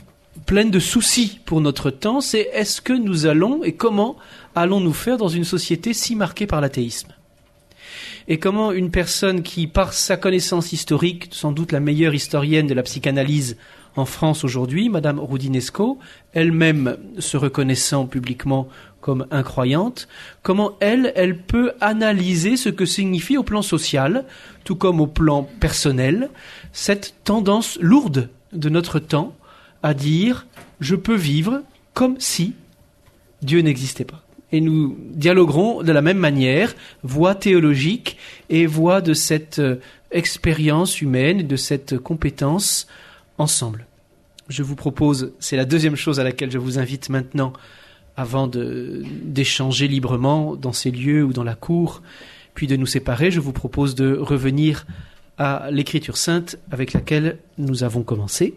pleine de soucis pour notre temps, c'est est-ce que nous allons et comment allons-nous faire dans une société si marquée par l'athéisme ? Et comment une personne qui, par sa connaissance historique, sans doute la meilleure historienne de la psychanalyse en France aujourd'hui, Madame Roudinesco, elle-même se reconnaissant publiquement comme incroyante, comment elle, elle peut analyser ce que signifie au plan social, tout comme au plan personnel, cette tendance lourde de notre temps à dire « je peux vivre comme si Dieu n'existait pas ». Et nous dialoguerons de la même manière, voie théologique et voie de cette euh, expérience humaine, de cette compétence ensemble. Je vous propose, c'est la deuxième chose à laquelle je vous invite maintenant, avant de, d'échanger librement dans ces lieux ou dans la cour, puis de nous séparer, je vous propose de revenir à l'Écriture sainte avec laquelle nous avons commencé.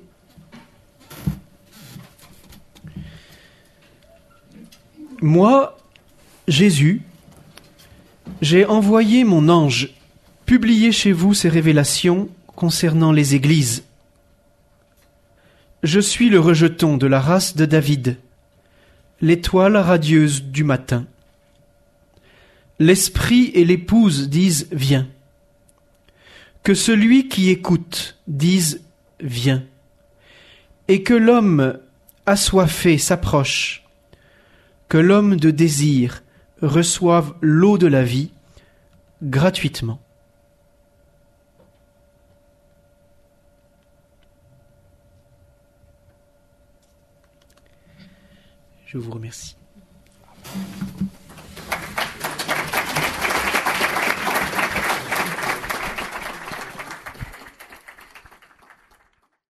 Moi, Jésus, j'ai envoyé mon ange publier chez vous ces révélations concernant les églises. Je suis le rejeton de la race de David, l'étoile radieuse du matin. L'esprit et l'épouse disent « Viens ». Que celui qui écoute dise « Viens ». Et que l'homme assoiffé s'approche, que l'homme de désir reçoive l'eau de la vie gratuitement. Je vous remercie.